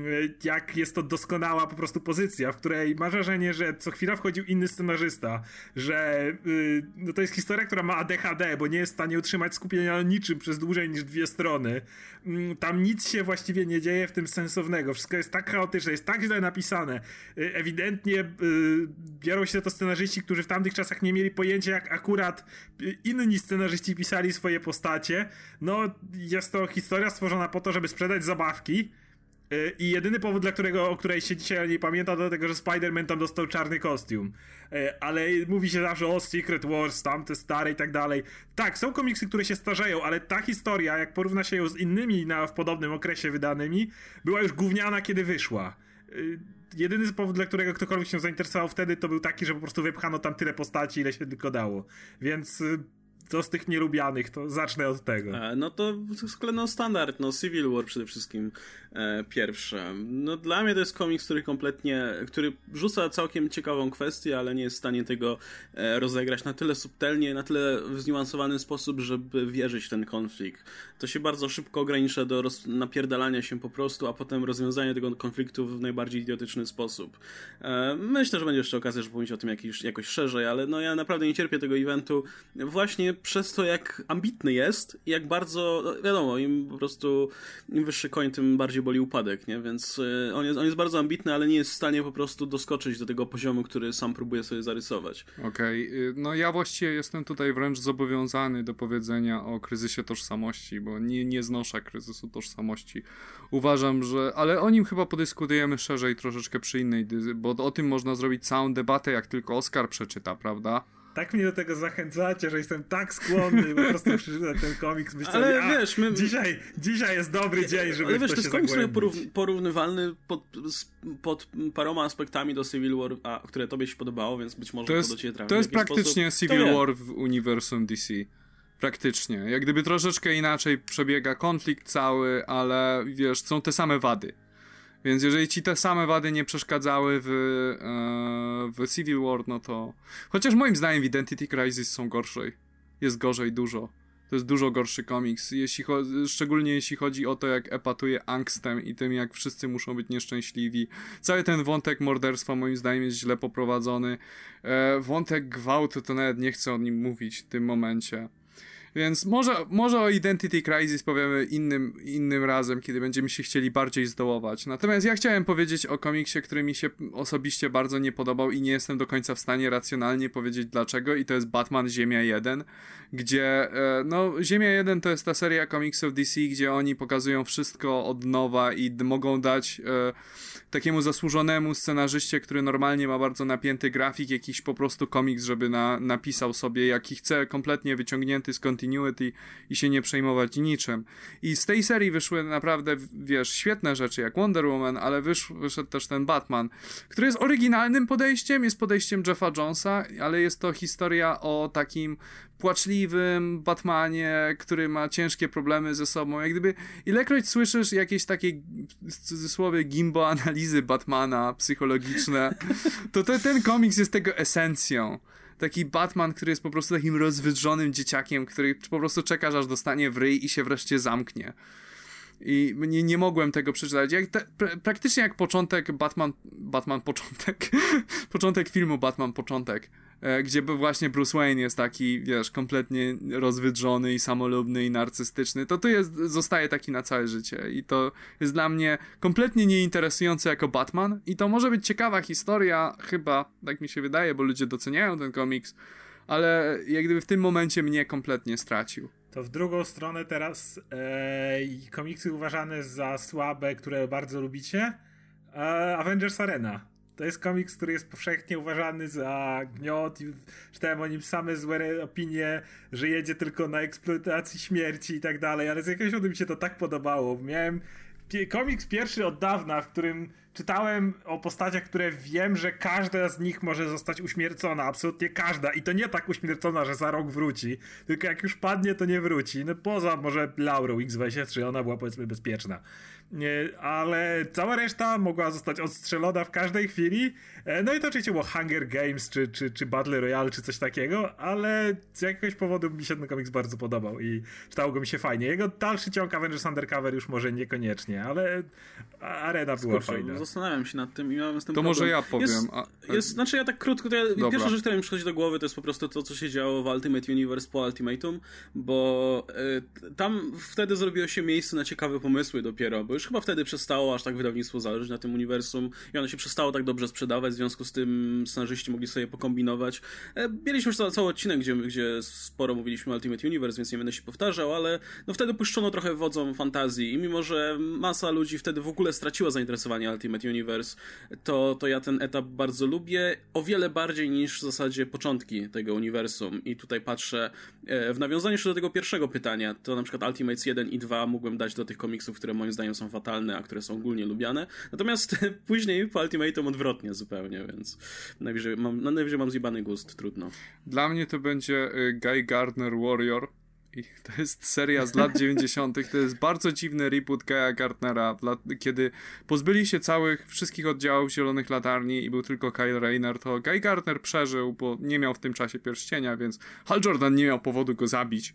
jak jest to doskonała po prostu pozycja, w której masz wrażenie, że co chwila wchodził inny scenarzysta, że yy, no to jest historia, która ma A D H D, bo nie jest w stanie utrzymać skupienia na niczym przez dłużej niż dwie strony. Yy, tam nic się właściwie nie dzieje w tym sensownego, wszystko jest tak chaotyczne, jest tak źle napisane, yy, ewidentnie yy, biorą się to scenarzyści, którzy w tamtych czasach nie mieli pojęcia, jak akurat inni scenarzyści pisali swoje postacie. No, jest to historia stworzona po to, żeby sprzedać zabawki i jedyny powód, dla którego, o której się dzisiaj nie pamięta, to dlatego, że Spider-Man tam dostał czarny kostium. Ale mówi się zawsze o Secret Wars, tamte stare i tak dalej. Tak, są komiksy, które się starzeją, ale ta historia, jak porówna się ją z innymi na, w podobnym okresie wydanymi, była już gówniana, kiedy wyszła. Jedyny powód, dla którego ktokolwiek się zainteresował wtedy, to był taki, że po prostu wypchano tam tyle postaci, ile się tylko dało. Więc to z tych nielubianych, to zacznę od tego. E, no to z kolei no standard, no Civil War przede wszystkim e, pierwsze. No dla mnie to jest komiks, który kompletnie, który rzuca całkiem ciekawą kwestię, ale nie jest w stanie tego e, rozegrać na tyle subtelnie, na tyle w zniuansowany sposób, żeby wierzyć w ten konflikt. To się bardzo szybko ogranicza do roz, napierdalania się po prostu, a potem rozwiązania tego konfliktu w najbardziej idiotyczny sposób. E, myślę, że będzie jeszcze okazja, żeby mówić o tym jakiś, jakoś szerzej, ale no ja naprawdę nie cierpię tego eventu właśnie przez to, jak ambitny jest i jak bardzo, no wiadomo, im po prostu im wyższy koń, tym bardziej boli upadek, nie? Więc y, on, jest, on jest bardzo ambitny, ale nie jest w stanie po prostu doskoczyć do tego poziomu, który sam próbuje sobie zarysować. Okej, okay. No ja właściwie jestem tutaj wręcz zobowiązany do powiedzenia o kryzysie tożsamości, bo nie, nie znoszę kryzysu tożsamości. Uważam, że, ale o nim chyba podyskutujemy szerzej troszeczkę przy innej, bo o tym można zrobić całą debatę, jak tylko Oskar przeczyta, prawda? Tak mnie do tego zachęcacie, że jestem tak skłonny po prostu przeczytać ten komiks. Myślę, ale a, wiesz, my... dzisiaj, dzisiaj jest dobry dzień, żeby ale w wiesz, to to się jest komiks zagłębić. porównywalny pod, pod paroma aspektami do Civil War, a, które tobie się podobało, więc być może to jest, to do ciebie trafi. To jest praktycznie sposób. Civil War w uniwersum D C. Praktycznie. Jak gdyby troszeczkę inaczej przebiega konflikt cały, ale wiesz, są te same wady. Więc jeżeli ci te same wady nie przeszkadzały w, e, w Civil War, no to... Chociaż moim zdaniem w Identity Crisis są gorszej. Jest gorzej dużo. To jest dużo gorszy komiks. Jeśli cho- szczególnie jeśli chodzi o to, jak epatuje angstem i tym, jak wszyscy muszą być nieszczęśliwi. Cały ten wątek morderstwa moim zdaniem jest źle poprowadzony. E, wątek gwałtu to nawet nie chcę o nim mówić w tym momencie. Więc może, może o Identity Crisis powiemy innym, innym razem, kiedy będziemy się chcieli bardziej zdołować. Natomiast ja chciałem powiedzieć o komiksie, który mi się osobiście bardzo nie podobał i nie jestem do końca w stanie racjonalnie powiedzieć dlaczego, i to jest Batman Ziemia jeden, gdzie e, no Ziemia jeden to jest ta seria komiksów D C, gdzie oni pokazują wszystko od nowa i d- mogą dać e, takiemu zasłużonemu scenarzyście, który normalnie ma bardzo napięty grafik, jakiś po prostu komiks, żeby na, napisał sobie jaki chce, kompletnie wyciągnięty z continuity i się nie przejmować niczym. I z tej serii wyszły naprawdę, wiesz, świetne rzeczy, jak Wonder Woman, ale wysz, wyszedł też ten Batman, który jest oryginalnym podejściem, jest podejściem Jeffa Jonesa, ale jest to historia o takim płaczliwym Batmanie, który ma ciężkie problemy ze sobą. Jak gdyby ilekroć słyszysz jakieś takie, w cudzysłowie, gimbo analizy Batmana psychologiczne, to te, ten komiks jest tego esencją. Taki Batman, który jest po prostu takim rozwydrzonym dzieciakiem, który po prostu czekasz, aż dostanie w ryj i się wreszcie zamknie. I nie, nie mogłem tego przeczytać. Jak te, pra, praktycznie jak początek Batman... Batman początek? początek filmu Batman początek. E, gdzie właśnie Bruce Wayne jest taki, wiesz, kompletnie rozwydrzony i samolubny i narcystyczny. To tu jest, zostaje taki na całe życie. I to jest dla mnie kompletnie nieinteresujące jako Batman. I to może być ciekawa historia, chyba, tak mi się wydaje, bo ludzie doceniają ten komiks. Ale jak gdyby w tym momencie mnie kompletnie stracił. To w drugą stronę teraz e, komiksy uważane za słabe, które bardzo lubicie, e, Avengers Arena. To jest komiks, który jest powszechnie uważany za gniot i czytałem o nim same złe opinie, że jedzie tylko na eksploatacji śmierci i tak dalej, ale z jakiegoś powodu mi się to tak podobało. Miałem komiks pierwszy od dawna, w którym czytałem o postaciach, które wiem, że każda z nich może zostać uśmiercona, absolutnie każda. I to nie tak uśmiercona, że za rok wróci, tylko jak już padnie, to nie wróci. No poza może Laurą X dwadzieścia trzy, ona była powiedzmy bezpieczna. Ale cała reszta mogła zostać odstrzelona w każdej chwili. No i to oczywiście było Hunger Games, czy, czy, czy Battle Royale, czy coś takiego, ale z jakiegoś powodu mi się ten komiks bardzo podobał i czytało go mi się fajnie. Jego dalszy ciąg Avengers Undercover już może niekoniecznie, ale arena była Skurczę, fajna. Zastanawiam się nad tym i miałem z tym To problem. może ja powiem. Jest, a, jest, znaczy ja tak krótko, to ja, Dobra. pierwsza rzecz, która mi przychodzi do głowy, to jest po prostu to, co się działo w Ultimate Universe po Ultimatum, bo y, tam wtedy zrobiło się miejsce na ciekawe pomysły dopiero, bo już chyba wtedy przestało aż tak wydawnictwo zależeć na tym uniwersum i ono się przestało tak dobrze sprzedawać, w związku z tym scenarzyści mogli sobie pokombinować. E, mieliśmy już cały, cały odcinek, gdzie, gdzie sporo mówiliśmy o Ultimate Universe, więc nie będę się powtarzał, ale no wtedy puszczono trochę wodzom fantazji i mimo, że masa ludzi wtedy w ogóle straciła zainteresowanie Ultimate Universe, to, to ja ten etap bardzo lubię, o wiele bardziej niż w zasadzie początki tego uniwersum i tutaj patrzę, e, w nawiązaniu jeszcze do tego pierwszego pytania, to na przykład Ultimates jeden i dwa mógłbym dać do tych komiksów, które moim zdaniem są fatalne, a które są ogólnie lubiane, natomiast później po Ultimatum odwrotnie zupełnie, więc najwyżej mam, no najwyżej mam zjebany gust, trudno. Dla mnie to będzie Guy Gardner Warrior. I to jest seria z lat dziewięćdziesiątych. To jest bardzo dziwny reboot Guy'a Gardnera, kiedy pozbyli się całych, wszystkich oddziałów Zielonych Latarni i był tylko Kyle Rayner, to Guy Gardner przeżył, bo nie miał w tym czasie pierścienia, więc Hal Jordan nie miał powodu go zabić.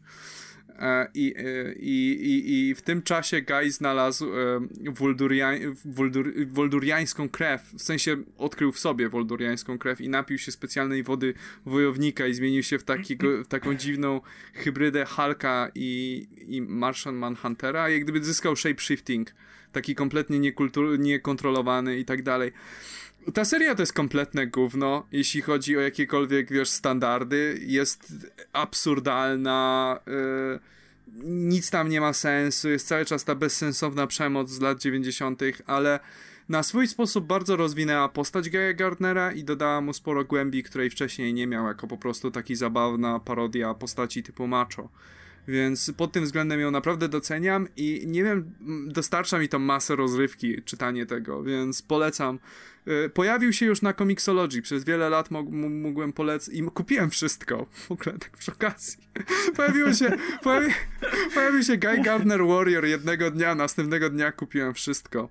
I, i, i, i w tym czasie Guy znalazł wolduriań, woldur, wolduriańską krew, w sensie odkrył w sobie wolduriańską krew i napił się specjalnej wody wojownika i zmienił się w, takiego, w taką dziwną hybrydę Hulka i, i Martian Manhuntera, jak gdyby zyskał shapeshifting, taki kompletnie niekultur, niekontrolowany i tak dalej. Ta seria to jest kompletne gówno, jeśli chodzi o jakiekolwiek, wiesz, standardy. Jest absurdalna, yy, nic tam nie ma sensu, jest cały czas ta bezsensowna przemoc z lat dziewięćdziesiątych, ale na swój sposób bardzo rozwinęła postać Guy'a Gardnera i dodała mu sporo głębi, której wcześniej nie miał, jako po prostu taki zabawna parodia postaci typu macho. Więc pod tym względem ją naprawdę doceniam i nie wiem, dostarcza mi to masę rozrywki czytanie tego, więc polecam. Pojawił się już na Comixology, przez wiele lat mógłbym polecić i kupiłem wszystko, w ogóle tak przy okazji. Pojawiło się, pojawi, pojawił się Guy Gardner Warrior jednego dnia, następnego dnia kupiłem wszystko.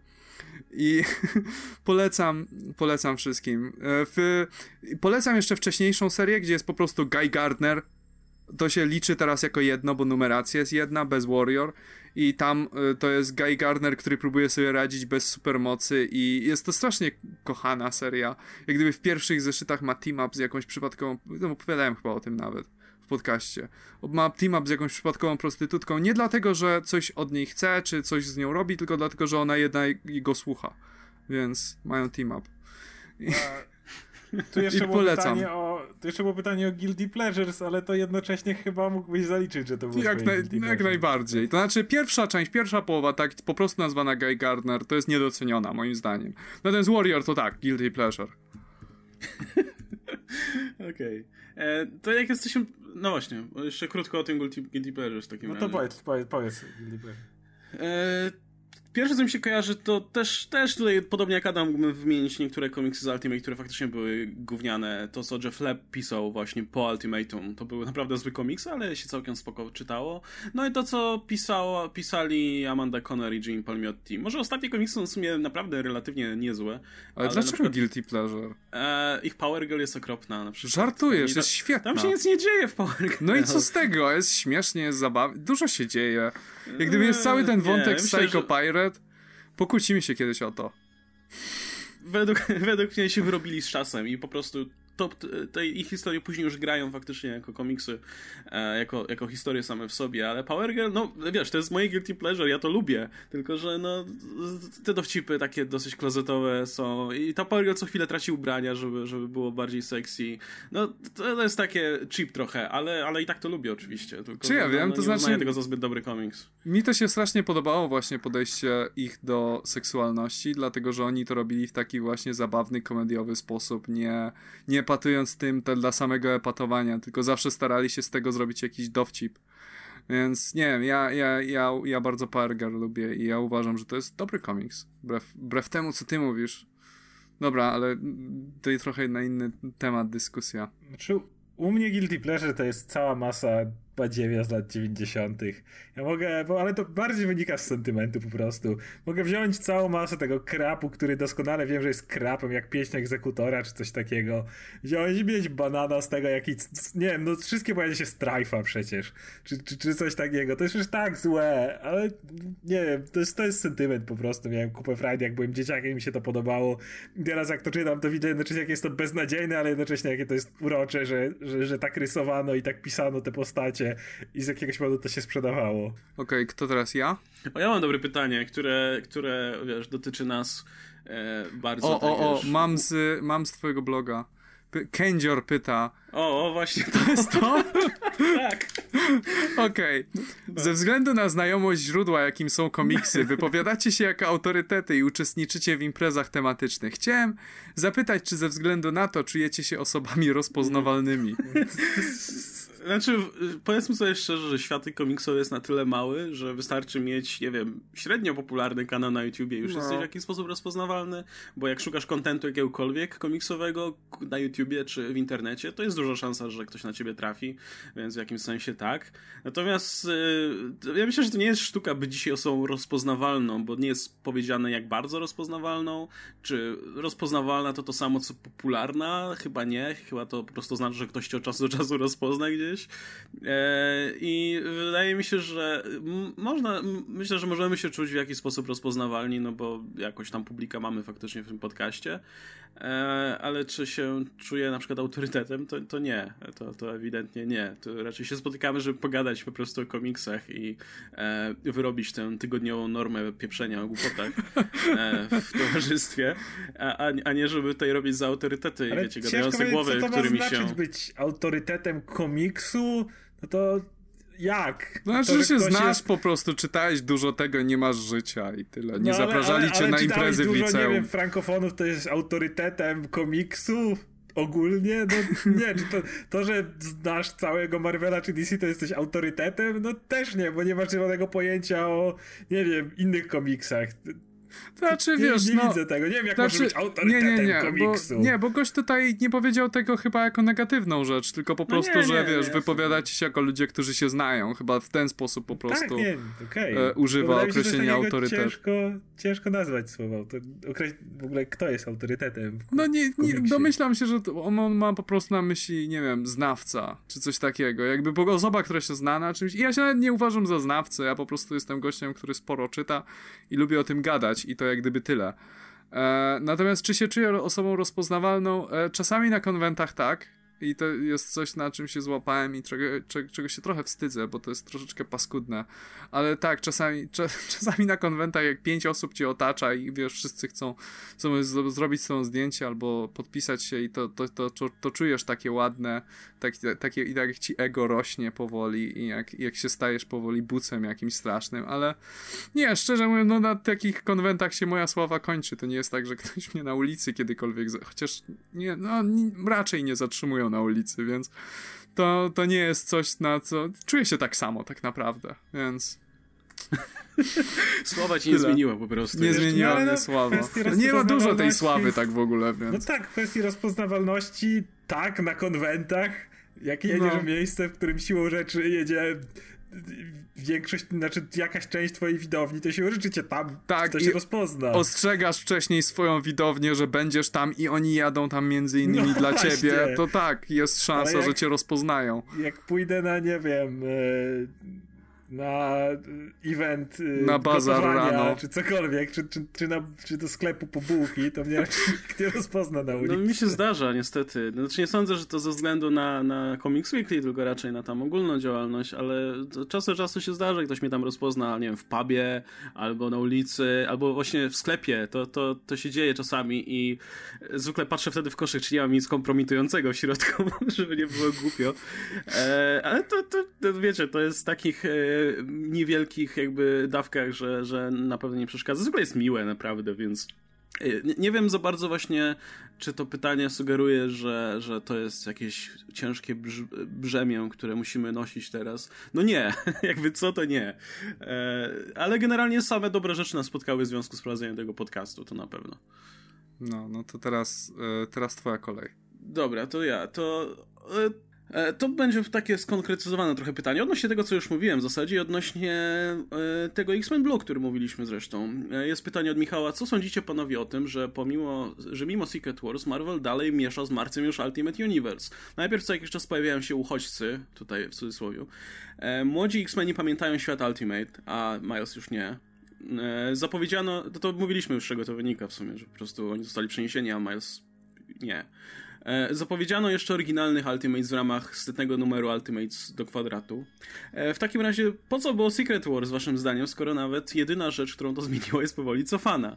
I polecam, polecam wszystkim. W, polecam jeszcze wcześniejszą serię, gdzie jest po prostu Guy Gardner. To się liczy teraz jako jedno, bo numeracja jest jedna, bez Warrior i tam y, to jest Guy Gardner, który próbuje sobie radzić bez supermocy i jest to strasznie kochana seria. Jak gdyby w pierwszych zeszytach ma team-up z jakąś przypadkową, no opowiadałem chyba o tym nawet w podcaście, ma team-up z jakąś przypadkową prostytutką, nie dlatego, że coś od niej chce, czy coś z nią robi, tylko dlatego, że ona jedna go słucha, więc mają team-up. I... Tu jeszcze, I było polecam. pytanie o, tu jeszcze było pytanie o Guilty Pleasures, ale to jednocześnie chyba mógłbyś zaliczyć, że to było jak, naj, jak najbardziej. To znaczy pierwsza część, pierwsza połowa, tak po prostu nazwana Guy Gardner, to jest niedoceniona moim zdaniem. Natomiast Warrior to tak, Guilty Pleasure. Okej. Okay. To jak jesteśmy... No właśnie, jeszcze krótko o tym Guilty, guilty Pleasure w takim No razie. to powiedz, powiedz, powiedz Guilty Pleasure. E, Pierwsze, co mi się kojarzy, to też, też tutaj, podobnie jak Adam, mógłbym wymienić niektóre komiksy z Ultimate, które faktycznie były gówniane. To, co Jeff Leb pisał właśnie po Ultimatum, to były naprawdę zły komiksy, ale się całkiem spoko czytało. No i to, co pisało, pisali Amanda Conner i Jim Palmiotti. Może ostatnie komiksy są w sumie naprawdę relatywnie niezłe. Ale, ale dlaczego przykład, Guilty Pleasure? E, ich Power Girl jest okropna na przykład. Żartujesz, tam, jest świetna. Tam się nic nie dzieje w Power Girl. No i co z tego? Jest śmiesznie, jest zabawnie. Dużo się dzieje. Jak gdyby jest cały ten wątek z Psycho że... Pirate, pokłócimy się kiedyś o to. Według, według mnie się wyrobili z czasem i po prostu to, te ich historie później już grają faktycznie jako komiksy, e, jako, jako historie same w sobie, ale Power Girl, no wiesz, to jest moje guilty pleasure, ja to lubię, tylko że no te dowcipy takie dosyć klozetowe są i ta Power Girl co chwilę traci ubrania, żeby, żeby było bardziej sexy. No to jest takie cheap trochę, ale, ale i tak to lubię oczywiście. Tylko, Czy ja no, wiem, no, to nie znaczy... uznaję tego za zbyt dobry komiks. Mi to się strasznie podobało właśnie podejście ich do seksualności, dlatego, że oni to robili w taki właśnie zabawny, komediowy sposób, nie, nie epatując tym te, dla samego epatowania, tylko zawsze starali się z tego zrobić jakiś dowcip. Więc nie wiem, ja, ja, ja, ja bardzo Power Girl lubię i ja uważam, że to jest dobry komiks. Wbrew, wbrew temu, co ty mówisz. Dobra, ale to jest trochę na inny temat dyskusja. Znaczy, u mnie Guilty Pleasure to jest cała masa badziewia z lat dziewięćdziesiątych. Ja mogę, bo, ale to bardziej wynika z sentymentu po prostu. Mogę wziąć całą masę tego krapu, który doskonale wiem, że jest krapem, jak pieśń egzekutora czy coś takiego. Wziąć i mieć banana z tego, jaki, nie wiem, no wszystkie pojawia się Strife'a przecież, czy, czy, czy coś takiego. To jest już tak złe, ale nie wiem, to jest, to jest sentyment po prostu. Miałem kupę frajdy, jak byłem dzieciakiem i mi się to podobało. I teraz jak to czytam, to widzę jednocześnie, jak jest to beznadziejne, ale jednocześnie jakie to jest urocze, że, że, że tak rysowano i tak pisano te postacie i z jakiegoś powodu to się sprzedawało. Okej, okay, kto teraz? Ja? O, ja mam dobre pytanie, które, które wiesz, dotyczy nas e, bardzo. O, tak, o, o, wiesz... mam z, mam z twojego bloga. P- Kędzior pyta. O, o, właśnie to jest to? Tak. Okej. Okay. Ze względu na znajomość źródła, jakim są komiksy, wypowiadacie się jako autorytety i uczestniczycie w imprezach tematycznych. Chciałem zapytać, czy ze względu na to czujecie się osobami rozpoznawalnymi? Znaczy, powiedzmy sobie szczerze, że świat komiksowy jest na tyle mały, że wystarczy mieć, nie wiem, średnio popularny kanał na YouTubie i już no. jesteś w jakiś sposób rozpoznawalny, bo jak szukasz kontentu jakiegokolwiek komiksowego na YouTubie czy w internecie, to jest duża szansa, że ktoś na ciebie trafi, więc w jakimś sensie tak. Natomiast yy, ja myślę, że to nie jest sztuka być dzisiaj osobą rozpoznawalną, bo nie jest powiedziane jak bardzo rozpoznawalną, czy rozpoznawalna to to samo co popularna? Chyba nie, chyba to po prostu znaczy, że ktoś cię od czasu do czasu rozpozna gdzieś. I wydaje mi się, że można, myślę, że możemy się czuć w jakiś sposób rozpoznawalni, no bo jakoś tam publika mamy faktycznie w tym podcaście, ale czy się czuję na przykład autorytetem, to, to nie, to, to ewidentnie nie. To raczej się spotykamy, żeby pogadać po prostu o komiksach i wyrobić tę tygodniową normę pieprzenia o głupotach w towarzystwie, a, a nie żeby tutaj robić za autorytety i wiecie, gadające głowy, którymi się... Co to ma znaczyć być autorytetem komiksu? No to jak? No, znaczy, to, że się znasz jest... po prostu, czytałeś dużo tego, nie masz życia i tyle. Nie no, ale, zapraszali ale, cię ale na imprezy dużo, w liceum. Nie wiem, frankofonów to jest autorytetem komiksu? Ogólnie? No nie, czy to, to, że znasz całego Marvela czy D C, to jesteś autorytetem? No też nie, bo nie masz żadnego pojęcia o, nie wiem, innych komiksach. Znaczy, nie, wiesz, nie no, widzę tego, nie wiem jak znaczy, może być autorytetem nie, nie, nie, komiksu. Bo, nie, bo gość tutaj nie powiedział tego chyba jako negatywną rzecz, tylko po prostu, no nie, że nie, wiesz, nie, wypowiadacie się jako ludzie, którzy się znają, chyba w ten sposób po prostu tak, nie, okay. e, używa określenia autorytet. Ciężko, ciężko nazwać słowo, to określ... w ogóle kto jest autorytetem w No nie, nie domyślam się, że on, on ma po prostu na myśli, nie wiem, znawca, czy coś takiego, jakby osoba, która się zna na czymś i ja się nawet nie uważam za znawcę, ja po prostu jestem gościem, który sporo czyta i lubię o tym gadać i to jak gdyby tyle. E, natomiast czy się czuję osobą rozpoznawalną? E, czasami na konwentach tak. I to jest coś, na czym się złapałem i czego, czego się trochę wstydzę, bo to jest troszeczkę paskudne. Ale tak, czasami, czasami na konwentach jak pięć osób cię otacza i wiesz, wszyscy chcą sobie zrobić z tą zdjęcie albo podpisać się i to, to, to, to, to czujesz takie ładne, tak, takie, i jak ci ego rośnie powoli i jak, jak się stajesz powoli bucem jakimś strasznym, ale nie, szczerze mówiąc, no na takich konwentach się moja sława kończy. To nie jest tak, że ktoś mnie na ulicy kiedykolwiek, chociaż nie, no raczej nie zatrzymują na ulicy, więc to, to nie jest coś, na co... Czuję się tak samo tak naprawdę, więc... Sława ci nie Tyle. zmieniła po prostu. Nie zmieniła mnie no, sława. Nie ma dużo tej sławy tak w ogóle, więc... No tak, w kwestii rozpoznawalności, tak, na konwentach, jak jedziesz no. w miejsce, w którym siłą rzeczy jedzie... większość, znaczy jakaś część twojej widowni, to się życie tam, tak, kto się rozpozna. Ostrzegasz wcześniej swoją widownię, że będziesz tam i oni jadą tam między innymi no dla właśnie. ciebie, to tak, jest szansa, jak, że cię rozpoznają. Jak pójdę na, nie wiem, yy, na event yy, na bazar rano, czy cokolwiek, czy, czy, czy, na, czy do sklepu po bułki, to mnie nikt nie rozpozna na ulicy. No mi się zdarza niestety. Znaczy nie sądzę, że to ze względu na, na Comics Weekly, tylko raczej na tam ogólną działalność, ale od czasu do czasu się zdarza, ktoś mnie tam rozpozna, nie wiem, w pubie, albo na ulicy, albo właśnie w sklepie. To, to, to się dzieje czasami i zwykle patrzę wtedy w koszyk, czy nie mam nic kompromitującego w środku, żeby nie było głupio. E, ale to, to, to wiecie, to jest takich e, niewielkich jakby dawkach, że, że na pewno nie przeszkadza. Zwykle jest miłe naprawdę, więc Nie, nie wiem za bardzo właśnie, czy to pytanie sugeruje, że, że to jest jakieś ciężkie brz, brzemię, które musimy nosić teraz. No nie, jakby co to nie. E, ale generalnie same dobre rzeczy nas spotkały w związku z prowadzeniem tego podcastu, to na pewno. No, no to teraz, e, teraz twoja kolej. Dobra, to ja. To... E, To będzie takie skonkretyzowane trochę pytanie odnośnie tego, co już mówiłem w zasadzie, odnośnie e, tego X-Men Blue, o którym mówiliśmy zresztą. E, jest pytanie od Michała, co sądzicie panowie o tym, że pomimo, że mimo Secret Wars Marvel dalej miesza z marcem już Ultimate Universe? Najpierw co jakiś czas pojawiają się uchodźcy, tutaj w cudzysłowie. E, młodzi X-Meni pamiętają świat Ultimate, a Miles już nie. E, zapowiedziano, to, to mówiliśmy już, z czego to wynika w sumie, że po prostu oni zostali przeniesieni, a Miles nie. Zapowiedziano jeszcze oryginalnych Ultimates w ramach setnego numeru Ultimates do kwadratu. W takim razie, po co było Secret Wars, waszym zdaniem, skoro nawet jedyna rzecz, którą to zmieniło, jest powoli cofana?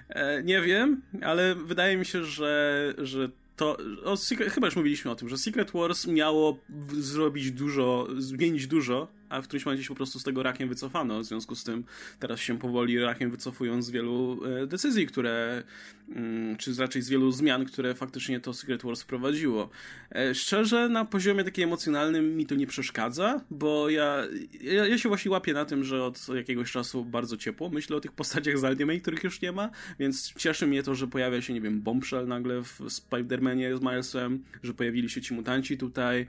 Nie wiem, ale wydaje mi się, że, że to... O Secret, chyba już mówiliśmy o tym, że Secret Wars miało zrobić dużo, zmienić dużo, a w którymś momencie się po prostu z tego rakiem wycofano. W związku z tym teraz się powoli rakiem wycofują z wielu e, decyzji, które, mm, czy raczej z wielu zmian, które faktycznie to Secret Wars wprowadziło. E, szczerze, na poziomie takim emocjonalnym mi to nie przeszkadza, bo ja, ja, ja się właśnie łapię na tym, że od jakiegoś czasu bardzo ciepło myślę o tych postaciach z Ultimate, których już nie ma, więc cieszy mnie to, że pojawia się, nie wiem, Bombshell nagle w Spider-Manie z Milesem, że pojawili się ci mutanci tutaj,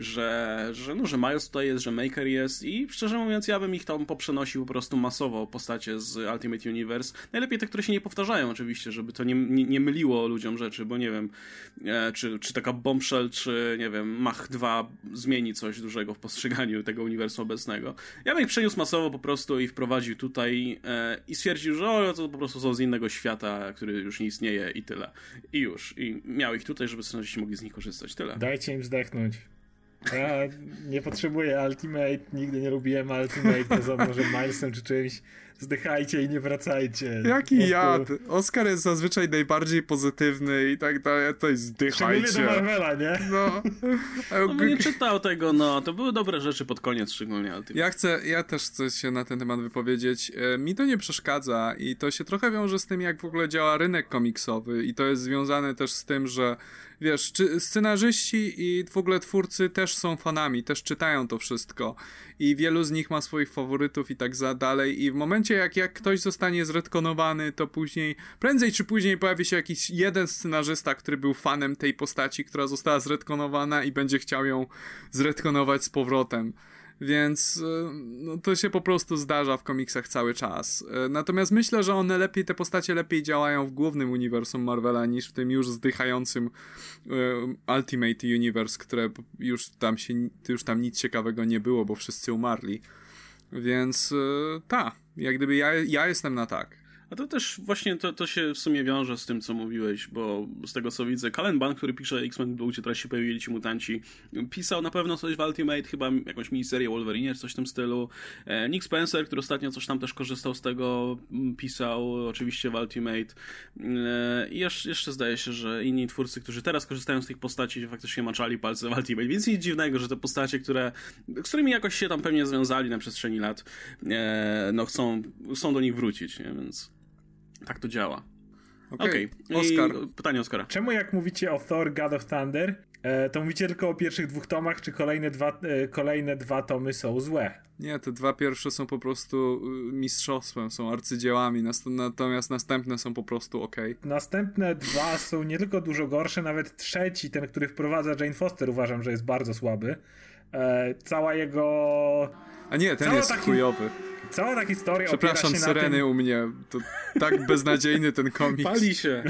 że, że, no, że Miles tutaj jest, że Maker jest, i szczerze mówiąc, ja bym ich tam poprzenosił po prostu masowo, postacie z Ultimate Universe. Najlepiej te, które się nie powtarzają oczywiście, żeby to nie, nie, nie myliło ludziom rzeczy, bo nie wiem, e, czy, czy taka Bombshell, czy nie wiem, Mach dwa zmieni coś dużego w postrzeganiu tego uniwersum obecnego. Ja bym ich przeniósł masowo po prostu i wprowadził tutaj e, i stwierdził, że o, to po prostu są z innego świata, który już nie istnieje i tyle. I już. I miał ich tutaj, żeby scenarzyści mogli z nich korzystać. Tyle. Dajcie im zdechnąć. Ja nie potrzebuję Ultimate, nigdy nie lubiłem Ultimate, poza może Milesem czy czymś. Zdychajcie i nie wracajcie. Jaki prostu... jad? Oscar jest zazwyczaj najbardziej pozytywny i tak dalej, to jest zdychajcie. Szczególnie do Marvela, nie? No. No bo nie czytał tego, no. To były dobre rzeczy pod koniec, szczególnie Ultimate. Ja chcę, ja też chcę się na ten temat wypowiedzieć. E, mi to nie przeszkadza i to się trochę wiąże z tym, jak w ogóle działa rynek komiksowy i to jest związane też z tym, że wiesz, czy scenarzyści i w ogóle twórcy też są fanami, też czytają to wszystko i wielu z nich ma swoich faworytów i tak za dalej i w momencie jak, jak ktoś zostanie zretkonowany, to później, prędzej czy później pojawi się jakiś jeden scenarzysta, który był fanem tej postaci, która została zretkonowana i będzie chciał ją zretkonować z powrotem. Więc no, to się po prostu zdarza w komiksach cały czas. Natomiast myślę, że one lepiej, te postacie lepiej działają w głównym uniwersum Marvela niż w tym już zdychającym uh, Ultimate Universe, które już tam się, już tam nic ciekawego nie było, bo wszyscy umarli. Więc uh, ta, jak gdyby ja, ja jestem na tak. A to też właśnie to, to się w sumie wiąże z tym, co mówiłeś, bo z tego, co widzę, Cullen Bunn, który pisze X-Men Blue, gdzie teraz się pojawili ci mutanci, pisał na pewno coś w Ultimate, chyba jakąś miniserię Wolverine, coś w tym stylu. Nick Spencer, który ostatnio coś tam też korzystał z tego, pisał oczywiście w Ultimate. I jeszcze, jeszcze zdaje się, że inni twórcy, którzy teraz korzystają z tych postaci, faktycznie maczali palce w Ultimate, więc nic dziwnego, że te postacie, które, z którymi jakoś się tam pewnie związali na przestrzeni lat, no chcą, chcą do nich wrócić, nie? Więc tak to działa. Okej, okay. Oscar. Pytanie Oscara. Czemu jak mówicie o Thor God of Thunder, to mówicie tylko o pierwszych dwóch tomach, czy kolejne dwa, kolejne dwa tomy są złe? Nie, te dwa pierwsze są po prostu mistrzostwem, są arcydziełami, natomiast następne są po prostu okej. Okay. Następne dwa są nie tylko dużo gorsze, nawet trzeci, ten, który wprowadza Jane Foster, uważam, że jest bardzo słaby. E, cała jego... A nie, ten cała jest taki... chujowy. Cała ta historia Przepraszam, opiera się syreny na tym... u mnie. To tak beznadziejny ten komiks. Pali się.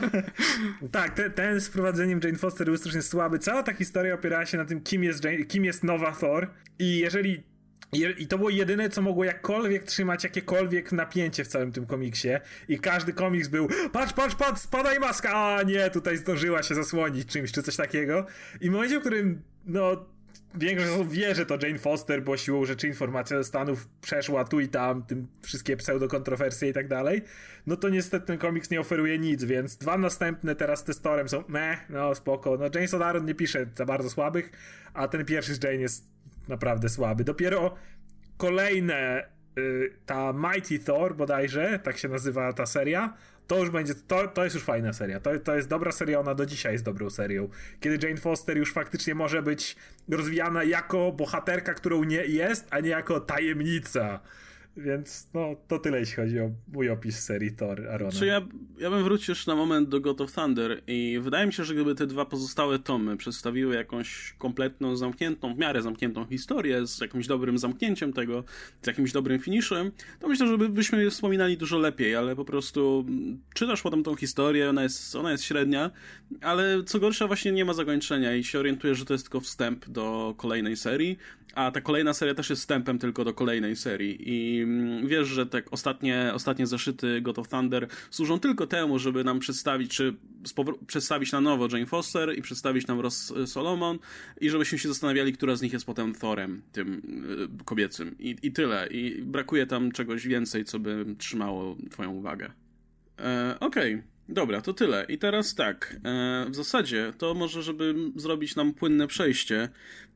Tak, te, ten z wprowadzeniem Jane Foster był strasznie słaby. Cała ta historia opierała się na tym, kim jest, Jane, kim jest nowa Thor. I jeżeli... I to było jedyne, co mogło jakkolwiek trzymać jakiekolwiek napięcie w całym tym komiksie. I każdy komiks był patrz, patrz, patrz, spadaj maska! A nie, tutaj zdążyła się zasłonić czymś, czy coś takiego. I w momencie, w którym, no... większość osób wie, że to Jane Foster, bo siłą rzeczy informacja ze Stanów przeszła tu i tam, tym wszystkie pseudo-kontrowersje i tak dalej, no to niestety ten komiks nie oferuje nic, więc dwa następne teraz z Storem są meh, no spoko. No James O'Daron nie pisze za bardzo słabych, a ten pierwszy z Jane jest naprawdę słaby. Dopiero kolejne, y, ta Mighty Thor bodajże, tak się nazywa ta seria, to już będzie, to, to jest już fajna seria. To, to jest dobra seria, ona do dzisiaj jest dobrą serią. Kiedy Jane Foster już faktycznie może być rozwijana jako bohaterka, którą nie jest, a nie jako tajemnica. Więc no, to tyle, jeśli chodzi o mój opis serii Thor Arona. Czy ja, ja bym wrócił jeszcze na moment do God of Thunder i wydaje mi się, że gdyby te dwa pozostałe tomy przedstawiły jakąś kompletną, zamkniętą, w miarę zamkniętą historię z jakimś dobrym zamknięciem tego, z jakimś dobrym finiszem, to myślę, że byśmy je wspominali dużo lepiej, ale po prostu czytasz potem tą historię, ona jest, ona jest średnia, ale co gorsza właśnie nie ma zakończenia i się orientujesz, że to jest tylko wstęp do kolejnej serii, a ta kolejna seria też jest wstępem tylko do kolejnej serii i wiesz, że tak ostatnie, ostatnie zeszyty God of Thunder służą tylko temu, żeby nam przedstawić, czy przedstawić na nowo Jane Foster i przedstawić nam Ross Solomon i żebyśmy się zastanawiali, która z nich jest potem Thorem, tym y, kobiecym. I, I tyle. I brakuje tam czegoś więcej, co by trzymało twoją uwagę. E, Okej. Okay. Dobra, to tyle. I teraz tak, e, w zasadzie to może, żeby zrobić nam płynne przejście,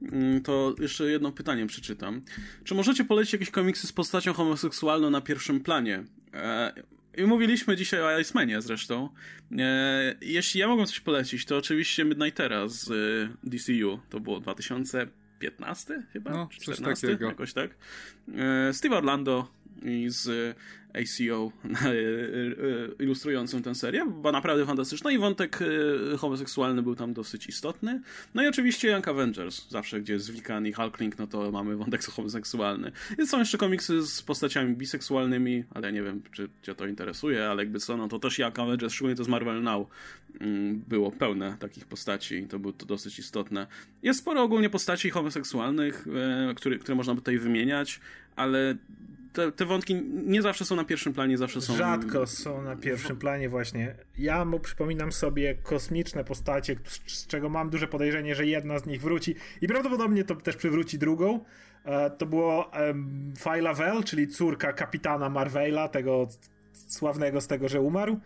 to jeszcze jedno pytanie przeczytam. Czy możecie polecić jakieś komiksy z postacią homoseksualną na pierwszym planie? E, I mówiliśmy dzisiaj o Icemanie zresztą. E, jeśli ja mogę coś polecić, to oczywiście Midnightera z D C U. To było dwa tysiące piętnasty chyba? No, coś takiego. Jakoś tak. E, Steve Orlando i z A C O ilustrującym tę serię. Była naprawdę fantastyczna i wątek homoseksualny był tam dosyć istotny. No i oczywiście Young Avengers. Zawsze, gdzie jest Wiccan i Hulkling, no to mamy wątek homoseksualny. I są jeszcze komiksy z postaciami biseksualnymi, ale ja nie wiem, czy cię to interesuje, ale jakby co, no to też Young Avengers, szczególnie to z Marvel Now, było pełne takich postaci i to było to dosyć istotne. Jest sporo ogólnie postaci homoseksualnych, które, które można tutaj wymieniać, ale Te, te wątki nie zawsze są na pierwszym planie, zawsze są... Rzadko są na pierwszym planie właśnie. Ja mu przypominam sobie kosmiczne postacie, z czego mam duże podejrzenie, że jedna z nich wróci i prawdopodobnie to też przywróci drugą. To było um, Phyla Vell, czyli córka kapitana Marvela, tego sławnego z tego, że umarł,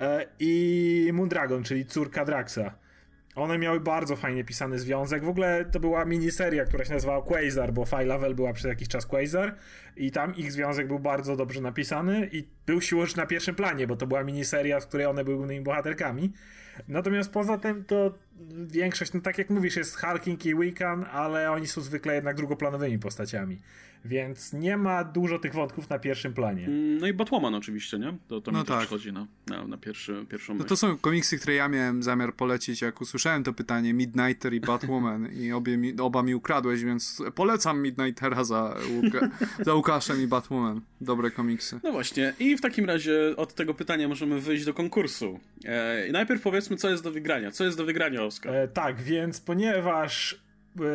i Moondragon, czyli córka Draxa. One miały bardzo fajnie pisany związek. W ogóle to była miniseria, która się nazywała Quasar, bo Phyla Vell była przez jakiś czas Quasar i tam ich związek był bardzo dobrze napisany i był siłą rzeczy na pierwszym planie, bo to była miniseria, w której one były głównymi bohaterkami. Natomiast poza tym to większość, no tak jak mówisz, jest Hulking i Wiccan, ale oni są zwykle jednak drugoplanowymi postaciami. Więc nie ma dużo tych wątków na pierwszym planie. No i Batwoman oczywiście, nie? To, to no mi tak. też przychodzi na, na, na pierwszy, pierwszą myśl. No to są komiksy, które ja miałem zamiar polecić, jak usłyszałem to pytanie, Midnighter i Batwoman i obie mi, oba mi ukradłeś, więc polecam Midnightera za, Łuka, za Łukaszem i Batwoman. Dobre komiksy. No właśnie. I w takim razie od tego pytania możemy wyjść do konkursu. E, I najpierw powiedzmy, co jest do wygrania. Co jest do wygrania, Oskar? E, tak, więc ponieważ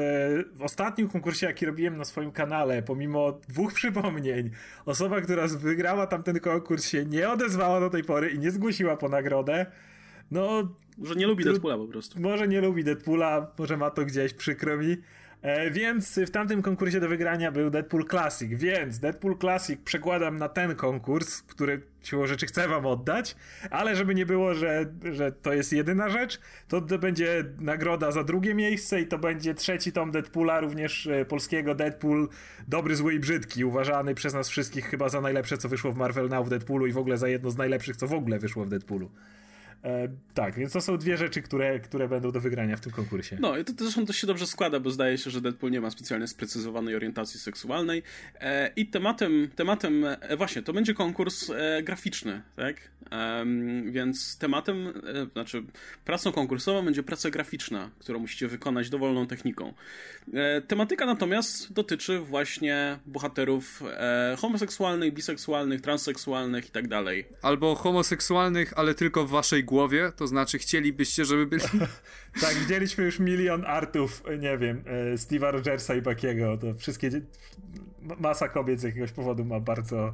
w ostatnim konkursie, jaki robiłem na swoim kanale, pomimo dwóch przypomnień, osoba, która wygrała tamten konkurs, się nie odezwała do tej pory i nie zgłosiła po nagrodę. No, że nie lubi Deadpoola po prostu. Może nie lubi Deadpoola, może ma to gdzieś, przykro mi. E, więc w tamtym konkursie do wygrania był Deadpool Classic, więc Deadpool Classic przekładam na ten konkurs, który siłą rzeczy chcę wam oddać, ale żeby nie było, że, że to jest jedyna rzecz, to, to będzie nagroda za drugie miejsce i to będzie trzeci tom Deadpoola, również e, polskiego Deadpool Dobry, Zły i Brzydki, uważany przez nas wszystkich chyba za najlepsze, co wyszło w Marvel Now w Deadpoolu i w ogóle za jedno z najlepszych, co w ogóle wyszło w Deadpoolu. E, tak, więc to są dwie rzeczy, które, które będą do wygrania w tym konkursie. No i to, to zresztą to się dobrze składa, bo zdaje się, że Deadpool nie ma specjalnie sprecyzowanej orientacji seksualnej e, i tematem, tematem e, właśnie, to będzie konkurs e, graficzny, tak? E, więc tematem, e, znaczy pracą konkursową będzie praca graficzna, którą musicie wykonać dowolną techniką. E, tematyka natomiast dotyczy właśnie bohaterów e, homoseksualnych, biseksualnych, transseksualnych i tak dalej. Albo homoseksualnych, ale tylko w waszej głowie, to znaczy chcielibyście, żeby byli... Tak, widzieliśmy już milion artów, nie wiem, Steve'a Rogersa i Buckiego, to wszystkie, masa kobiet z jakiegoś powodu ma bardzo,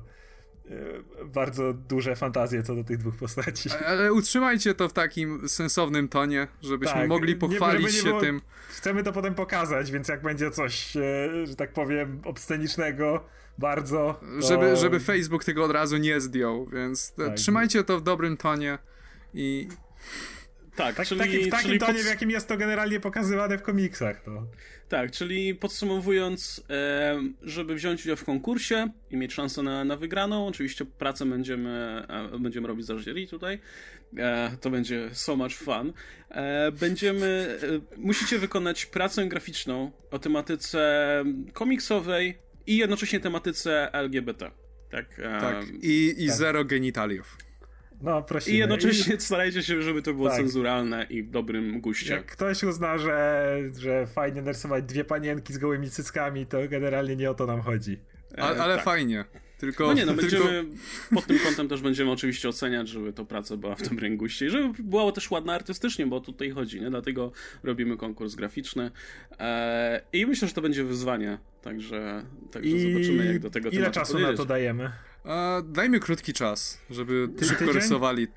bardzo duże fantazje co do tych dwóch postaci. Ale utrzymajcie to w takim sensownym tonie, żebyśmy tak, mogli pochwalić nie, się było, tym. Chcemy to potem pokazać, więc jak będzie coś, że tak powiem, obscenicznego, bardzo... To... Żeby, żeby Facebook tego od razu nie zdjął, więc tak. Trzymajcie to w dobrym tonie i... Tak, tak czyli, taki, w takim czyli tonie, pod... w jakim jest to generalnie pokazywane w komiksach. To. Tak, czyli podsumowując, e, żeby wziąć udział w konkursie i mieć szansę na, na wygraną, oczywiście pracę będziemy, e, będziemy robić za jury tutaj, e, to będzie so much fun. E, będziemy, e, musicie wykonać pracę graficzną o tematyce komiksowej i jednocześnie tematyce L G B T. Tak, e, tak. I, i tak. zero genitaliów. No, prosimy. I jednocześnie I... starajcie się, żeby to było tak. cenzuralne i w dobrym guście. Jak ktoś uzna, że, że fajnie narysować dwie panienki z gołymi cyckami, to generalnie nie o to nam chodzi. A, ale tak. fajnie. Tylko, no nie, no tylko... będziemy, pod tym kątem też będziemy oczywiście oceniać, żeby to praca była w dobrym guście i żeby była też ładna artystycznie, bo o to tutaj chodzi, nie? Dlatego robimy konkurs graficzny eee, i myślę, że to będzie wyzwanie, także, także I... zobaczymy, jak do tego ile czasu podjedzieć. na to dajemy? E, dajmy krótki czas, żeby Ty, szybko tydzień? rysowali.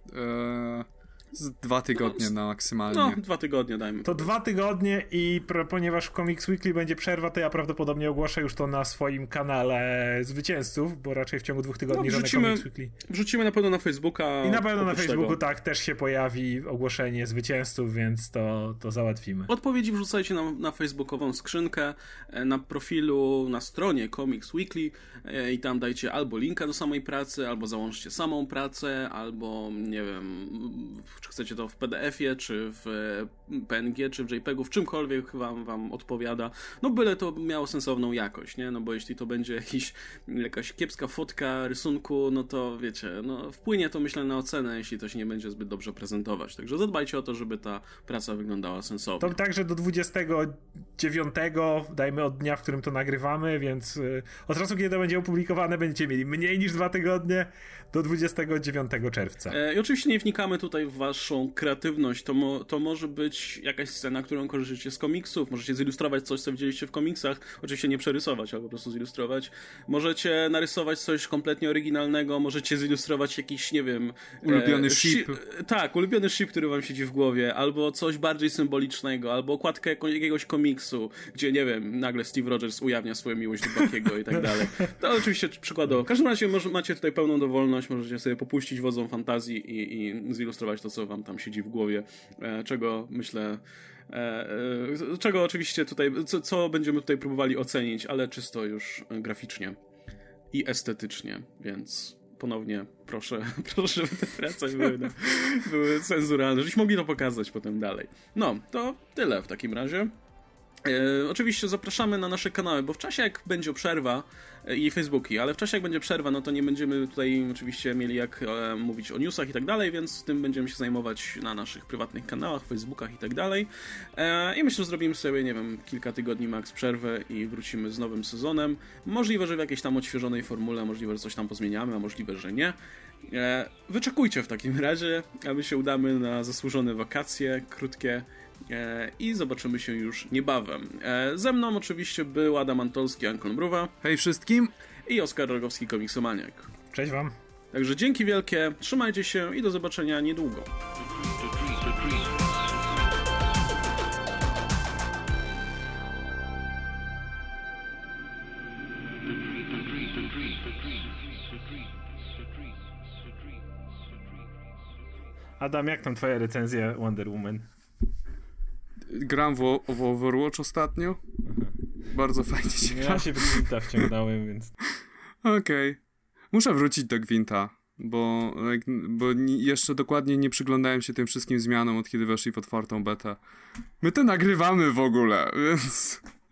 E, z dwa tygodnie na maksymalnie. No, dwa tygodnie dajmy. To dwa tygodnie i pro, ponieważ w Comics Weekly będzie przerwa, to ja prawdopodobnie ogłoszę już to na swoim kanale zwycięzców, bo raczej w ciągu dwóch tygodni no, żadne Comics Weekly. Wrzucimy na pewno na Facebooka. I na pewno na Facebooku tego. tak też się pojawi ogłoszenie zwycięzców, więc to, to załatwimy. Odpowiedzi wrzucajcie na, na facebookową skrzynkę, na profilu, na stronie Comics Weekly i tam dajcie albo linka do samej pracy, albo załączcie samą pracę, albo nie wiem, czy chcecie to w P D F-ie, czy w P N G, czy w JPEG-u, w czymkolwiek wam, wam odpowiada. No byle to miało sensowną jakość, nie? No bo jeśli to będzie jakiś, jakaś kiepska fotka rysunku, no to wiecie, no wpłynie to myślę na ocenę, jeśli to się nie będzie zbyt dobrze prezentować. Także zadbajcie o to, żeby ta praca wyglądała sensownie. To także do dwudziestego dziewiątego, dajmy od dnia, w którym to nagrywamy, więc yy, od razu, kiedy to będzie opublikowane, będziecie mieli mniej niż dwa tygodnie do dwudziestego dziewiątego czerwca. E, I oczywiście nie wnikamy tutaj w waszą kreatywność. To, mo, to może być jakaś scena, którą korzystacie z komiksów. Możecie zilustrować coś, co widzieliście w komiksach. Oczywiście nie przerysować, ale po prostu zilustrować. Możecie narysować coś kompletnie oryginalnego. Możecie zilustrować jakiś, nie wiem... Ulubiony e, ship. shi- tak, ulubiony ship, który wam siedzi w głowie. Albo coś bardziej symbolicznego. Albo okładkę jako, jakiegoś komiksu, gdzie, nie wiem, nagle Steve Rogers ujawnia swoją miłość do Buckiego i tak dalej. To oczywiście przykładowo. W każdym razie może, macie tutaj pełną dowolność. Możecie sobie popuścić wodzą fantazji i, i zilustrować to, co wam tam siedzi w głowie, e, czego myślę, e, e, czego oczywiście tutaj, co, co będziemy tutaj próbowali ocenić, ale czysto już graficznie i estetycznie, więc ponownie proszę, proszę, żeby te prace były, no, były cenzuralne, żebyśmy mogli to pokazać potem dalej. No, to tyle w takim razie. E, oczywiście zapraszamy na nasze kanały, bo w czasie jak będzie przerwa e, i Facebooki, ale w czasie jak będzie przerwa, no to nie będziemy tutaj oczywiście mieli jak e, mówić o newsach i tak dalej, więc tym będziemy się zajmować na naszych prywatnych kanałach, Facebookach i tak dalej. E, I myślę, że zrobimy sobie, nie wiem, kilka tygodni max przerwę i wrócimy z nowym sezonem. Możliwe, że w jakiejś tam odświeżonej formule, możliwe, że coś tam pozmieniamy, a możliwe, że nie. E, wyczekujcie w takim razie, a my się udamy na zasłużone wakacje, krótkie, i zobaczymy się już niebawem. Ze mną oczywiście był Adam Antolski, Ankon Mruwa. Hej wszystkim! I Oskar Rogowski, Komiksomaniak. Cześć wam. Także dzięki wielkie, trzymajcie się i do zobaczenia niedługo. Adam, jak tam twoja recenzja Wonder Woman? Gram w, w Overwatch ostatnio. Aha. Bardzo fajnie się gra. Ja się w Gwinta wciągnąłem, więc... Okej. Okay. Muszę wrócić do Gwinta, bo, bo jeszcze dokładnie nie przyglądałem się tym wszystkim zmianom, od kiedy weszli w otwartą betę. My to nagrywamy w ogóle, więc...